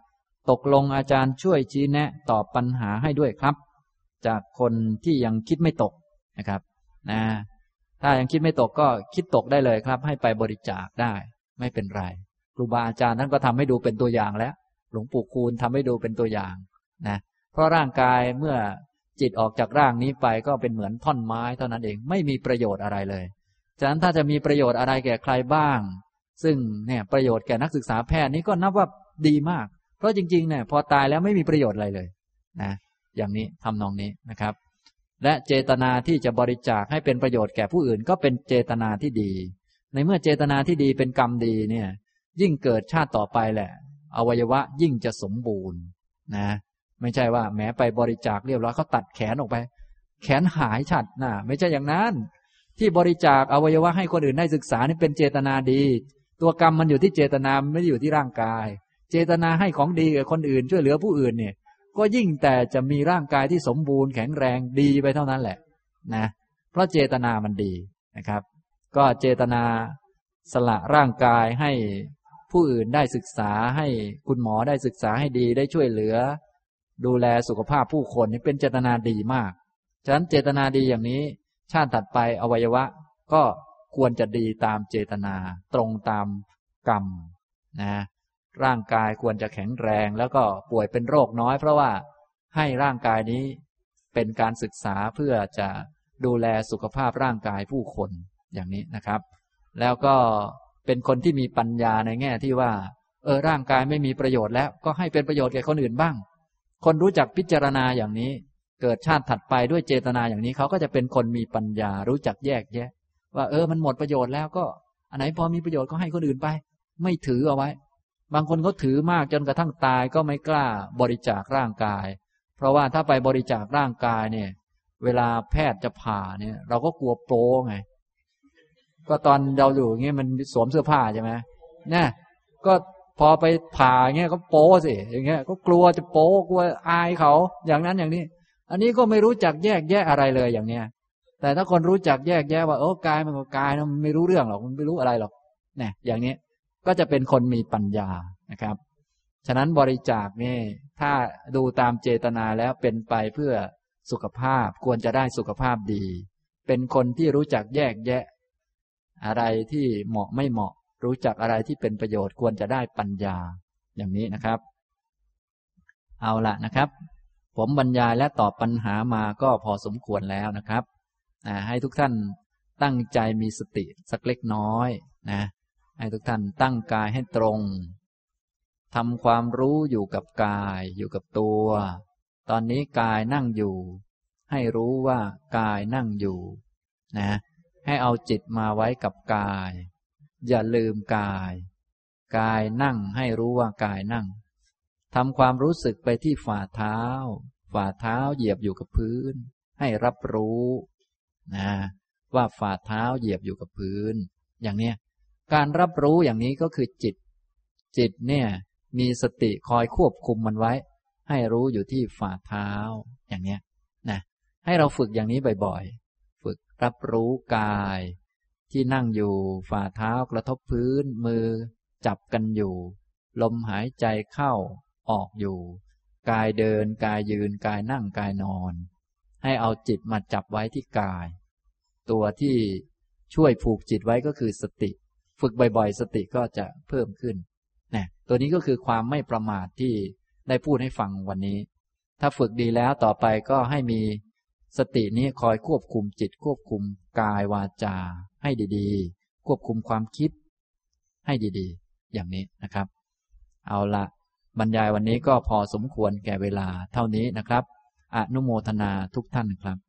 ตกลงอาจารย์ช่วยชี้แนะตอบปัญหาให้ด้วยครับจากคนที่ยังคิดไม่ตกนะครับถ้ายังคิดไม่ตกก็คิดตกได้เลยครับให้ไปบริจาคได้ไม่เป็นไรครูบาอาจารย์ท่านก็ทำให้ดูเป็นตัวอย่างแล้วหลวงปู่คูณทำให้ดูเป็นตัวอย่างนะเพราะร่างกายเมื่อจิตออกจากร่างนี้ไปก็เป็นเหมือนท่อนไม้เท่านั้นเองไม่มีประโยชน์อะไรเลยฉะนั้นถ้าจะมีประโยชน์อะไรแก่ใครบ้างซึ่งเนี่ยประโยชน์แก่นักศึกษาแพทย์นี้ก็นับว่าดีมากเพราะจริงๆเนี่ยพอตายแล้วไม่มีประโยชน์อะไรเลยนะอย่างนี้ทำนองนี้นะครับและเจตนาที่จะบริจาคให้เป็นประโยชน์แก่ผู้อื่นก็เป็นเจตนาที่ดีในเมื่อเจตนาที่ดีเป็นกรรมดีเนี่ยยิ่งเกิดชาติต่อไปแหละอวัยวะยิ่งจะสมบูรณ์นะไม่ใช่ว่าแม้ไปบริจาคเรียบร้อยเขาตัดแขนออกไปแขนหายฉัดนะไม่ใช่อย่างนั้นที่บริจาคอวัยวะให้คนอื่นได้ศึกษานี่เป็นเจตนาดีตัวกรรมมันอยู่ที่เจตนาไม่ได้อยู่ที่ร่างกายเจตนาให้ของดีกับคนอื่นช่วยเหลือผู้อื่นเนี่ยก็ยิ่งแต่จะมีร่างกายที่สมบูรณ์แข็งแรงดีไปเท่านั้นแหละนะเพราะเจตนามันดีนะครับก็เจตนาสละร่างกายให้ผู้อื่นได้ศึกษาให้คุณหมอได้ศึกษาให้ดีได้ช่วยเหลือดูแลสุขภาพผู้คนนี่เป็นเจตนาดีมากฉะนั้นเจตนาดีอย่างนี้ชาติถัดไปอวัยวะก็ควรจะดีตามเจตนาตรงตามกรรมนะร่างกายควรจะแข็งแรงแล้วก็ป่วยเป็นโรคน้อยเพราะว่าให้ร่างกายนี้เป็นการศึกษาเพื่อจะดูแลสุขภาพร่างกายผู้คนอย่างนี้นะครับแล้วก็เป็นคนที่มีปัญญาในแง่ที่ว่าร่างกายไม่มีประโยชน์แล้วก็ให้เป็นประโยชน์แก่คนอื่นบ้างคนรู้จักพิจารณาอย่างนี้เกิดชาติถัดไปด้วยเจตนาอย่างนี้เขาก็จะเป็นคนมีปัญญารู้จักแยกแยะว่ามันหมดประโยชน์แล้วก็อันไหนพอมีประโยชน์ก็ให้คนอื่นไปไม่ถือเอาไว้บางคนเขาถือมากจนกระทั่งตายก็ไม่กล้าบริจาคร่างกายเพราะว่าถ้าไปบริจาคร่างกายเนี่ยเวลาแพทย์จะผ่าเนี่ยเราก็กลัวโป๊ไงก็ตอนเราอยู่อย่างเงี้ยมันสวมเสื้อผ้าใช่ไหมเนี่ยก็พอไปผ่าอย่างเงี้ยก็โป๊สิอย่างเงี้ยก็กลัวจะโป๊กลัวอายเขาอย่างนั้นอย่างนี้อันนี้ก็ไม่รู้จักแยกแยะอะไรเลยอย่างเนี้ยแต่ถ้าคนรู้จักแยกแยะว่ากายมันก็กายนะมันไม่รู้เรื่องหรอกมันไม่รู้อะไรหรอกเนี่ยอย่างนี้ก็จะเป็นคนมีปัญญานะครับฉะนั้นบริจาคนี่ถ้าดูตามเจตนาแล้วเป็นไปเพื่อสุขภาพควรจะได้สุขภาพดีเป็นคนที่รู้จักแยกแยะอะไรที่เหมาะไม่เหมาะรู้จักอะไรที่เป็นประโยชน์ควรจะได้ปัญญาอย่างนี้นะครับเอาละนะครับผมบรรยายและตอบปัญหามาก็พอสมควรแล้วนะครับให้ทุกท่านตั้งใจมีสติสักเล็กน้อยนะให้ทุกท่านตั้งกายให้ตรงทำความรู้อยู่กับกายอยู่กับตัวตอนนี้กายนั่งอยู่ให้รู้ว่ากายนั่งอยู่นะให้เอาจิตมาไว้กับกายอย่าลืมกายกายนั่งให้รู้ว่ากายนั่งทำความรู้สึกไปที่ฝ่าเท้าเหยียบอยู่กับพื้นให้รับรู้นะว่าฝ่าเท้าเหยียบอยู่กับพื้นอย่างเนี้ยการรับรู้อย่างนี้ก็คือจิตเนี่ยมีสติคอยควบคุมมันไว้ให้รู้อยู่ที่ฝ่าเท้าอย่างเนี้ยนะให้เราฝึกอย่างนี้บ่อยๆฝึกรับรู้กายที่นั่งอยู่ฝ่าเท้ากระทบพื้นมือจับกันอยู่ลมหายใจเข้าออกอยู่กายเดินกายยืนกายนั่งกายนอนให้เอาจิตมาจับไว้ที่กายตัวที่ช่วยผูกจิตไว้ก็คือสติฝึกบ่อยๆสติก็จะเพิ่มขึ้นนะตัวนี้ก็คือความไม่ประมาทที่ได้พูดให้ฟังวันนี้ถ้าฝึกดีแล้วต่อไปก็ให้มีสตินี้คอยควบคุมจิตควบคุมกายวาจาให้ดีๆควบคุมความคิดให้ดีๆอย่างนี้นะครับเอาละบรรยายวันนี้ก็พอสมควรแก่เวลาเท่านี้นะครับอนุโมทนาทุกท่านครับ